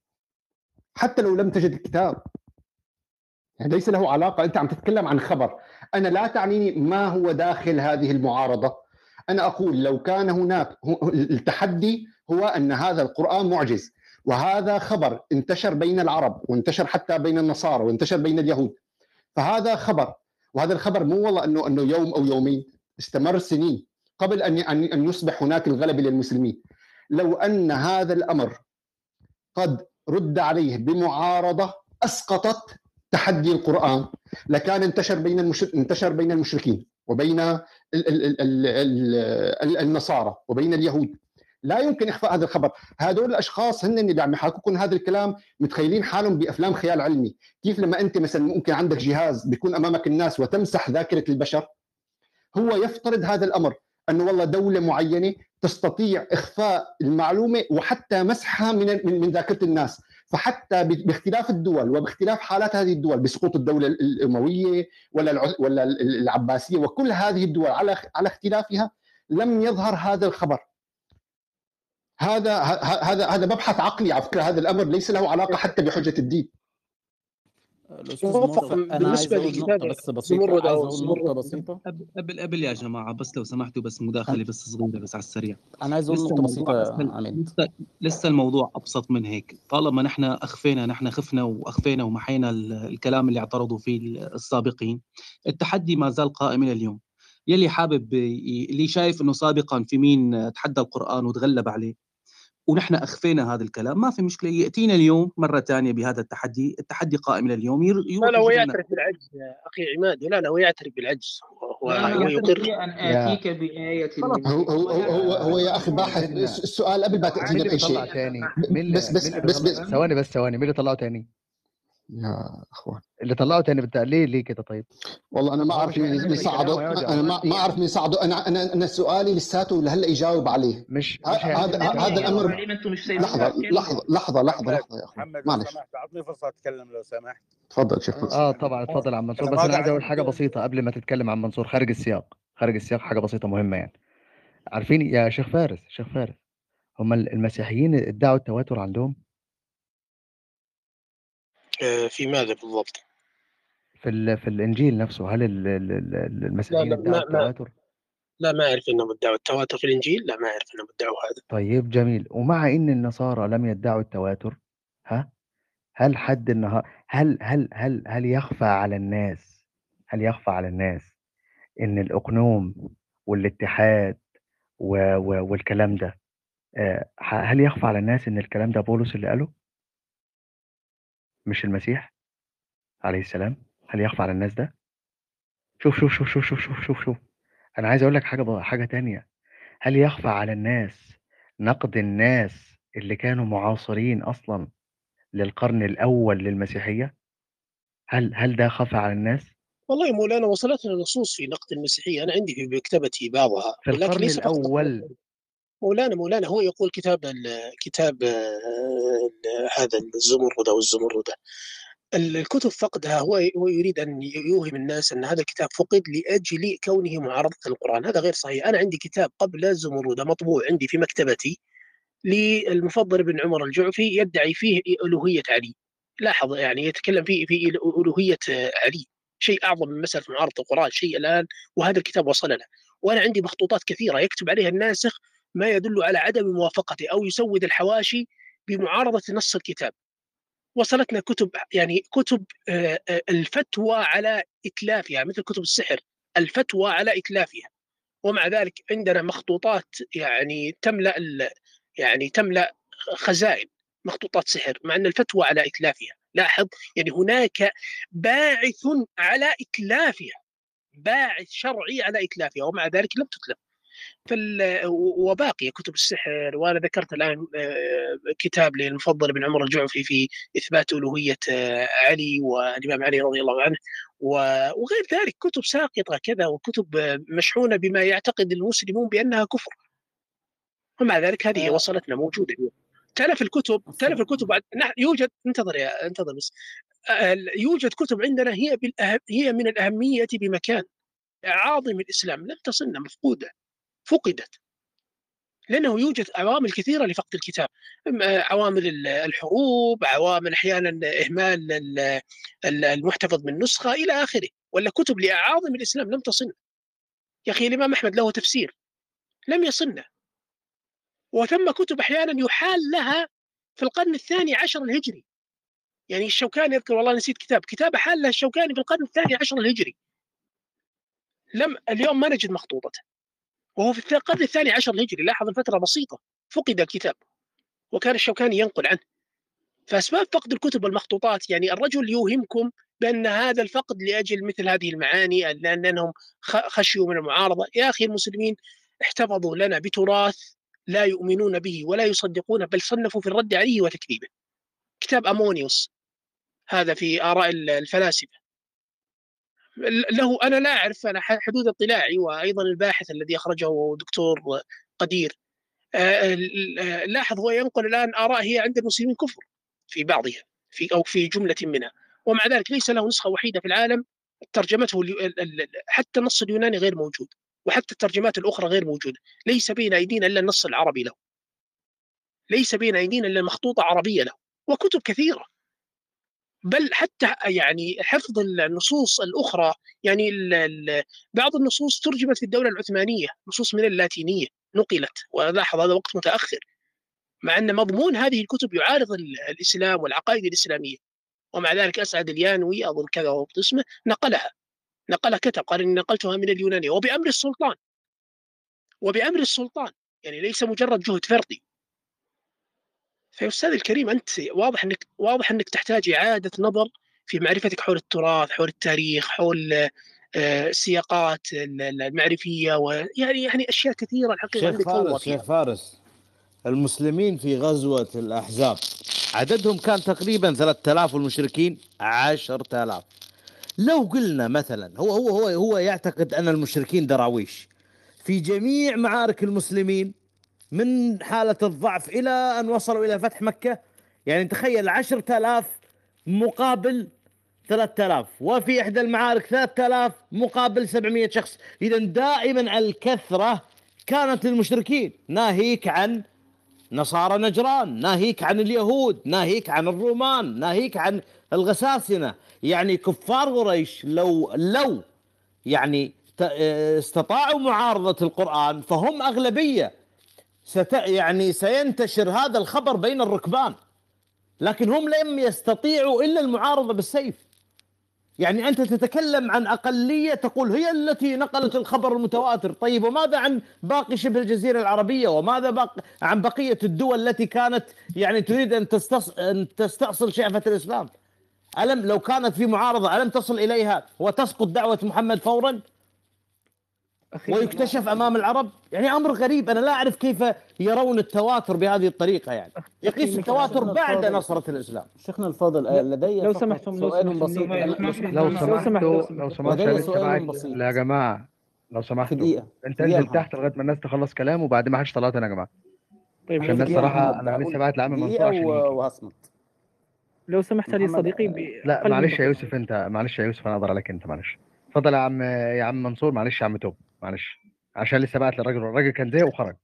حتى لو لم تجد الكتاب. يعني ليس له علاقه، انت عم تتكلم عن خبر. انا لا تعنيني ما هو داخل هذه المعارضه، انا اقول لو كان هناك التحدي هو ان هذا القران معجز، وهذا خبر انتشر بين العرب وانتشر حتى بين النصارى وانتشر بين اليهود، فهذا خبر، وهذا الخبر مو والله انه انه يوم او يومين، استمر سنين قبل ان ان يصبح هناك الغلبه للمسلمين. لو ان هذا الامر قد رد عليه بمعارضه اسقطت تحدي القرآن، لكان انتشر بين المشر... انتشر بين المشركين وبين ال... ال... ال... ال... ال... النصارى وبين اليهود. لا يمكن إخفاء هذا الخبر. هذول الأشخاص هن اللي عم يحاكوكم هذا الكلام متخيلين حالهم بأفلام خيال علمي. كيف لما أنت مثلا ممكن عندك جهاز بيكون أمامك الناس وتمسح ذاكرة البشر، هو يفترض هذا الأمر أنه والله دولة معينة تستطيع إخفاء المعلومة وحتى مسحها من من, من ذاكرة الناس. فحتى باختلاف الدول وباختلاف حالات هذه الدول، بسقوط الدولة الأموية ولا ولا العباسية وكل هذه الدول على على اختلافها، لم يظهر هذا الخبر. هذا هذا هذا مبحث عقلي على فكرة. هذا الأمر ليس له علاقة حتى بحجة الدين. الاستاذ موفق انا عايز اقول نقطه بس بسيطه عايز اقول نقطه بسيطه قبل قبل يا جماعه، بس لو سمحتوا بس مداخله بس صغيره بس على السريع. انا عايز اقول نقطه بسيطه يا عميد. لسه, لسه الموضوع ابسط من هيك. طالما نحن اخفينا نحن خفنا واخفينا ومحينا الكلام اللي اعترضوا فيه السابقين، التحدي ما زال قائم الى اليوم. يلي حابب اللي شايف انه سابقا في مين تحدى القران وتغلب عليه ونحن أخفينا هذا الكلام، ما في مشكلة، يأتينا اليوم مرة ثانية بهذا التحدي. التحدي قائم إلى اليوم. لا لا هو يعترف بالعجز يا أخي عماد. لا لا هو يعترف بالعجز. هو هو يقر أن آتيك بآية من هو هو هو, هو يا أخي باحث. السؤال قبل ما تأتينا بأي شيء. بس بس بس بس ثواني بس ثواني، مين اللي طلعه تاني؟ يا اخوان اللي طلعوا تاني بتاع ليه ليه كده؟ طيب والله انا ما اعرف مين يصعده، انا ما ما اعرف مين يصعده. انا انا انا سؤالي لساته لهلا يجاوب عليه. مش هذا هذا الامر. لحظه لحظه لحظه لحظه لحظه يا اخوان معلش، اعطني فرصه اتكلم لو سمحت. تفضل شيخ. اه طبعا اتفضل عم منصور، بس انا عايز اقول حاجه بسيطه قبل ما تتكلم عن منصور، خارج السياق خارج السياق حاجه بسيطه مهمه يعني. عارفين يا شيخ فارس شيخ فارس هم المسيحيين ادعوا التواتر عندهم في ماذا بالضبط؟ في في الانجيل نفسه. هل المسيحيين ادعوا التواتر؟ لا ما اعرف انهم ادعوا التواتر في الانجيل. لا ما اعرف انهم ادعوا هذا. طيب جميل. ومع ان النصارى لم يدعوا التواتر، ها هل حد النهار هل هل هل هل يخفى على الناس هل يخفى على الناس ان الاقنوم والاتحاد و و والكلام ده، هل يخفى على الناس ان الكلام ده بولس اللي قاله مش المسيح عليه السلام؟ هل يخفى على الناس ده؟ شوف شوف شوف شوف شوف شوف شوف, شوف. انا عايز اقول لك حاجه حاجه تانية. هل يخفى على الناس نقد الناس اللي كانوا معاصرين اصلا للقرن الاول للمسيحيه؟ هل هل ده خفى على الناس؟ والله مولانا وصلتنا نصوص في نقد المسيحيه، انا عندي في مكتبتي بعضها في القرن الاول. مولانا مولانا هو يقول كتاب كتاب هذا الزمرد او الزمرده الكتب فقدها هو هو يريد أن يوهم الناس أن هذا الكتاب فقد لأجل كونه معارضة للقرآن. هذا غير صحيح. أنا عندي كتاب قبل الزمرود مطبوع عندي في مكتبتي للمفضل بن عمر الجعفي يدعي فيه ألوهية علي. لاحظ يعني يتكلم فيه في ألوهية علي، شيء أعظم من مسألة معارضة القرآن، شيء الآن وهذا الكتاب وصل له. وأنا عندي مخطوطات كثيرة يكتب عليها الناسخ ما يدل على عدم موافقته أو يسود الحواشي بمعارضة نص الكتاب. وصلتنا كتب يعني كتب الفتوى على إتلافها مثل كتب السحر، الفتوى على إتلافها. ومع ذلك عندنا مخطوطات يعني تملأ يعني تملأ خزائن مخطوطات سحر مع أن الفتوى على إتلافها. لاحظ يعني هناك باعث على إتلافها، باعث شرعي على إتلافها، ومع ذلك لم تتلف. وباقي كتب السحر، وأنا ذكرت الآن كتاب للمفضل بن عمر الجعفي في إثبات ألوهية علي والإمام علي رضي الله عنه، وغير ذلك كتب ساقطة كذا، وكتب مشحونة بما يعتقد المسلمون بأنها كفر، ومع ذلك هذه وصلتنا موجودة. تلف الكتب تلف الكتب يوجد انتظر يا انتظر بس يوجد كتب عندنا هي بالأهم هي من الأهمية بمكان عاظم الإسلام لم تصلنا، مفقودة، فقدت، لأنه يوجد عوامل كثيرة لفقد الكتاب، عوامل الحروب، عوامل أحيانا إهمال المحتفظ من نسخة إلى آخره، ولا كتب لأعاظم الإسلام لم تصلنا. يا أخي الإمام أحمد له تفسير لم يصلنا، وثم كتب أحيانا يحال لها في القرن الثاني عشر الهجري. يعني الشوكاني يذكر، والله نسيت كتاب كتاب حال له الشوكاني في القرن الثاني عشر الهجري، لم اليوم ما نجد مخطوطته، وهو في القرن الثاني عشر الهجري. لاحظ الفترة بسيطة فقد الكتاب، وكان الشوكاني ينقل عنه. فأسباب فقد الكتب والمخطوطات يعني الرجل يوهمكم بأن هذا الفقد لأجل مثل هذه المعاني، لأنهم خشيوا من المعارضة. يا أخي المسلمين احتفظوا لنا بتراث لا يؤمنون به ولا يصدقونه، بل صنفوا في الرد عليه وتكذيبه. كتاب أمونيوس هذا في آراء الفلاسفة له أنا لا أعرف أنا حدود اطلاعي، وأيضا الباحث الذي أخرجه دكتور قدير لاحظ هو ينقل الآن آراء هي عند المسلمين كفر في بعضها في أو في جملة منها، ومع ذلك ليس له نسخة وحيدة في العالم ترجمته. حتى النص اليوناني غير موجود، وحتى الترجمات الأخرى غير موجودة. ليس بين أيدينا إلا النص العربي له، ليس بين أيدينا إلا مخطوطة عربية له، وكتب كثيرة. بل حتى يعني حفظ النصوص الأخرى، يعني بعض النصوص ترجمت في الدولة العثمانية، نصوص من اللاتينية نقلت، ولاحظ هذا وقت متأخر، مع أن مضمون هذه الكتب يعارض الإسلام والعقائد الإسلامية، ومع ذلك أسعد اليانوي أظن كذا هو اسمه نقلها نقلها كتب قال إن نقلتها من اليونانية وبأمر السلطان، وبأمر السلطان يعني ليس مجرد جهد فردي. فيا أستاذ الكريم أنت واضح أنك واضح أنك تحتاج إعادة نظر في معرفتك حول التراث، حول التاريخ، حول السياقات المعرفية، ويعني يعني أشياء كثيرة الحقيقة شيخ فارس. شيخ فارس المسلمين في غزوة الأحزاب عددهم كان تقريبا ثلاثة آلاف والمشركين عشرة آلاف. لو قلنا مثلا هو هو هو هو يعتقد أن المشركين دراويش في جميع معارك المسلمين من حالة الضعف إلى أن وصلوا إلى فتح مكة، يعني تخيل عشرة آلاف مقابل ثلاثة آلاف، وفي إحدى المعارك ثلاثة آلاف مقابل سبعمائة شخص. إذا دائما الكثرة كانت للمشركين، ناهيك عن نصارى نجران، ناهيك عن اليهود، ناهيك عن الرومان، ناهيك عن الغساسنة. يعني كفار قريش لو لو يعني استطاعوا معارضة القرآن فهم أغلبية، ست يعني سينتشر هذا الخبر بين الركبان، لكن هم لم يستطيعوا إلا المعارضة بالسيف. يعني أنت تتكلم عن أقلية تقول هي التي نقلت الخبر المتواتر، طيب وماذا عن باقي شبه الجزيرة العربية؟ وماذا باقي عن بقية الدول التي كانت يعني تريد أن, تستص... أن تستأصل شعفة الإسلام؟ ألم لو كانت في معارضة ألم تصل إليها وتسقط دعوة محمد فورا ويكتشف أمام العرب؟ يعني أمر غريب، أنا لا أعرف كيف يرون التواتر بهذه الطريقة. يعني يقيس التواتر بعد نصرة الإسلام. شيخنا الفاضل لدي لو سمحتم سؤال بسيط. لو سمحتوا لو سمحتوا لا يا جماعة لو سمحتوا انت انزل تحت لغاية ما الناس تخلص كلام وبعدين ما حدش طلعت انا يا جماعة. طيب عشان الناس صراحة انا لسه بعت لعم منصور عشان وهصمت. لو سمحت لي محمد صديقي لا بأقل من معلش يا دقيقة. يوسف، انت معلش يا يوسف، انا اقدر عليك انت، معلش اتفضل يا عم يا عم منصور. معلش يا عم توب، معلش عشان لسه بعت للراجل، الراجل كان زي وخرج.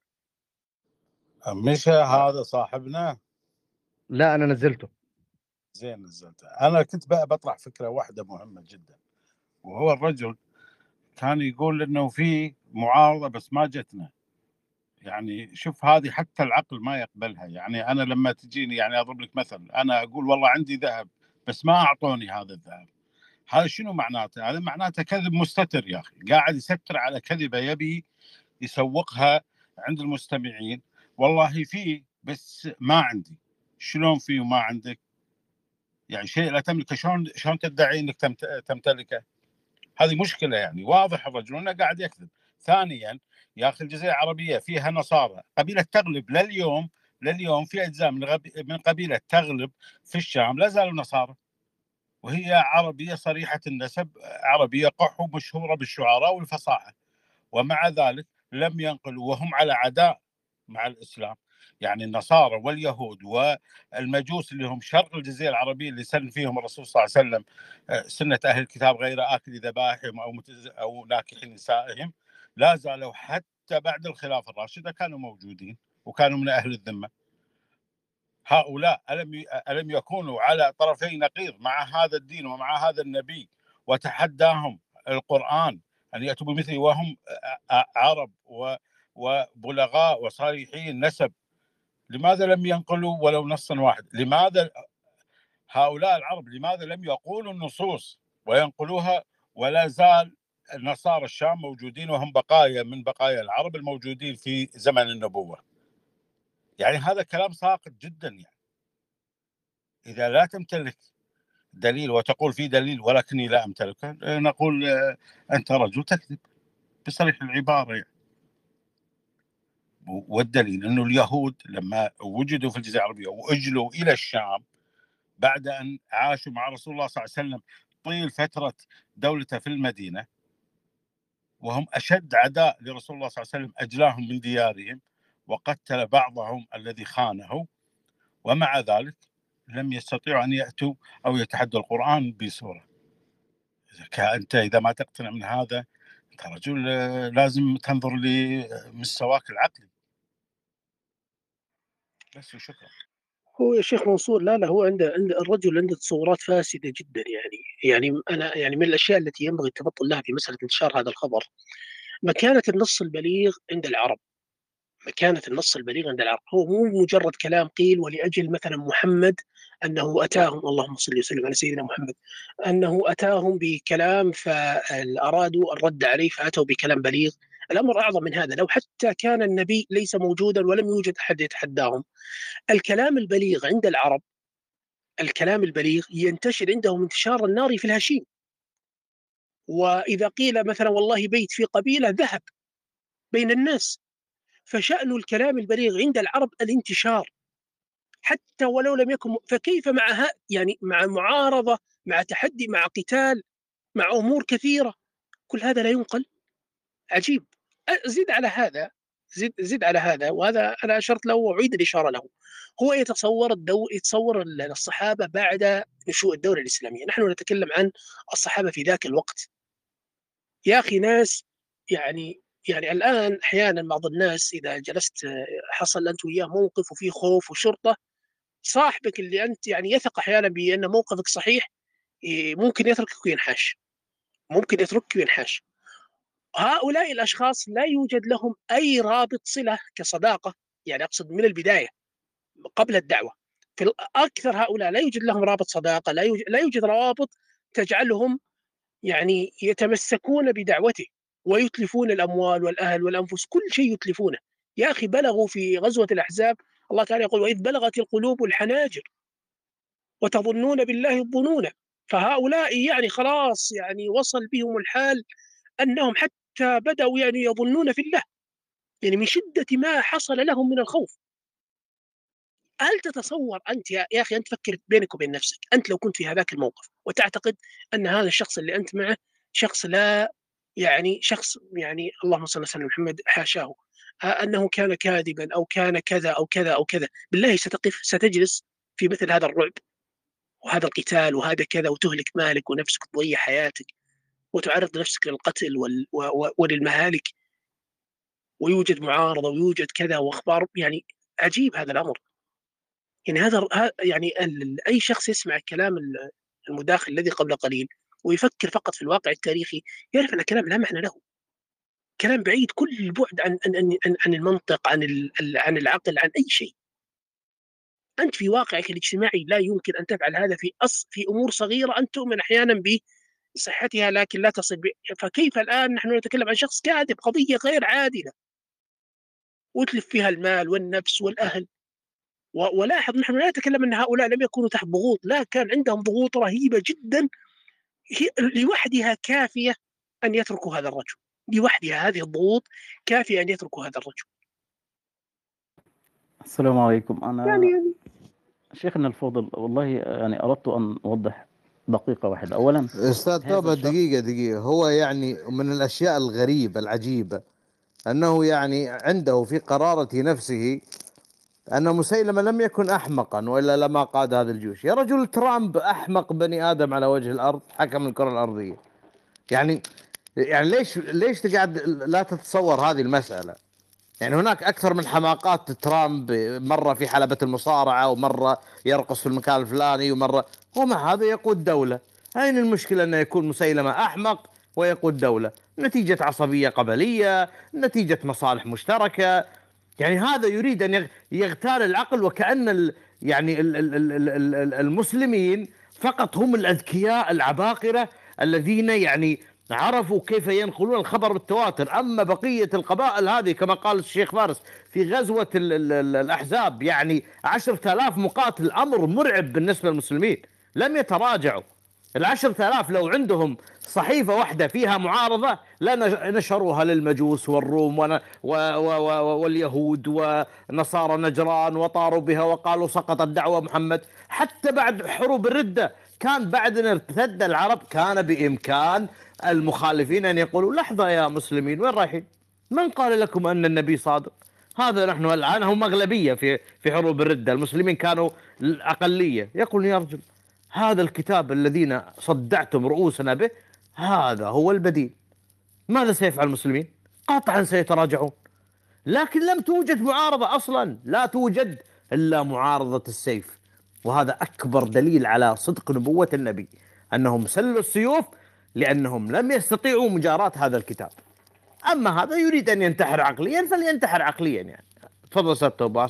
مش هذا صاحبنا؟ لا انا نزلته. زين نزلته. انا كنت بقى بطرح فكره واحده مهمه جدا، وهو الرجل كان يقول انه في معارضه بس ما جتنا. يعني شوف هذه حتى العقل ما يقبلها. يعني انا لما تجيني، يعني اضرب لك مثل، انا اقول والله عندي ذهب بس ما اعطوني هذا الذهب، هذا شنو معناته؟ هذا معناته كذب مستتر يا اخي، قاعد يستر على كذبه يبي يسوقها عند المستمعين. والله فيه بس ما عندي. شلون فيه وما عندك؟ يعني شيء لا تملكه شلون شلون تدعي انك تمتلكه؟ هذه مشكله. يعني واضح الرجل انه قاعد يكذب. ثانيا يا اخي الجزيره العربيه فيها نصارى، قبيله تغلب لليوم، لليوم في اجزاء من غبي من قبيله تغلب في الشام لا زالوا نصارى، وهي عربيه صريحه النسب، عربيه قح ومشهوره بالشعراء والفصاحه، ومع ذلك لم ينقلوا وهم على عداء مع الاسلام. يعني النصارى واليهود والمجوس اللي هم شرق الجزيره العربيه اللي سن فيهم الرسول صلى الله عليه وسلم سنه اهل الكتاب غير اكل ذبائحهم او متز... او ناكح نسائهم، لا زالوا حتى بعد الخلافه الراشده كانوا موجودين وكانوا من اهل الذمه. هؤلاء ألم ي... ألم يكونوا على طرفي نقيض مع هذا الدين ومع هذا النبي، وتحداهم القرآن أن يأتوا بمثله وهم عرب و... وبلغاء وصريحي النسب؟ لماذا لم ينقلوا ولو نصا واحد؟ لماذا هؤلاء العرب لماذا لم يقولوا النصوص وينقلوها؟ ولا زال النصارى الشام موجودين وهم بقايا من بقايا العرب الموجودين في زمن النبوة. يعني هذا كلام ساقط جدا. يعني إذا لا تمتلك دليل وتقول في دليل ولكني لا أمتلكه، نقول أنت رجل تكذب بصريح العبارة. يعني والدليل أنه اليهود لما وجدوا في الجزيرة العربية وأجلوا إلى الشام بعد أن عاشوا مع رسول الله صلى الله عليه وسلم طيل فترة دولته في المدينة، وهم أشد عداء لرسول الله صلى الله عليه وسلم، أجلاهم من ديارهم وقتل بعضهم الذي خانه، ومع ذلك لم يستطيعوا أن يأتوا أو يتحدوا القرآن بسورة. أنت إذا ما تقتنع من هذا أنت رجل لازم تنظر لمستواك العقلي بس. وشكرا. هو يا شيخ منصور لا لا هو عنده عنده الرجل عنده تصورات فاسدة جدا. يعني يعني أنا يعني من الأشياء التي ينبغي التبطل لها في مسألة انتشار هذا الخبر مكانة النص البليغ عند العرب. مكانة النص البليغ عند العرب هو مو مجرد كلام قيل ولأجل مثلا محمد أنه أتاهم، اللهم صل وسلم على سيدنا محمد، أنه أتاهم بكلام فأرادوا الرد عليه فأتوا بكلام بليغ. الأمر أعظم من هذا. لو حتى كان النبي ليس موجودا ولم يوجد أحد يتحداهم، الكلام البليغ عند العرب، الكلام البليغ ينتشر عندهم انتشار النار في الهشيم. وإذا قيل مثلا والله بيت في قبيلة ذهب بين الناس، فشأن الكلام البليغ عند العرب الانتشار حتى ولو لم يكن. فكيف مع يعني مع معارضة، مع تحدي، مع قتال، مع أمور كثيرة، كل هذا لا ينقل؟ عجيب. زد على هذا زد زد على هذا وهذا أنا أشرت له وأعيد الإشارة له. هو يتصور الدو يتصور الصحابة بعد نشوء الدولة الإسلامية. نحن نتكلم عن الصحابة في ذاك الوقت. يا أخي ناس يعني يعني الآن أحيانا بعض الناس إذا جلست حصل أنت وياه موقف وفيه خوف وشرطة، صاحبك اللي أنت يعني يثق أحيانا بأن موقفك صحيح ممكن يتركك وينحاش، ممكن يتركك وينحاش. هؤلاء الأشخاص لا يوجد لهم أي رابط صلة كصداقة، يعني أقصد من البداية قبل الدعوة. في أكثر هؤلاء لا يوجد لهم رابط صداقة، لا يوجد, لا يوجد روابط تجعلهم يعني يتمسكون بدعوته ويتلفون الأموال والأهل والأنفس، كل شيء يتلفونه. يا أخي بلغوا في غزوة الأحزاب الله تعالى يقول وإذ بلغت القلوب الحناجر وتظنون بالله الظنون. فهؤلاء يعني خلاص يعني وصل بهم الحال أنهم حتى بدأوا يعني يظنون في الله، يعني من شدة ما حصل لهم من الخوف. هل تتصور أنت يا أخي، أنت فكر بينك وبين نفسك، أنت لو كنت في هذاك الموقف وتعتقد أن هذا الشخص اللي أنت معه شخص لا يعني شخص يعني اللهم صل وسلم محمد حاشاه أنه كان كاذبا أو كان كذا أو كذا أو كذا، بالله ستقف ستجلس في مثل هذا الرعب؟ وهذا القتال وهذا كذا، وتهلك مالك ونفسك وتضيع حياتك وتعرض نفسك للقتل وال... و... وللمهالك، ويوجد معارضة ويوجد كذا وأخبار. يعني عجيب هذا الأمر. يعني هذا يعني أي شخص يسمع الكلام المداخل الذي قبل قليل ويفكر فقط في الواقع التاريخي يعرف أن كلام لا معنى له، كلام بعيد كل البعد عن عن عن المنطق، عن عن العقل، عن أي شيء. أنت في واقعك الاجتماعي لا يمكن أن تفعل هذا في أص في أمور صغيرة أنت تؤمن أحيانا بصحتها لكن لا تصل ب... فكيف الآن نحن نتكلم عن شخص كاذب، قضية غير عادلة وتلف فيها المال والنفس والأهل. ولاحظ نحن لا نتكلم أن هؤلاء لم يكونوا تحت ضغوط، لا، كان عندهم ضغوط رهيبة جدا لوحدها كافية أن يتركوا هذا الرجل، لوحدها هذه الضغوط كافية أن يتركوا هذا الرجل. السلام عليكم. أنا يعني شيخنا الفاضل، والله يعني أردت أن أوضح دقيقة واحدة. أولا أستاذ توبة، دقيقة دقيقة هو يعني من الأشياء الغريبة العجيبة أنه يعني عنده في قرارة نفسه أن مسيلمة لم يكن أحمقا وإلا لما قاد هذا الجيوش. يا رجل، ترامب أحمق بني آدم على وجه الأرض، حكم الكرة الأرضية. يعني يعني ليش ليش تقعد لا تتصور هذه المسألة؟ يعني هناك أكثر من حماقات ترامب، مرة في حلبة المصارعة ومرة يرقص في المكان الفلاني ومرة، ومع هذا يقود دولة. أين المشكلة أن يكون مسيلمة أحمق ويقود دولة؟ نتيجة عصبية قبلية، نتيجة مصالح مشتركة. يعني هذا يريد أن يغتال العقل، وكأن ال يعني ال ال ال ال المسلمين فقط هم الأذكياء العباقرة الذين يعني عرفوا كيف ينقلون الخبر بالتواتر. أما بقية القبائل هذه كما قال الشيخ فارس في غزوة ال ال ال الأحزاب، يعني عشرة آلاف مقاتل، أمر مرعب بالنسبة للمسلمين، لم يتراجعوا. العشرة آلاف لو عندهم صحيفة واحدة فيها معارضة لنشروها للمجوس والروم و و و واليهود ونصارى نجران وطاروا بها وقالوا سقطت دعوة محمد. حتى بعد حروب الردة كان بعد أن ارتد العرب كان بإمكان المخالفين أن يقولوا لحظة يا مسلمين، وين رايحين؟ من قال لكم أن النبي صادق؟ هذا نحن الآن هم أغلبية في في حروب الردة، المسلمين كانوا الأقلية. يقول يا رجل، هذا الكتاب الذين صدعتم رؤوسنا به هذا هو البديل. ماذا سيفعل المسلمين؟ قطعا سيتراجعون. لكن لم توجد معارضة أصلا، لا توجد إلا معارضة السيف. وهذا أكبر دليل على صدق نبوة النبي، أنهم سلوا السيوف لأنهم لم يستطيعوا مجاراة هذا الكتاب. أما هذا يريد أن ينتحر عقليا فلينتحر عقليا. يعني تفضل أستاذ توبة.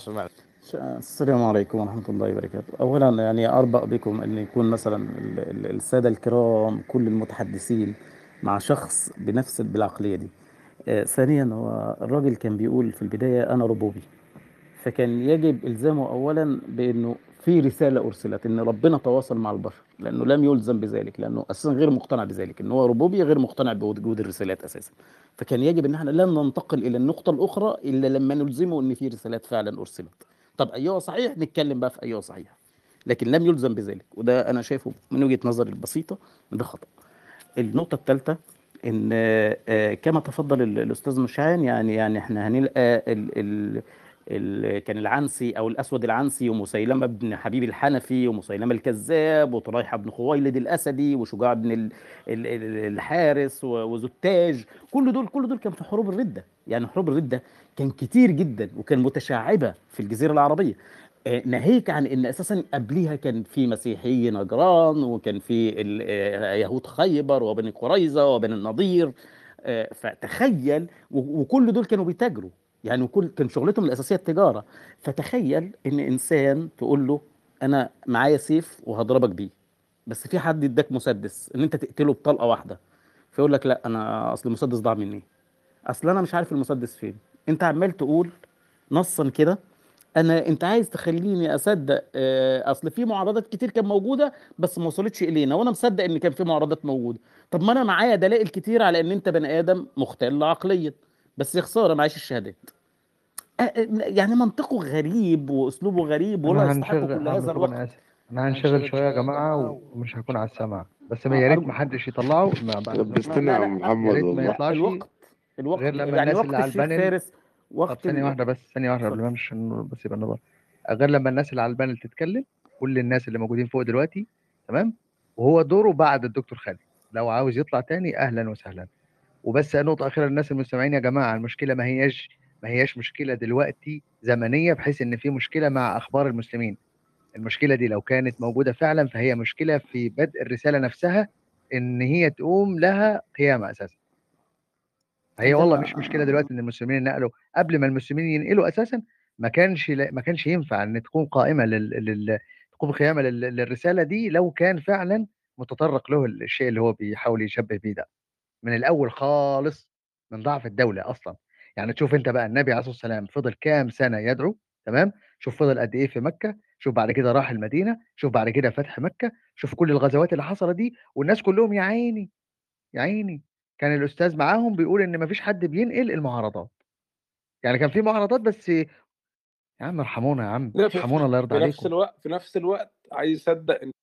السلام عليكم ورحمة الله وبركاته. أولا يعني أربأ بكم أن يكون مثلا السادة الكرام كل المتحدثين مع شخص بنفس بالعقلية دي. آه ثانيا، هو الراجل كان بيقول في البداية أنا ربوبي، فكان يجب إلزامه أولا بأنه في رسالة أرسلت، أن ربنا تواصل مع البشر، لأنه لم يلزم بذلك، لأنه أساسا غير مقتنع بذلك، أنه هو ربوبي غير مقتنع بوجود الرسالات أساسا. فكان يجب أن احنا لن ننتقل إلى النقطة الأخرى إلا لما نلزمه أن في رسالات فعلا أرسلت. طب أيوه صحيح، نتكلم بقى في أيوه صحيح، لكن لم يلزم بذلك، وده أنا شايفه من وجهة نظري البسيطة ده خطأ. النقطة الثالثة إن كما تفضل الأستاذ مشعان، يعني يعني إحنا هنلقى ال ال ال كان العنسي أو الأسود العنسي ومسيلمة بن حبيب الحنفي ومسيلمة الكذاب وطريحة بن خويلد الأسدي وشجاع بن الحارس وذو التاج، كل دول كل دول كان في حروب الردة. يعني حروب الردة كان كتير جدا وكان متشعبة في الجزيرة العربية، ناهيك عن ان اساسا قبليها كان في مسيحي نجران وكان في يهود خيبر وبني قريظه وبني النضير. فتخيل، وكل دول كانوا بيتاجروا، يعني وكل كان شغلتهم الاساسيه التجاره. فتخيل ان انسان تقول له انا معايا سيف وهضربك بيه، بس في حد اداك مسدس ان انت تقتله بطلقه واحده، فيقول لك لا انا اصل المسدس ضاع مني، اصل انا مش عارف المسدس فين. انت عمال تقول نصا كده انا انت عايز تخليني اصدق آه اصل في معارضات كتير كان موجوده بس ما وصلتش الينا، وانا مصدق ان كان في معارضات موجوده. طب ما انا معايا دلائل كتير على ان انت بني ادم مختل عقليا، بس يا خساره معيش الشهادات. آه يعني منطقه غريب واسلوبه غريب ولا يستحق كل هذا الوقت. انا اسف، انا هنشغل شويه يا جماعه ومش هكون على السمع، بس يا ريت ما حدش يطلعه. لبستنا يا محمد والله. الوقت الوقت غير لما يعني الناس وقت اللي على الشيخ البانل. فارس وقت طب ثانيه واحده بس، ثانيه واحده قبل ما امشي بس يبقى النظر. غير لما الناس اللي على البانل تتكلم، كل الناس اللي موجودين فوق دلوقتي تمام، وهو دوره بعد الدكتور خالد، لو عاوز يطلع تاني اهلا وسهلا. وبس نقطه اخيره للناس المستمعين يا جماعه، المشكله ما هياش ما هياش مشكله دلوقتي زمنيه بحيث ان في مشكله مع اخبار المسلمين. المشكله دي لو كانت موجوده فعلا فهي مشكله في بدء الرساله نفسها، ان هي تقوم لها قيامه اساسا. هي والله مش مشكله دلوقتي ان المسلمين نقلوا، قبل ما المسلمين ينقلوا اساسا ما كانش ما كانش ينفع ان تكون قائمه لل... لل... تقوم قيامه لل... للرساله دي لو كان فعلا متطرق له الشيء اللي هو بيحاول يشبه بيه ده من الاول خالص، من ضعف الدوله اصلا. يعني تشوف انت بقى النبي عليه الصلاه والسلام فضل كام سنه يدعو، تمام، شوف فضل قد ايه في مكه، شوف بعد كده راح المدينه، شوف بعد كده فتح مكه، شوف كل الغزوات اللي حصلت دي، والناس كلهم يا عيني يا عيني كان الاستاذ معاهم بيقول ان مفيش حد بينقل المعارضات. يعني كان في معارضات بس يا عم ارحمونا، يا عم لا في, ارحمونا في, الله يرضى في نفس عليكم. الوقت في نفس الوقت عايز يصدق ان